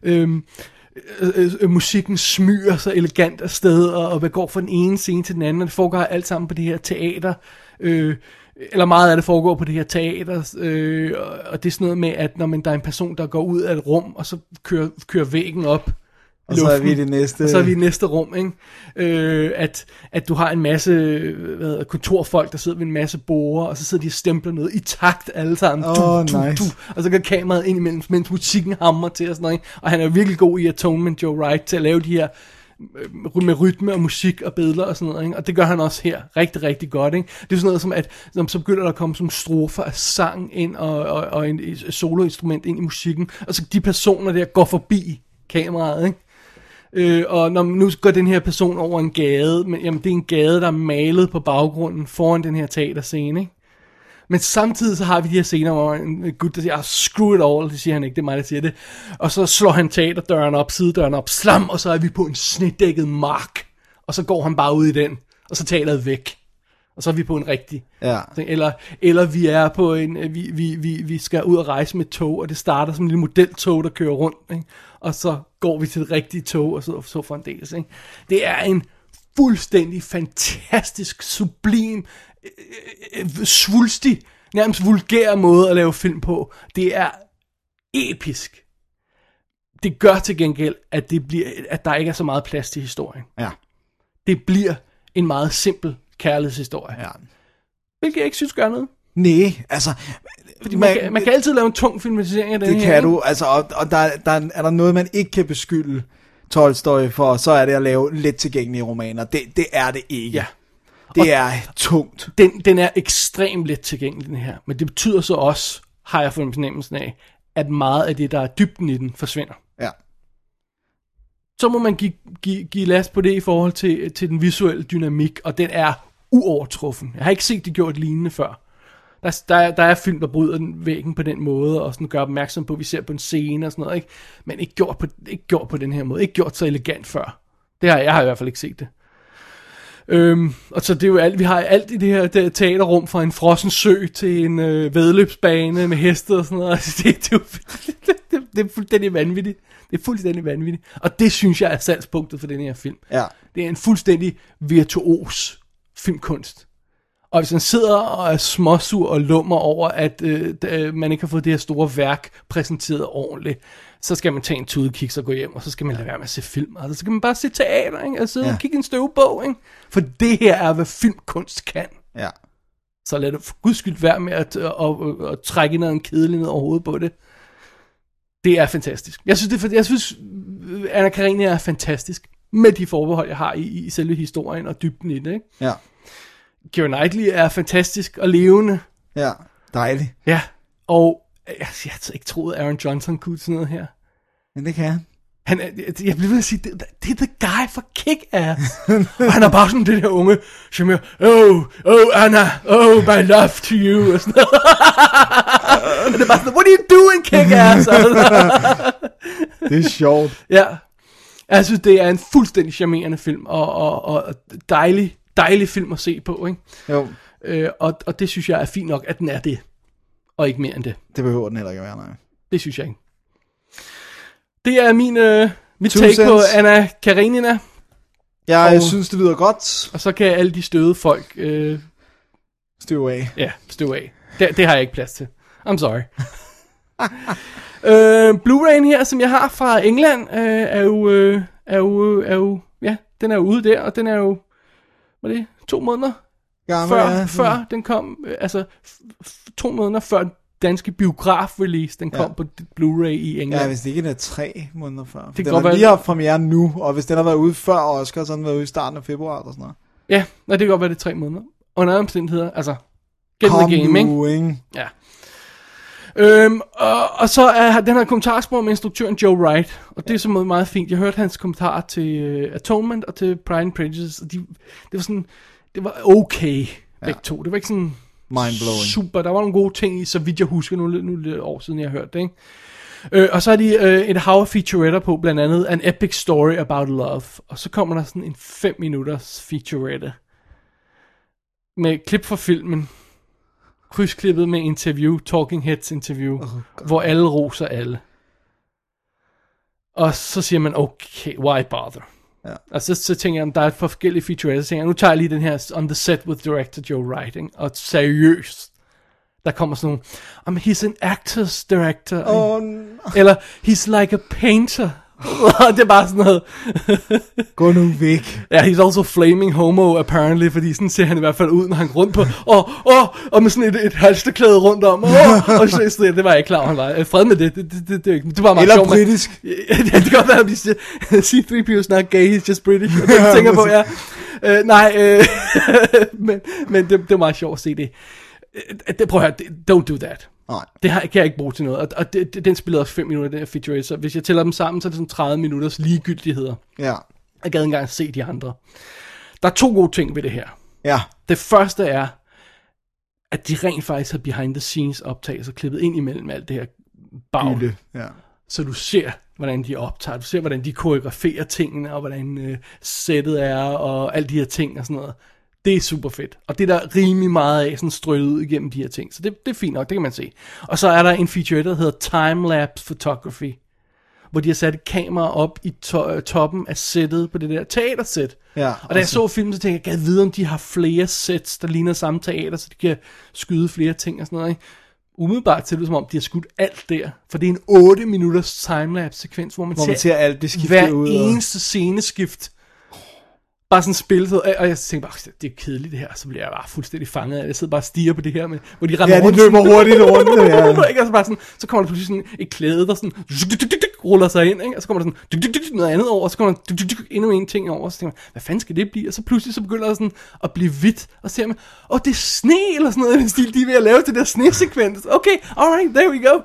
musikken smyger sig elegant afsted, og hvad går fra den ene scene til den anden, og det foregår alt sammen på det her teater, eller meget af det foregår på det her teater, og det er sådan noget med, at når der er en person, der går ud af et rum, og så kører væggen op, og så er vi i det næste. Og så er vi i næste rum, ikke? At du har en masse kontorfolk, der sidder ved en masse borde, og så sidder de og stempler noget i takt alle sammen. Nice. Og så går kameraet ind imellem, mens musikken hammer til og sådan noget, ikke? Og han er virkelig god i Atonement, Joe Wright, til at lave de her med rytme og musik og billeder og sådan noget, ikke? Og det gør han også her rigtig, rigtig godt, ikke? Det er sådan noget som, at så begynder der at komme sådan strofer af sang ind, og en soloinstrument ind i musikken, og så de personer der går forbi kameraet, ikke? Og når nu går den her person over en gade, men jamen, det er en gade, der er malet på baggrunden foran den her teaterscene, ikke? Men samtidig så har vi de her scener, hvor en gut, der siger, screw it all, det siger han ikke, det er mig, der siger det. Og så slår han teaterdøren op, sidedøren op, slam, og så er vi på en snedækket mark. Og så går han bare ud i den, og så teateret væk. Og så er vi på en rigtig. Ja. Eller vi er på en, vi skal ud og rejse med tog, og det starter som en lille modeltog, der kører rundt, ikke? Og så går vi til det rigtige tog, og så fremdeles, ikke? Det er en fuldstændig fantastisk, sublim, svulstig, nærmest vulgær måde at lave film på. Det er episk. Det gør til gengæld, at der ikke er så meget plads til historien. Ja. Det bliver en meget simpel kærlighedshistorie. Ja. Hvilket jeg ikke synes gør noget. Nej, altså... Fordi man kan altid lave en tung filmatisering af den her. Det kan du, altså, og der er der noget, man ikke kan beskylde Tolstoy for, så er det at lave let tilgængelige romaner. Det er det ikke. Ja. Det er tungt. Den er ekstremt let tilgængelig, den her. Men det betyder så også, har jeg fået en fornemmelse af, at meget af det, der er dybden i den, forsvinder. Ja. Så må man give last på det i forhold til den visuelle dynamik, og den er uovertruffen. Jeg har ikke set det gjort lignende før. Der er film, der bryder den væggen på den måde, og sådan gør opmærksom på, at vi ser på en scene og sådan noget, ikke? Men ikke gjort på den her måde. Ikke gjort så elegant før. Jeg har i hvert fald ikke set det. Og så det er jo alt, vi har alt i det her teaterrum, fra en frossen sø til en væddeløbsbane med heste og sådan noget. Det er fuldstændig vanvittigt. Det er fuldstændig vanvittigt. Og det synes jeg er salgspunktet for den her film. Ja. Det er en fuldstændig virtuos filmkunst. Og hvis man sidder og er småsur og lummer over, at man ikke har fået det her store værk præsenteret ordentligt, så skal man tage en tudekiks og gå hjem, og så skal man lade være med at se film. Altså, så skal man bare se teater, ikke? Og sidde og kigge en støvbog, ikke? For det her er, hvad filmkunst kan. Ja. Så lad det for guds skyld være med at trække noget en kedelig ned over hovedet på det. Det er fantastisk. Jeg synes Anna Karenina er fantastisk, med de forbehold, jeg har i selve historien og dybden i det, ikke? Ja. Keira Knightley er fantastisk og levende. Ja, dejlig. Ja, og jeg ikke troede, Aaron Johnson kunne sådan noget her. Men det kan han. Jeg bliver ved at sige, det er the guy for Kick-Ass. Og han er bare sådan det der unge, som er, Anna, my love to you. Og sådan noget. Og det er bare sådan, what are you doing, Kick-Ass? Det er sjovt. Ja, jeg synes, det er en fuldstændig charmerende film, og dejlig film at se på, ikke? Jo. Og det synes jeg er fint nok, at den er det, og ikke mere end det. Det behøver den heller ikke at være, nej. Det synes jeg ikke. Det er mit take på Anna Karenina. Jeg synes, det lyder godt. Og så kan alle de støde folk støve af. Ja, støve af. Det har jeg ikke plads til. I'm sorry. Blu-ray'en her, som jeg har fra England, er jo ja, den er jo ude der, og den er jo, hvad er det, 2 måneder før den kom, altså 2 måneder før danske biograf-release, den kom på Blu-ray i England. Ja, hvis det ikke er 3 måneder før. Det den har lige haft premiere nu, og hvis den har været ude før Oscar, så har den været ude i starten af februar eller sådan noget. Ja, det kan godt være, det er 3 måneder. Under omstændigheder, altså, get the game, ikke? Ja. Og så er den her kommentarspor med instruktøren Joe Wright, og det er så meget fint. Jeg hørte hans kommentarer til Atonement og til Pride and Prejudice, og det var sådan, det var okay, begge to. Det var ikke sådan mindblowing. Super, der var nogle gode ting i, så vidt jeg husker, nu lidt år siden jeg har hørt det, ikke? Og så er de et hav af featuretter på, blandt andet An Epic Story About Love, og så kommer der sådan en 5 minutters featurette med klip fra filmen, krydsklippet med interview, Talking Heads interview, hvor alle roser alle. Og så siger man, okay, why bother? Ja. Og så tænker jeg, der er et par forskellige featurettes, så tænker jeg, nu tager jeg lige den her On the Set with Director Joe Wright, ikke? Og seriøst, der kommer sådan nogle, he's an actor's director, eller he's like a painter. Det er bare sådan noget. Gå nu væk. Ja, he's also flaming homo apparently, fordi sådan ser han i hvert fald ud, når han går rundt på, og med sådan et halsterklæde rundt om, og så det var jeg ikke klar, han var. Fred med det var meget eller sjovt. Eller britisk. Ja, det kan godt være, at vi siger, C-3PO is not gay, he's just British, og det jeg tænker på, ja. Men det var meget sjovt at se det. Prøv at høre, don't do that. Nej. Det kan jeg ikke bruge til noget. Og den spillede også 5 minutter, den her featurette. Så hvis jeg tæller dem sammen, så er det sådan 30 minutters ligegyldigheder. Ja. Jeg gad ikke engang se de andre. Der er 2 gode ting ved det her. Ja. Det første er, at de rent faktisk har behind the scenes optagelser klippet ind imellem alt det her bagl. Ja. Så du ser, hvordan de optager. Du ser, hvordan de koreograferer tingene, og hvordan sættet er, og alle de her ting og sådan noget. Det er super fedt. Og det er der rimelig meget af, sådan strøget ud igennem de her ting. Så det er fint nok, det kan man se. Og så er der en featurette, der hedder Time-Lapse Photography, hvor de har sat et kamera op i toppen af sættet på det der teatersæt. Ja, og da jeg så filmen, så tænkte jeg, vide, om de har flere sæt, der ligner samme teater, så de kan skyde flere ting og sådan noget, ikke? Umiddelbart ser det som om, de har skudt alt der. For det er en 8 minutters timelapse sekvens, hvor man ser alt det skifte hver ud. eneste sceneskift. Bare sådan spillet, og jeg tænkte bare, det er kedeligt det her, så bliver jeg bare fuldstændig fanget af det. Jeg sidder bare og stiger på det her, med, hvor de render rundt. Ja, de løber hurtigt rundt. Ja. Ikke? Altså bare sådan, så kommer der pludselig sådan et klæde, der sådan ruller sig ind, ikke? Og så kommer der sådan noget andet over, og så kommer der endnu en ting over, og så tænker man, hvad fanden skal det blive? Og så pludselig så begynder der sådan at blive hvidt, og så ser man, det er sne, eller sådan noget i den stil, de er ved at lave til der snesekvens. Okay, alright, there we go.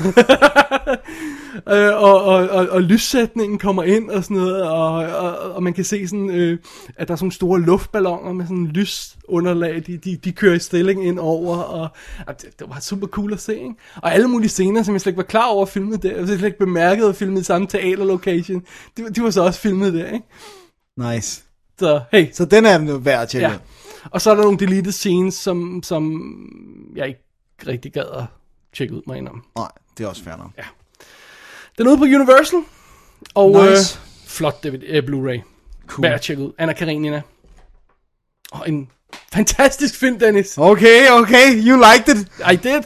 Og lyssætningen kommer ind og sådan noget, og man kan se sådan, at der er sådan store luftballoner med sådan lysunderlag, de kører i stilling ind over, og det var super cool at se, ikke? Og alle mulige scener, som jeg slet ikke var klar over at filme der, jeg slet ikke bemærket at filme i samme teaterlocation, de var så også filmet der, ikke? Nice. Så hey. Så den er jo værd at tjekke. Ja. Og så er der nogle deleted scenes, som jeg ikke rigtig gad at tjekke ud mig indenom. Nej, det er også fair nok. Ja. Den er ude på Universal, og nice. Flot Blu-ray. Cool. Værd at tjekke ud. Anna Karenina. Og en fantastisk film, Dennis. Okay, you liked it. I did.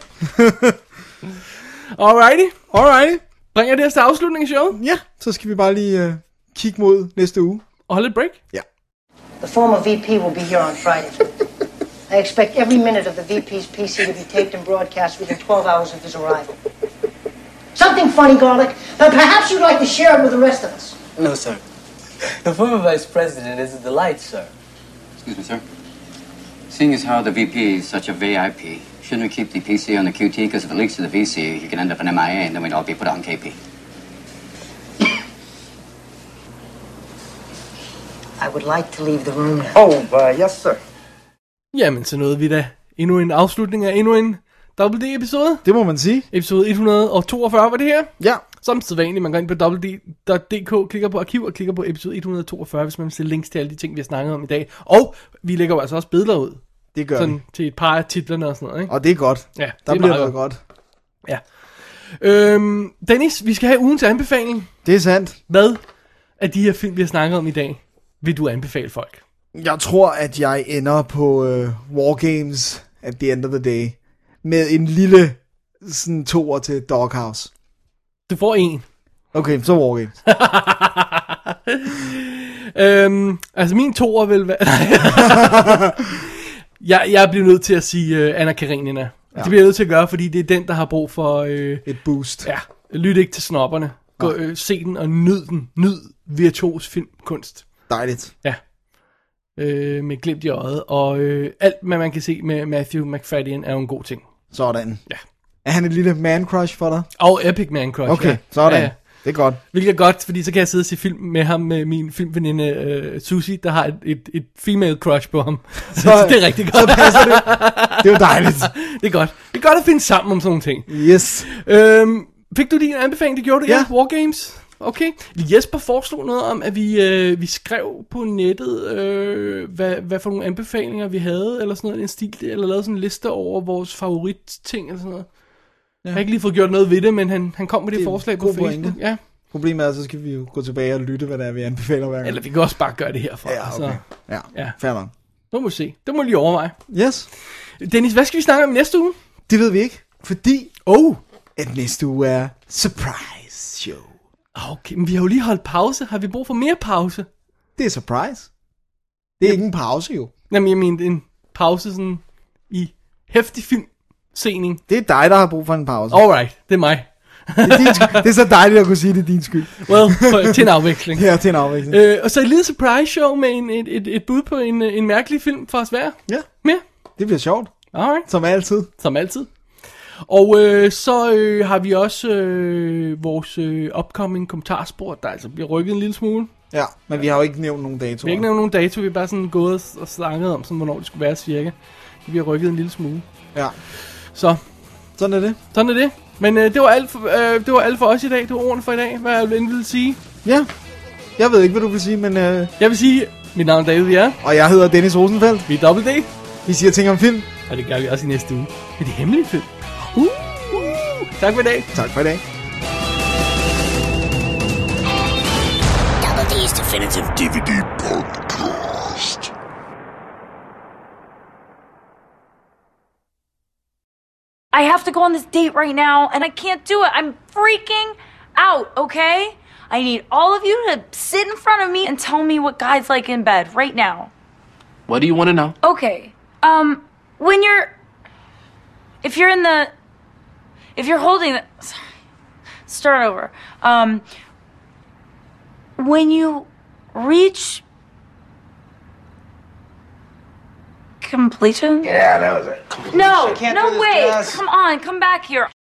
Alrighty. Bringer det os til afslutningen i showet? Ja, så skal vi bare lige kigge mod næste uge. Og holde et break? Ja. The former VP will be here on Friday. I expect every minute of the VP's PC to be taped and broadcast within 12 hours of his arrival. Something funny, Garlic. Perhaps you'd like to share it with the rest of us. No, sir. The former vice president is a delight, sir. Excuse me, sir. Seeing as how the VP is such a VIP, shouldn't we keep the PC on the QT? Because if it leaks to the VC, you can end up in MIA, and then we'd all be put on KP. I would like to leave the room now. Oh, yes, sir. Jamen, så nåede vi da endnu en afslutning af endnu en Double D-episode. Det må man sige. Episode 142 var det her. Ja. Som sædvanligt, man går ind på www.dk, klikker på arkiv og klikker på episode 142, hvis man vil se links til alle de ting, vi har snakket om i dag. Og vi lægger jo altså også billeder ud. Det gør sådan, vi. Til et par af titlerne og sådan noget, ikke? Og det er godt. Ja, der bliver noget godt. Ja. Dennis, vi skal have ugens anbefaling. Det er sandt. Hvad af de her film, vi har snakket om i dag, vil du anbefale folk? Jeg tror, at jeg ender på War Games at the end of the day. Med en lille sådan toer til Doghouse. Du får en. Okay, så War Games. Altså min toer vil være... jeg bliver nødt til at sige Anna Karenina. Ja. Det bliver jeg nødt til at gøre, fordi det er den, der har brug for... et boost. Ja, lyt ikke til snobberne. Gå, se den og nyd den. Nyd virtuos filmkunst. Dejligt. Ja. Med glimt i øjet. Og alt, hvad man kan se med Matthew McFadden, er jo en god ting. Sådan. Ja. Er han et lille man-crush for dig? Og epic man-crush, okay, ja. Sådan. Ja. Det er godt. Hvilket er godt, fordi så kan jeg sidde og se film med ham, med min filmveninde Susie, der har et female crush på ham. Så det er rigtig godt. Så passer det. Det er jo dejligt. Det er godt. Det er godt at finde sammen om sådan nogle ting. Yes. Fik du din anbefaling? Det gjorde du, ja. War Games. Okay. Jesper foreslog noget om, at vi skrev på nettet, hvad for nogle anbefalinger vi havde, eller sådan noget, en stil, eller lavede sådan en liste over vores favoritting, eller sådan noget. Ja. Jeg har ikke lige fået gjort noget ved det, men han kom med det forslag på Facebook. Pointe. Ja. Problemet er, så skal vi jo gå tilbage og lytte, hvad der er, vi anbefaler hver gang. Eller vi kan også bare gøre det herfra. Ja, okay. Ja, fair nok. Nu må vi se. Det må vi lige overveje. Yes. Dennis, hvad skal vi snakke om næste uge? Det ved vi ikke, fordi at næste uge er surprise show. Okay, men vi har jo lige holdt pause. Har vi brug for mere pause? Det er surprise. Det er ikke en pause, jo. Jamen, jeg mener en pause sådan i heftig filmsening. Det er dig, der har brug for en pause. Alright, det er mig. Det er så dejligt at kunne sige, det er din skyld. Well, til en afveksling. Ja, til en afveksling. Og så et lille surprise show med et bud på en mærkelig film for os hver. Ja. Mere. Det bliver sjovt. Alright. Som altid. Som altid. Og så har vi også vores upcoming kommentarspor, der altså bliver rykket en lille smule. Ja, men vi har jo ikke nævnt nogen datoer. Vi har ikke nævnt nogen dato, vi har bare sådan gået og snakket om, sådan, hvornår det skulle være cirka. Det bliver rykket en lille smule. Ja. Så. Sådan er det. Sådan er det. Men det var alt for os i dag. Det var ordene for i dag. Hvad jeg vil sige. Ja. Jeg ved ikke, hvad du vil sige, men... Jeg vil sige, mit navn er David Bjerre. Og jeg hedder Dennis Rosenfeldt. Vi er Double D. Vi siger ting om film. Og det gør vi også i næste uge. Med det hemmelige film. Tak for i dag. Tak for i dag. Double D's Definitive DVD Podcast. I have to go on this date right now, and I can't do it. I'm freaking out, okay? I need all of you to sit in front of me and tell me what guys like in bed right now. What do you want to know? Okay. If you're holding the... Sorry. Start over. When you reach completion? Yeah, that was it. No way. Come on, come back here.